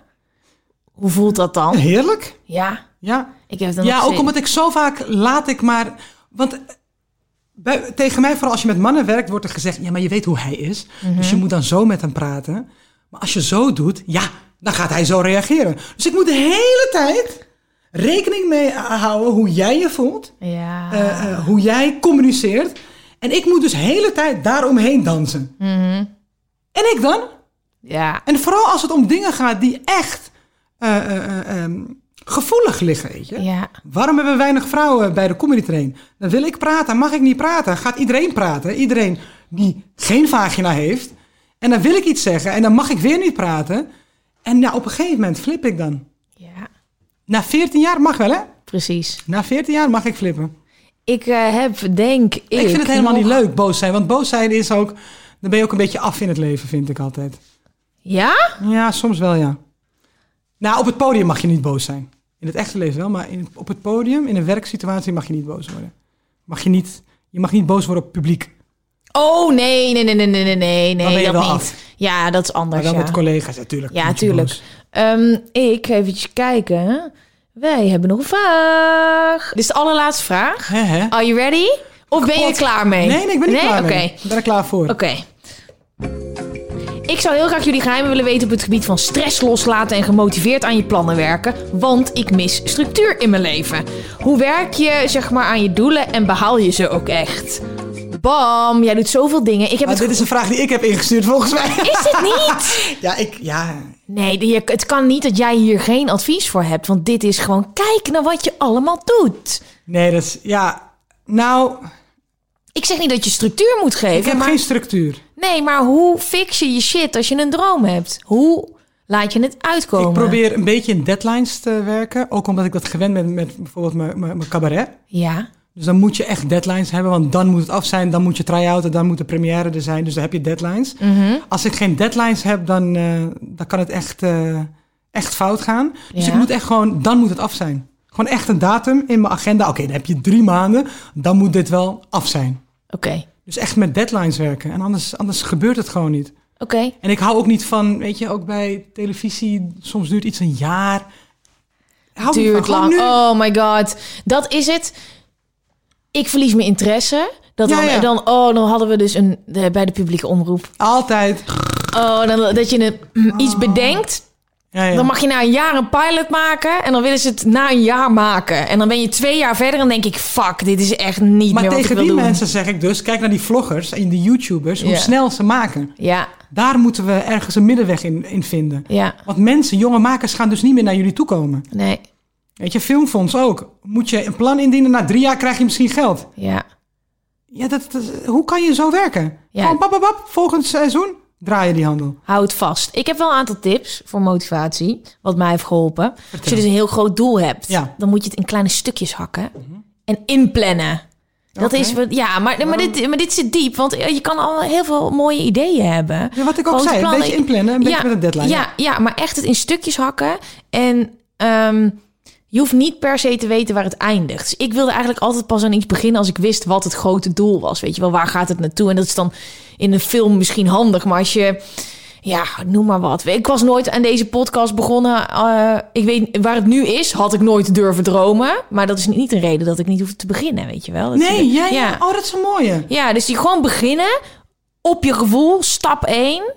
Hoe voelt dat dan? Heerlijk. Ja. Ja, ik heb het dan ja ook ook omdat ik zo vaak laat ik maar... Want bij, tegen mij, vooral als je met mannen werkt, wordt er gezegd... ja, maar je weet hoe hij is. Mm-hmm. Dus je moet dan zo met hem praten. Maar als je zo doet, ja, dan gaat hij zo reageren. Dus ik moet de hele tijd rekening mee houden hoe jij je voelt. Ja. Uh, uh, hoe jij communiceert. En ik moet dus de hele tijd daaromheen dansen. Mm-hmm. En ik dan? Ja. En vooral als het om dingen gaat die echt... Uh, uh, uh, um, gevoelig liggen, weet je. Ja. Waarom hebben we weinig vrouwen bij de Comedy Train? Dan wil ik praten, mag ik niet praten. Gaat iedereen praten? Iedereen die geen vagina heeft. En dan wil ik iets zeggen en dan mag ik weer niet praten. En nou, op een gegeven moment flip ik dan. Ja. Na veertien jaar mag wel, hè? Precies. Na veertien jaar mag ik flippen. Ik uh, heb, denk ik... Ik vind het helemaal nog... niet leuk, boos zijn. Want boos zijn is ook... Dan ben je ook een beetje af in het leven, vind ik altijd. Ja? Ja, soms wel, ja. Nou, op het podium mag je niet boos zijn. In het echte leven wel, maar in, op het podium, in een werksituatie mag je niet boos worden. Mag je, niet, je mag niet boos worden op publiek. Oh, nee, nee, nee, nee, nee, nee, nee, dan ben je dat wel niet. Af. Ja, dat is anders, Maar dan ja. met collega's, natuurlijk. Ja, tuurlijk. Um, ik ga even kijken. Wij hebben nog een vraag. Dit is de allerlaatste vraag. He, he. Are you ready? Of God. ben je er klaar mee? Nee, nee, ik ben niet nee? klaar okay. mee. Ik ben er klaar voor. Oké. Okay. Ik zou heel graag jullie geheimen willen weten op het gebied van stress loslaten en gemotiveerd aan je plannen werken, want ik mis structuur in mijn leven. Hoe werk je zeg maar aan je doelen en behaal je ze ook echt? Bam, jij doet zoveel dingen. Ik heb maar het dit is een vraag die ik heb ingestuurd volgens mij. Is het niet? Ja, ik, ja. Nee, je, het kan niet dat jij hier geen advies voor hebt, want dit is gewoon kijk naar wat je allemaal doet. Nee, dat is, ja, nou... Ik zeg niet dat je structuur moet geven. Ik heb maar... geen structuur. Nee, maar hoe fix je je shit als je een droom hebt? Hoe laat je het uitkomen? Ik probeer een beetje in deadlines te werken. Ook omdat ik dat gewend ben met bijvoorbeeld mijn, mijn, mijn cabaret. Ja. Dus dan moet je echt deadlines hebben. Want dan moet het af zijn. Dan moet je try-outen. Dan moet de première er zijn. Dus dan heb je deadlines. Mm-hmm. Als ik geen deadlines heb, dan, uh, dan kan het echt, uh, echt fout gaan. Dus ja. ik moet echt gewoon... Dan moet het af zijn. Gewoon echt een datum in mijn agenda. Oké, okay, dan heb je drie maanden. Dan moet dit wel af zijn. Oké. Okay. Dus echt met deadlines werken. En anders, anders gebeurt het gewoon niet. Oké. Okay. En ik hou ook niet van, weet je, ook bij televisie, soms duurt iets een jaar. Hou Duurt lang. Nu. Oh my god. Dat is het. Ik verlies mijn interesse. Dat ja, dan, ja. dan, oh, dan hadden we dus een de, bij de publieke omroep. Altijd. Oh, dan, dat je een, iets oh. bedenkt. Ja, ja. Dan mag je na een jaar een pilot maken. En dan willen ze het na een jaar maken. En dan ben je twee jaar verder en denk ik, fuck, dit is echt niet maar meer wat ik wil doen. Maar tegen die mensen zeg ik dus, kijk naar die vloggers en die YouTubers, hoe ja. snel ze maken. Ja. Daar moeten we ergens een middenweg in, in vinden. Ja. Want mensen, jonge makers gaan dus niet meer naar jullie toe komen. Nee. Weet je, filmfonds ook. Moet je een plan indienen, na drie jaar krijg je misschien geld. Ja. Ja, dat, dat, hoe kan je zo werken? Ja. Gewoon bap, bap, bap, volgend seizoen draai je die handel. Houd vast. Ik heb wel een aantal tips voor motivatie, wat mij heeft geholpen. Vertel. Als je dus een heel groot doel hebt, ja. dan moet je het in kleine stukjes hakken mm-hmm. en inplannen. Dat okay. is wat, ja, maar, maar, dit, maar dit zit diep, want je kan al heel veel mooie ideeën hebben. Ja, wat ik ook zei, plannen. een beetje inplannen, een beetje ja, met een deadline. Ja, ja, maar echt het in stukjes hakken en um, je hoeft niet per se te weten waar het eindigt. Dus ik wilde eigenlijk altijd pas aan iets beginnen als ik wist wat het grote doel was. Weet je wel, waar gaat het naartoe? En dat is dan in een film misschien handig, maar als je... Ja, noem maar wat. Ik was nooit aan deze podcast begonnen. Uh, ik weet waar het nu is, had ik nooit durven dromen. Maar dat is niet een reden dat ik niet hoef te beginnen, weet je wel. Dat nee, je, ja, ja. ja. Oh, dat is een mooie. Ja, dus die gewoon beginnen op je gevoel, stap één.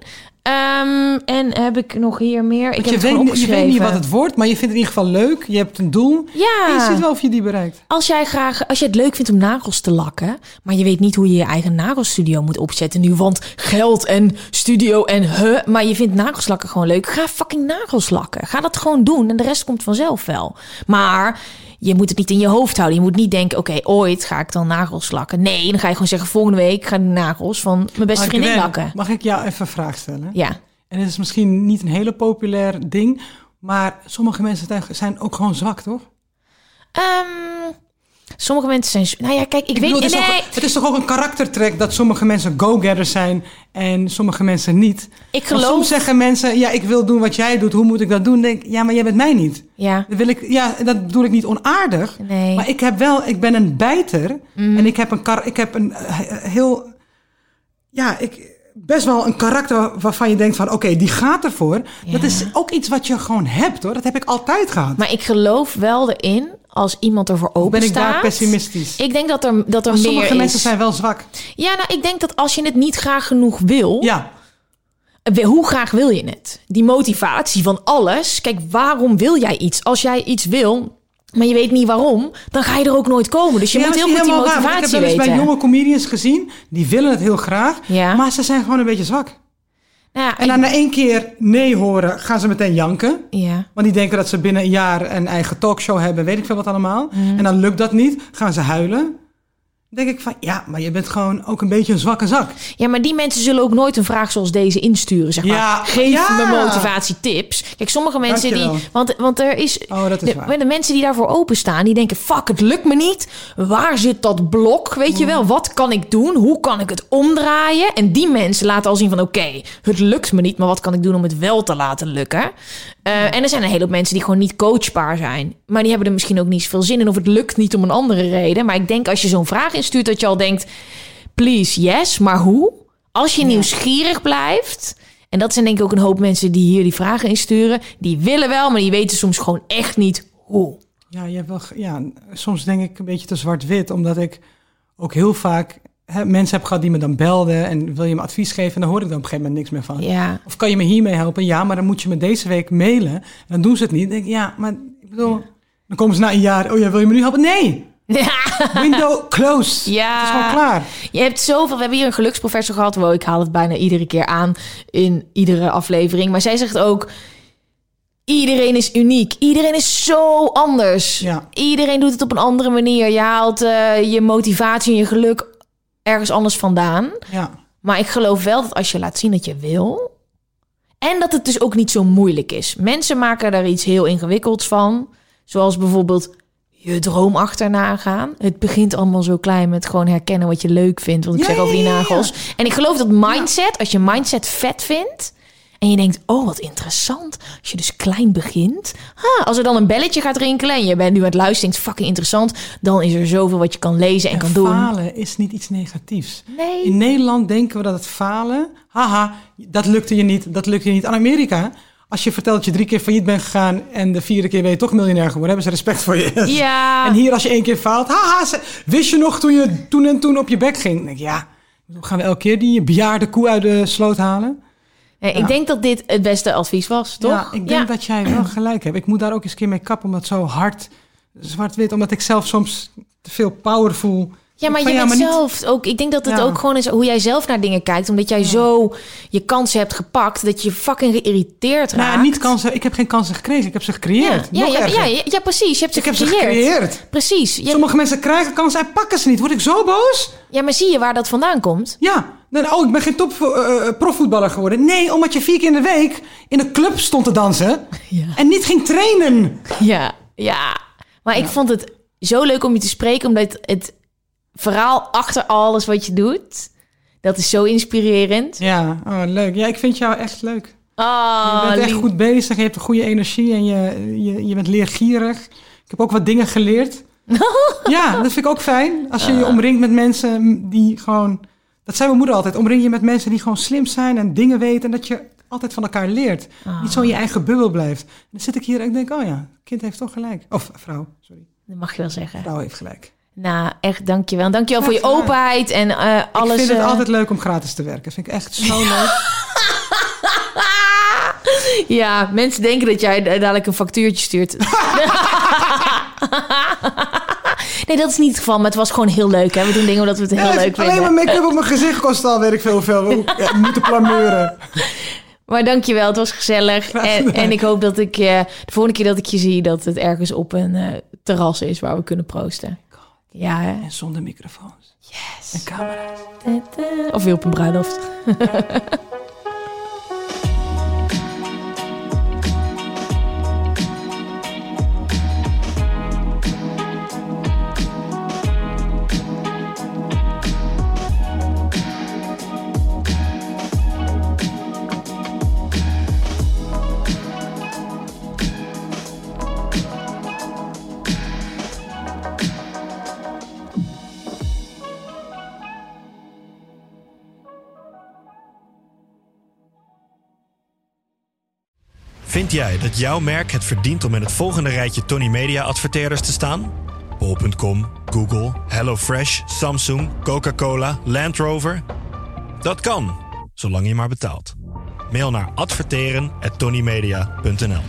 Um, en heb ik nog hier meer? Ik heb je, het weet, je weet niet wat het het wordt, maar je vindt het in ieder geval leuk. Je hebt een doel. Ja. En je ziet wel of je die bereikt. Als jij graag, als je het leuk vindt om nagels te lakken, maar je weet niet hoe je je eigen nagelstudio moet opzetten nu, want geld en studio en huh, maar je vindt nagels lakken gewoon leuk. Ga fucking nagels lakken. Ga dat gewoon doen en de rest komt vanzelf wel. Maar je moet het niet in je hoofd houden. Je moet niet denken, oké, okay, ooit ga ik dan nagels lakken. Nee, dan ga je gewoon zeggen, volgende week ga ik de nagels van mijn beste maar vriendin Gwen, lakken. Mag ik jou even een vraag stellen? Ja. En het is misschien niet een hele populair ding, maar sommige mensen zijn ook gewoon zwak, toch? Um, sommige mensen zijn... Nou ja, kijk, ik, ik weet... Bedoel, het, is nee. ook, het is toch ook een karaktertrek dat sommige mensen go-getters zijn en sommige mensen niet. Ik geloof... Want soms zeggen mensen, ja, ik wil doen wat jij doet, hoe moet ik dat doen? Dan denk ik, ja, maar jij bent mij niet. Ja. Dat, wil ik, ja, dat bedoel ik niet onaardig, nee. maar ik heb wel, ik ben een bijter mm. en ik heb een, ik heb een heel, ja, ik... best wel een karakter waarvan je denkt van... oké, okay, die gaat ervoor. Ja. Dat is ook iets wat je gewoon hebt, hoor. Dat heb ik altijd gehad. Maar ik geloof wel erin als iemand ervoor open ben ik staat. daar pessimistisch? Ik denk dat er, dat er maar meer sommige is. mensen zijn wel zwak. Ja, nou, ik denk dat als je het niet graag genoeg wil... Ja. Hoe graag wil je het? Die motivatie van alles. Kijk, waarom wil jij iets? Als jij iets wil... maar je weet niet waarom, dan ga je er ook nooit komen. Dus je ja, moet heel goed die motivatie weten. Ik heb wel eens bij jonge comedians gezien, die willen het heel graag, ja. maar ze zijn gewoon een beetje zwak. Nou ja, en dan ik... na één keer nee horen, gaan ze meteen janken. Ja. Want die denken dat ze binnen een jaar een eigen talkshow hebben, weet ik veel wat allemaal. Mm. En dan lukt dat niet, gaan ze huilen. Dan denk ik van, ja, maar je bent gewoon ook een beetje een zwakke zak. Ja, maar die mensen zullen ook nooit een vraag zoals deze insturen, zeg maar. Ja, Geef ja. me motivatietips. Kijk, sommige mensen Dankjewel. die... Want, want er is... Oh, dat is de, waar. de mensen die daarvoor openstaan, die denken... fuck, het lukt me niet. Waar zit dat blok? Weet mm. je wel, wat kan ik doen? Hoe kan ik het omdraaien? En die mensen laten al zien van... oké, okay, het lukt me niet, maar wat kan ik doen om het wel te laten lukken? Uh, en er zijn een hele hoop mensen die gewoon niet coachbaar zijn. Maar die hebben er misschien ook niet zoveel zin in. Of het lukt niet om een andere reden. Maar ik denk als je zo'n vraag instuurt dat je al denkt... please, yes, maar hoe? Als je ja. nieuwsgierig blijft... en dat zijn denk ik ook een hoop mensen die hier die vragen insturen... die willen wel, maar die weten soms gewoon echt niet hoe. Ja, je hebt wel, ja, soms denk ik een beetje te zwart-wit... omdat ik ook heel vaak... He, mensen heb gehad die me dan belden en wil je me advies geven... en dan hoor ik dan op een gegeven moment niks meer van. Ja. Of kan je me hiermee helpen? Ja, maar dan moet je me deze week mailen. En dan doen ze het niet. Dan denk ik, ja, maar ik bedoel... Ja. Dan komen ze na een jaar, oh ja, wil je me nu helpen? Nee! Ja. Window closed. Ja. Het is gewoon klaar. Je hebt zoveel... We hebben hier een geluksprofessor gehad... Wow, ik haal het bijna iedere keer aan in iedere aflevering. Maar zij zegt ook... Iedereen is uniek. Iedereen is zo anders. Ja. Iedereen doet het op een andere manier. Je haalt uh, je motivatie en je geluk... ergens anders vandaan. Ja. Maar ik geloof wel dat als je laat zien dat je wil... en dat het dus ook niet zo moeilijk is. Mensen maken daar iets heel ingewikkelds van. Zoals bijvoorbeeld je droom achterna gaan. Het begint allemaal zo klein met gewoon herkennen wat je leuk vindt. Wat ik ja, zeg over die ja, ja. nagels. En ik geloof dat mindset, als je mindset vet vindt... En je denkt, oh, wat interessant. Als je dus klein begint. Ah, als er dan een belletje gaat rinkelen en je bent nu aan het luisteren, denkt, fucking interessant. Dan is er zoveel wat je kan lezen en, en kan doen. Falen is niet iets negatiefs. Nee. In Nederland denken we dat het falen, haha, dat lukte je niet, dat lukte je niet. Aan Amerika, als je vertelt dat je drie keer failliet bent gegaan en de vierde keer ben je toch miljonair geworden, hebben ze respect voor je. Ja. En hier als je één keer faalt, haha, wist je nog toen je toen en toen op je bek ging? Dan denk ik, ja, gaan we elke keer die bejaarde koe uit de sloot halen? Nee, ja. Ik denk dat dit het beste advies was, toch? Ja, ik denk ja. dat jij wel gelijk hebt. Ik moet daar ook eens een keer mee kappen, omdat het zo hard zwart-wit, omdat ik zelf soms te veel power voel. Ja, maar van, je ja, bent maar zelf niet... ook... Ik denk dat het ja. ook gewoon is hoe jij zelf naar dingen kijkt. Omdat jij ja. zo je kansen hebt gepakt, dat je fucking geïrriteerd raakt. Nou, niet kansen. Ik heb geen kansen gekregen. Ik heb ze gecreëerd. Ja, Nog ja, ja, ja, ja, precies. Je hebt ze ik heb gecreëerd. ze gecreëerd. Precies. Je... Sommige mensen krijgen kansen en pakken ze niet. Word ik zo boos? Ja, maar zie je waar dat vandaan komt? Ja. Oh, ik ben geen top uh, profvoetballer geworden. Nee, omdat je vier keer in de week in een club stond te dansen. Ja. En niet ging trainen. Ja, ja. Maar ja. ik vond het zo leuk om je te spreken, omdat het verhaal achter alles wat je doet, dat is zo inspirerend. Ja, oh, leuk. Ja, ik vind jou echt leuk. Oh, je bent echt lief. goed bezig. Je hebt een goede energie en je, je, je bent leergierig. Ik heb ook wat dingen geleerd. Ja, dat vind ik ook fijn. Als je je omringt met mensen die gewoon... Dat zei mijn moeder altijd. Omring je met mensen die gewoon slim zijn en dingen weten. En dat je altijd van elkaar leert. Oh. Niet zo in je eigen bubbel blijft. En dan zit ik hier en ik denk, oh ja, kind heeft toch gelijk. Of vrouw, sorry. Dat mag je wel zeggen. Vrouw heeft gelijk. Nou, echt dankjewel. Dankjewel voor je openheid en uh, alles. Ik vind het uh... altijd leuk om gratis te werken. Vind ik echt zo leuk. Ja, mensen denken dat jij dadelijk een factuurtje stuurt. Nee, dat is niet het geval, maar het was gewoon heel leuk. Hè? We doen dingen omdat we het heel ja, leuk vinden. Alleen mijn make-up op mijn gezicht kost al, weet ik veel hoeveel. We ja, moeten planmeuren. Maar dankjewel, het was gezellig. En, en ik hoop dat ik uh, de volgende keer dat ik je zie, dat het ergens op een uh, terras is waar we kunnen proosten. Ja, hè? En zonder microfoons. Yes. En camera's. Of weer op een bruiloft. Vind jij dat jouw merk het verdient om in het volgende rijtje Tony Media adverteerders te staan? bol punt com, Google, HelloFresh, Samsung, Coca-Cola, Land Rover? Dat kan, zolang je maar betaalt. Mail naar adverteren at tonymedia punt n l.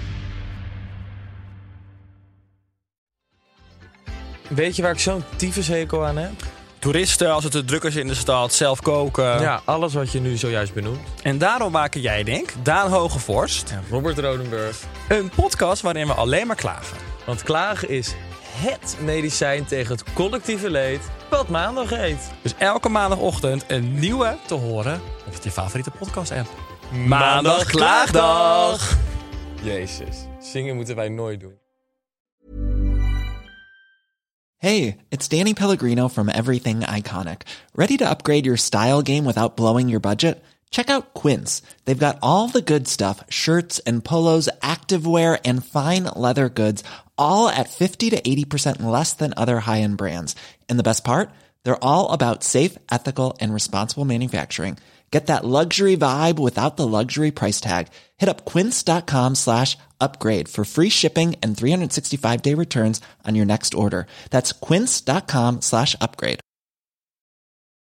Weet je waar ik zo'n tyfushekel aan heb? Toeristen, als het te druk is in de stad, zelf koken. Ja, alles wat je nu zojuist benoemt. En daarom maken jij, denk Daan Hogevorst en Robert Rodenburg een podcast waarin we alleen maar klagen. Want klagen is het medicijn tegen het collectieve leed wat maandag heet. Dus elke maandagochtend een nieuwe te horen op je favoriete podcast-app. Maandag Klaagdag! Jezus, zingen moeten wij nooit doen. Hey, it's Danny Pellegrino from Everything Iconic. Ready to upgrade your style game without blowing your budget? Check out Quince. They've got all the good stuff, shirts and polos, activewear, and fine leather goods, all at fifty to eighty percent less than other high-end brands. And the best part? They're all about safe, ethical, and responsible manufacturing. Get that luxury vibe without the luxury price tag. Hit up quince.com slash upgrade for free shipping and three sixty-five day returns on your next order. That's quince.com slash upgrade.